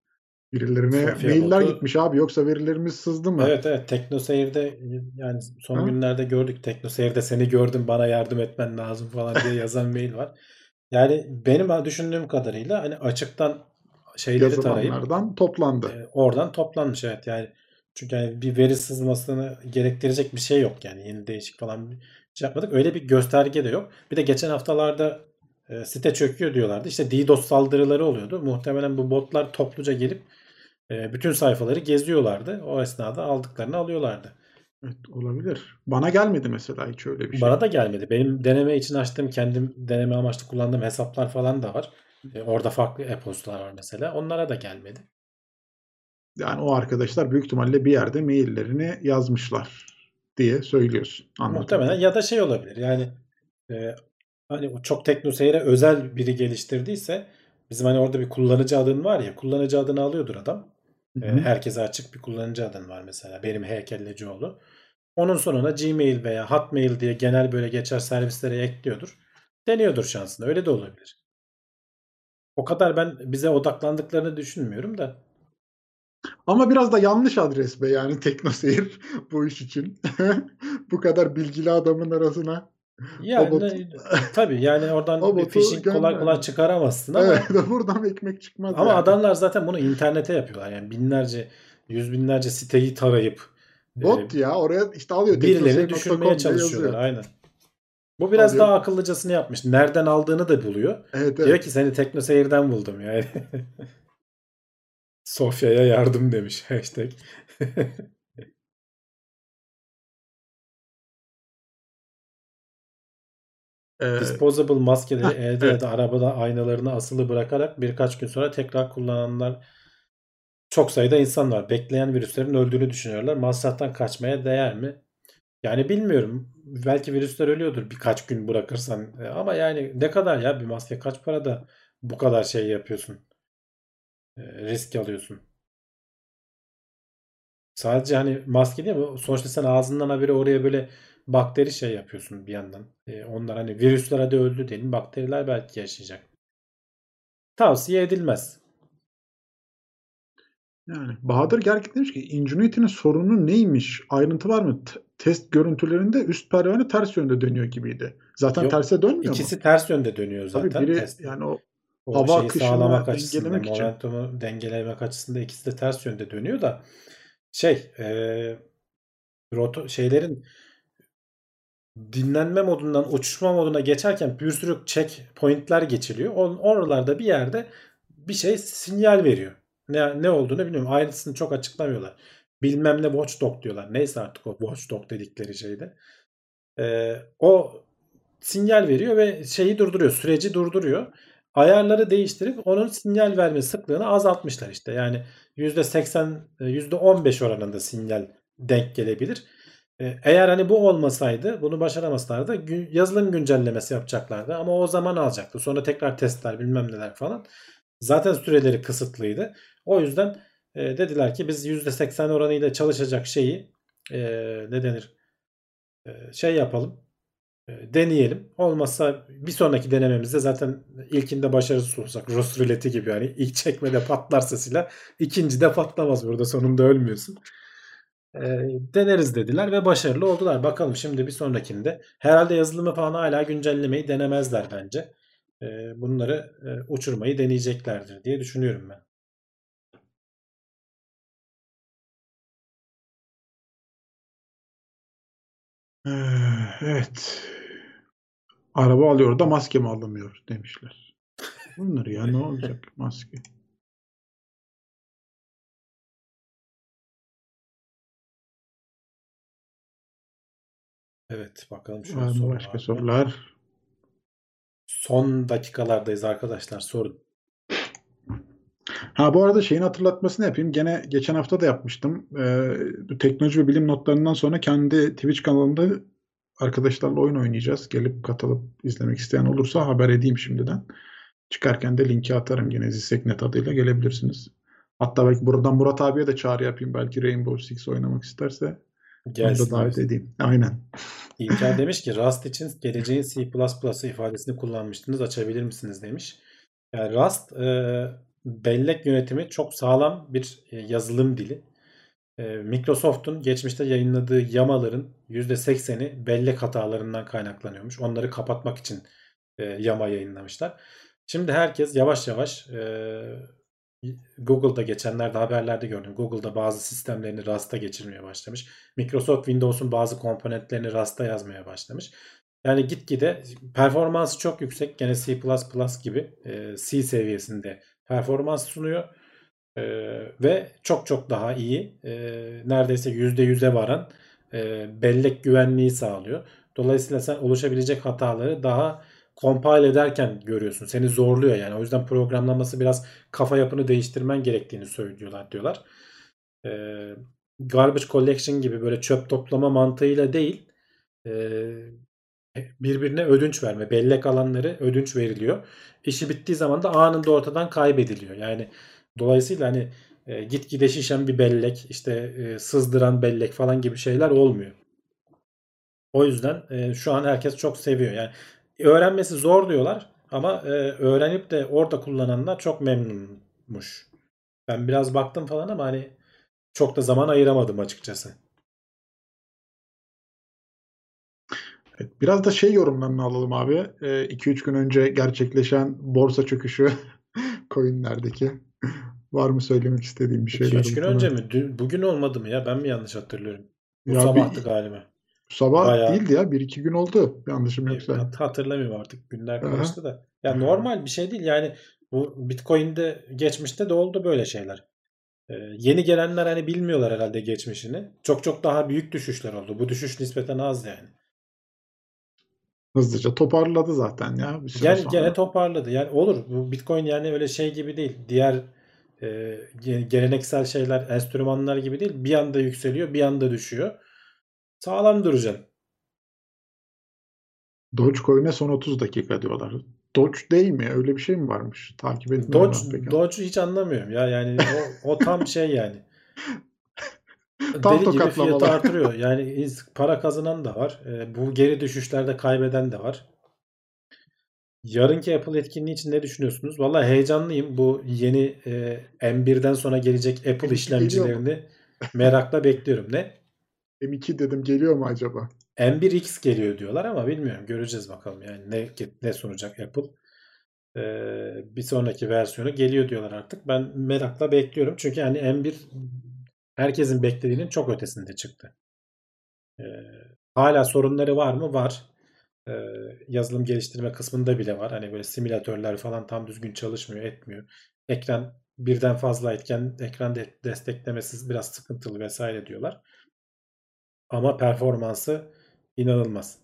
Birilerine Sofia mailler botu. gitmiş abi. Yoksa verilerimiz sızdı mı? Evet evet TeknoSeyir'de yani son Ha? günlerde gördük. TeknoSeyir'de seni gördüm bana yardım etmen lazım falan diye yazan mail var. Yani benim düşündüğüm kadarıyla hani açıktan şeyleri tarayıp Yazılanlardan toplandı. e, oradan toplanmış evet yani. Çünkü yani bir veri sızmasını gerektirecek bir şey yok yani yeni değişik falan bir şey yapmadık. Öyle bir gösterge de yok. Bir de geçen haftalarda e, site çöküyor diyorlardı. İşte DDoS saldırıları oluyordu. Muhtemelen bu botlar topluca gelip e, bütün sayfaları geziyorlardı. O esnada aldıklarını alıyorlardı. Evet, olabilir. Bana gelmedi mesela hiç öyle bir şey. Bana da gelmedi. Benim deneme için açtığım, kendim deneme amaçlı kullandığım hesaplar falan da var. E, orada farklı e-postalar var mesela. Onlara da gelmedi. Yani o arkadaşlar büyük ihtimalle bir yerde maillerini yazmışlar diye söylüyorsun. Anladığım Muhtemelen kadarıyla. ya da şey olabilir. Yani e, hani o çok TeknoSeyir'e özel biri geliştirdiyse bizim hani orada bir kullanıcı adın var ya kullanıcı adını alıyordur adam. Hı E, hı. herkese açık bir kullanıcı adın var mesela. Benim Heykellecioğlu. Onun sonuna Gmail veya Hotmail diye genel böyle geçer servislere ekliyordur. Deniyordur şansını. Öyle de olabilir. O kadar ben bize odaklandıklarını düşünmüyorum da. Ama biraz da yanlış adres be yani TeknoSeyir bu iş için. Bu kadar bilgili adamın arasına o bot Yani tabii yani o oradan bir botu phishing kolay kolay göndermiş. çıkaramazsın Evet, ama buradan ekmek çıkmaz ama yani. adamlar zaten bunu internete yapıyorlar. Yani binlerce, yüz binlerce siteyi tarayıp e, Bot ya oraya işte alıyor birilerini teknoseyir nokta düşürmeye com diye çalışıyorlar. yazıyor. Aynen. Bu biraz Alıyor. daha akıllıcasını yapmış. Nereden aldığını da buluyor. Evet Diyor evet. ki seni TeknoSeyir'den buldum yani. Sofya'ya yardım demiş hashtag. Ee, Disposable maskeleri heh, evde ya evet. da arabada aynalarını asılı bırakarak birkaç gün sonra tekrar kullananlar çok sayıda insan var. Bekleyen virüslerin öldüğünü düşünüyorlar. Masraftan kaçmaya değer mi? Yani bilmiyorum. Belki virüsler ölüyordur birkaç gün bırakırsan. E, Ama yani ne kadar ya bir maske kaç para da bu kadar şey yapıyorsun. E, risk alıyorsun. Sadece hani maske değil mi? Sonuçta sen ağzından haberi oraya böyle bakteri şey yapıyorsun bir yandan. E, onlar hani virüsler hadi öldü diyelim. Bakteriler belki yaşayacak. Tavsiye edilmez. Yani Bahadır Gergin demiş ki Ingenuity'nin sorunu neymiş? Ayrıntı var mı? T- test görüntülerinde üst pervane ters yönde dönüyor gibiydi. Zaten Yok terse dönmüyor mu? ikisi ters yönde dönüyor Tabii zaten biri testte. yani o O hava şeyi sağlamak akışını açısından, dengelemek için. momentumu dengelemek açısından ikisi de ters yönde dönüyor da şey, e, roto şeylerin dinlenme modundan uçuşma moduna geçerken bir sürü checkpoint'ler geçiliyor. O- Oralarda bir yerde bir şey sinyal veriyor. Ne, ne olduğunu bilmiyorum. Ayrıntısını çok açıklamıyorlar. Bilmem ne watchdog diyorlar. Neyse artık o watchdog dedikleri şeyde. Ee, o sinyal veriyor ve şeyi durduruyor. Süreci durduruyor. Ayarları değiştirip onun sinyal verme sıklığını azaltmışlar işte. Yani yüzde seksen, yüzde on beş oranında sinyal denk gelebilir. Ee, Eğer hani bu olmasaydı, bunu başaramasalardı gü- yazılım güncellemesi yapacaklardı ama o zaman alacaktı. Sonra tekrar testler bilmem neler falan. Zaten süreleri kısıtlıydı. O yüzden e, dediler ki biz yüzde seksen oranıyla çalışacak şeyi e, ne denir? E, şey yapalım. E, deneyelim. Olmazsa bir sonraki denememizde zaten ilkinde başarısız olacak. Rus ruleti gibi yani ilk çekmede patlarsa silah ikinci de patlamaz burada sonunda ölmüyorsun. E, deneriz dediler ve başarılı oldular. Bakalım şimdi bir sonrakinde. Herhalde yazılımı falan hala güncellemeyi denemezler bence. E, bunları e, uçurmayı deneyeceklerdir diye düşünüyorum ben. Ee, evet. Araba alıyor da maske mi alamıyor demişler. Bunlar ya ne olacak maske? Evet bakalım şöyle Var mı soru başka var mı? sorular? Son dakikalardayız arkadaşlar sorun. Ha bu arada şeyin hatırlatmasını yapayım. Gene geçen hafta da yapmıştım. Ee, bu teknoloji ve bilim notlarından sonra kendi Twitch kanalında arkadaşlarla oyun oynayacağız. Gelip katılıp izlemek isteyen olursa haber edeyim şimdiden. Çıkarken de linki atarım gene Zisseknet adıyla gelebilirsiniz. Hatta belki buradan Murat abiye de çağrı yapayım. Belki Rainbow Six oynamak isterse onu da Gelsin davet diyorsun. edeyim. Aynen. İlker demiş ki Rust için geleceğin C++ ifadesini kullanmıştınız açabilir misiniz demiş. Yani Rust e, bellek yönetimi çok sağlam bir e, yazılım dili. E, Microsoft'un geçmişte yayınladığı yamaların yüzde sekseni bellek hatalarından kaynaklanıyormuş. Onları kapatmak için e, yama yayınlamışlar. Şimdi herkes yavaş yavaş e, Google'da geçenlerde haberlerde gördüm. Google'da bazı sistemlerini Rust'a geçirmeye başlamış. Microsoft Windows'un bazı komponentlerini Rust'a yazmaya başlamış. Yani gitgide performansı çok yüksek. Gene C++ gibi e, C seviyesinde performans sunuyor. E, ve çok çok daha iyi. E, neredeyse yüzde yüze varan e, bellek güvenliği sağlıyor. Dolayısıyla sen oluşabilecek hataları daha compile ederken görüyorsun. Seni zorluyor yani. O yüzden programlaması biraz kafa yapını değiştirmen gerektiğini söylüyorlar diyorlar. E, garbage collection gibi böyle çöp toplama mantığıyla değil, e, birbirine ödünç verme. Bellek alanları ödünç veriliyor. İşi bittiği zaman da anında ortadan kaybediliyor. Yani dolayısıyla hani e, gitgide şişen bir bellek, işte e, sızdıran bellek falan gibi şeyler olmuyor. O yüzden e, şu an herkes çok seviyor. Yani öğrenmesi zor diyorlar ama e, öğrenip de orada kullananlar çok memnunmuş. Ben biraz baktım falan ama hani çok da zaman ayıramadım açıkçası. Evet, biraz da şey yorumlarını alalım abi. iki üç gün önce gerçekleşen borsa çöküşü coinlerdeki. Var mı söylemek istediğim bir iki şeyler üç bu gün konu? önce mi? Dün, bugün olmadı mı ya? Ben mi yanlış hatırlıyorum? Bu Ya sabahtı bir galiba. sabah Bayağı değildi ya. Bir iki gün oldu. Yanlışım e, yoksa. hat- hatırlamıyorum artık. Günler Aha. karıştı da. Ya normal bir şey değil. Yani bu Bitcoin'de geçmişte de oldu böyle şeyler. Ee, yeni gelenler hani bilmiyorlar herhalde geçmişini. Çok çok daha büyük düşüşler oldu. Bu düşüş nispeten az yani. Hızlıca toparladı zaten ya bir süre Gene, gene sonra. toparladı. Yani olur. Bu Bitcoin yani öyle şey gibi değil. Diğer e, ge- geleneksel şeyler, enstrümanlar gibi değil. Bir anda yükseliyor, bir anda düşüyor. Sağlam duracaksın. Dogecoin'e son otuz dakika diyorlar. Doge değil mi? Öyle bir şey mi varmış? Takip etmiyorum Doge, ben pek ama. Doge'u hiç anlamıyorum ya. Yani o, o tam şey yani. Tam Deli gibi fiyatı tokatlamalı. artırıyor. Yani ins- para kazanan da var. E, bu geri düşüşlerde kaybeden de var. Yarınki Apple etkinliği için ne düşünüyorsunuz? Vallahi heyecanlıyım. Bu yeni e, M birden sonra gelecek Apple M iki geliyor mu? işlemcilerini merakla bekliyorum. Ne? M iki dedim geliyor mu acaba? M bir X geliyor diyorlar ama bilmiyorum. Göreceğiz bakalım yani ne ne sunacak Apple. Ee, bir sonraki versiyonu geliyor diyorlar artık. Ben merakla bekliyorum. Çünkü yani M bir herkesin beklediğinin çok ötesinde çıktı. Ee, hala sorunları var mı? Var. Ee, yazılım geliştirme kısmında bile var. Hani böyle simülatörler falan tam düzgün çalışmıyor, etmiyor. Ekran birden fazlayken ekran de- desteklemesi biraz sıkıntılı vesaire diyorlar. Ama performansı inanılmaz.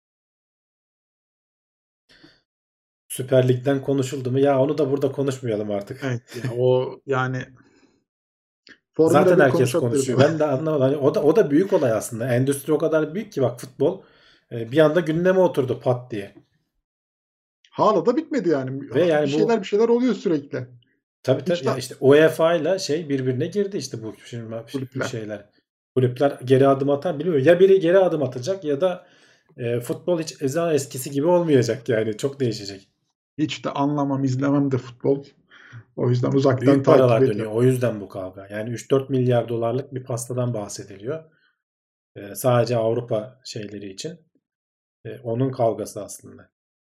Süper Lig'den konuşuldu mu? Ya onu da burada konuşmayalım artık. Evet ya o yani Formula Zaten bir herkes konuşabiliriz konuşuyor. ama. Ben de anlamadım. Hani o da o da büyük olay aslında. Endüstri o kadar büyük ki bak futbol e, bir anda gündeme oturdu pat diye. Hala da bitmedi yani. Ve Bir yani şeyler bu bir şeyler oluyor sürekli. tabii Hiç tabii de ya işte UEFA ile şey birbirine girdi işte bu şimdi kulüpler. şeyler. Kulüpler geri adım atar bilmiyorum. Ya biri geri adım atacak ya da e, futbol hiç ezan eskisi gibi olmayacak yani. Çok değişecek. Hiç de anlamam, izlemem de futbol. O yüzden uzaktan Büyük takip paralar dönüyor. ediyorum. O yüzden bu kavga. Yani üç dört milyar dolarlık bir pastadan bahsediliyor. E, sadece Avrupa şeyleri için. E, onun kavgası aslında.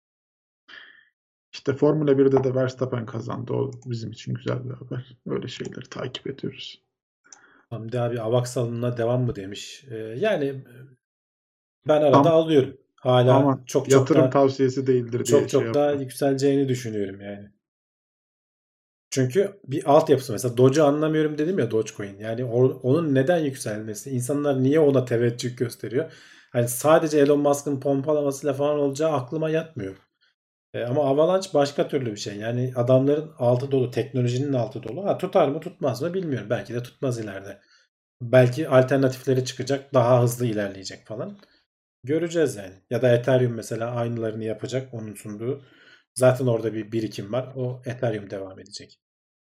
İşte Formula birde de Verstappen kazandı. O bizim için güzel bir haber. Öyle şeyleri takip ediyoruz. Hamdi abi Avak salonuna devam mı demiş. E, yani ben arada Tam alıyorum. Hala ama çok çok yatırım da tavsiyesi değildir diye çok şey çok daha yapıyorum. yükseleceğini düşünüyorum yani. Çünkü bir altyapısı mesela Doge'u anlamıyorum dedim ya Dogecoin. Yani o- onun neden yükselmesi? İnsanlar niye ona teveccüh gösteriyor? Hani sadece Elon Musk'ın pompalamasıyla falan olacağı aklıma yatmıyor. E, ama Avalanche başka türlü bir şey. Yani adamların altı dolu, teknolojinin altı dolu. Ha, tutar mı tutmaz mı bilmiyorum. Belki de tutmaz ileride. Belki alternatifleri çıkacak, daha hızlı ilerleyecek falan. Göreceğiz yani. Ya da Ethereum mesela aynılarını yapacak onun sunduğu. Zaten orada bir birikim var. O Ethereum devam edecek.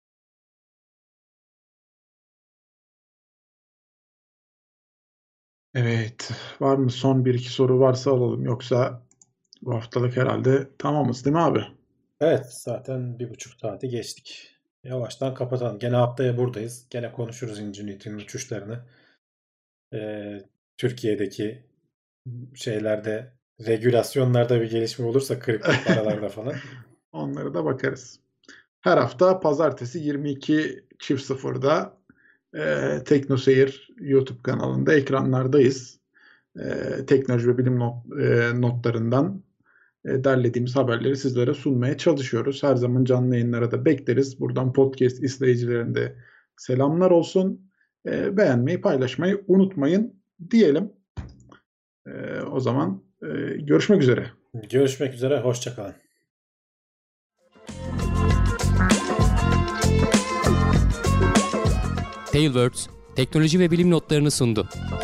Evet. Var mı son bir iki soru varsa alalım. Yoksa bu haftalık herhalde tamamız değil mi abi? Evet, zaten bir buçuk saati geçtik. Yavaştan kapatalım. Gene haftaya buradayız. Gene konuşuruz Ingenuity'nin uçuşlarını. Ee, Türkiye'deki şeylerde, regülasyonlarda bir gelişme olursa kripto paralarda falan. Onlara da bakarız. Her hafta pazartesi yirmi iki sıfırda e, TeknoSeyir YouTube kanalında ekranlardayız. E, teknoloji ve bilim not, e, notlarından e, derlediğimiz haberleri sizlere sunmaya çalışıyoruz. Her zaman canlı yayınlara da bekleriz. Buradan podcast izleyicilerine de selamlar olsun. E, beğenmeyi, paylaşmayı unutmayın diyelim. E, o zaman e, görüşmek üzere. Görüşmek üzere. Hoşça kalın. Tailwords, teknoloji ve bilim notlarını sundu.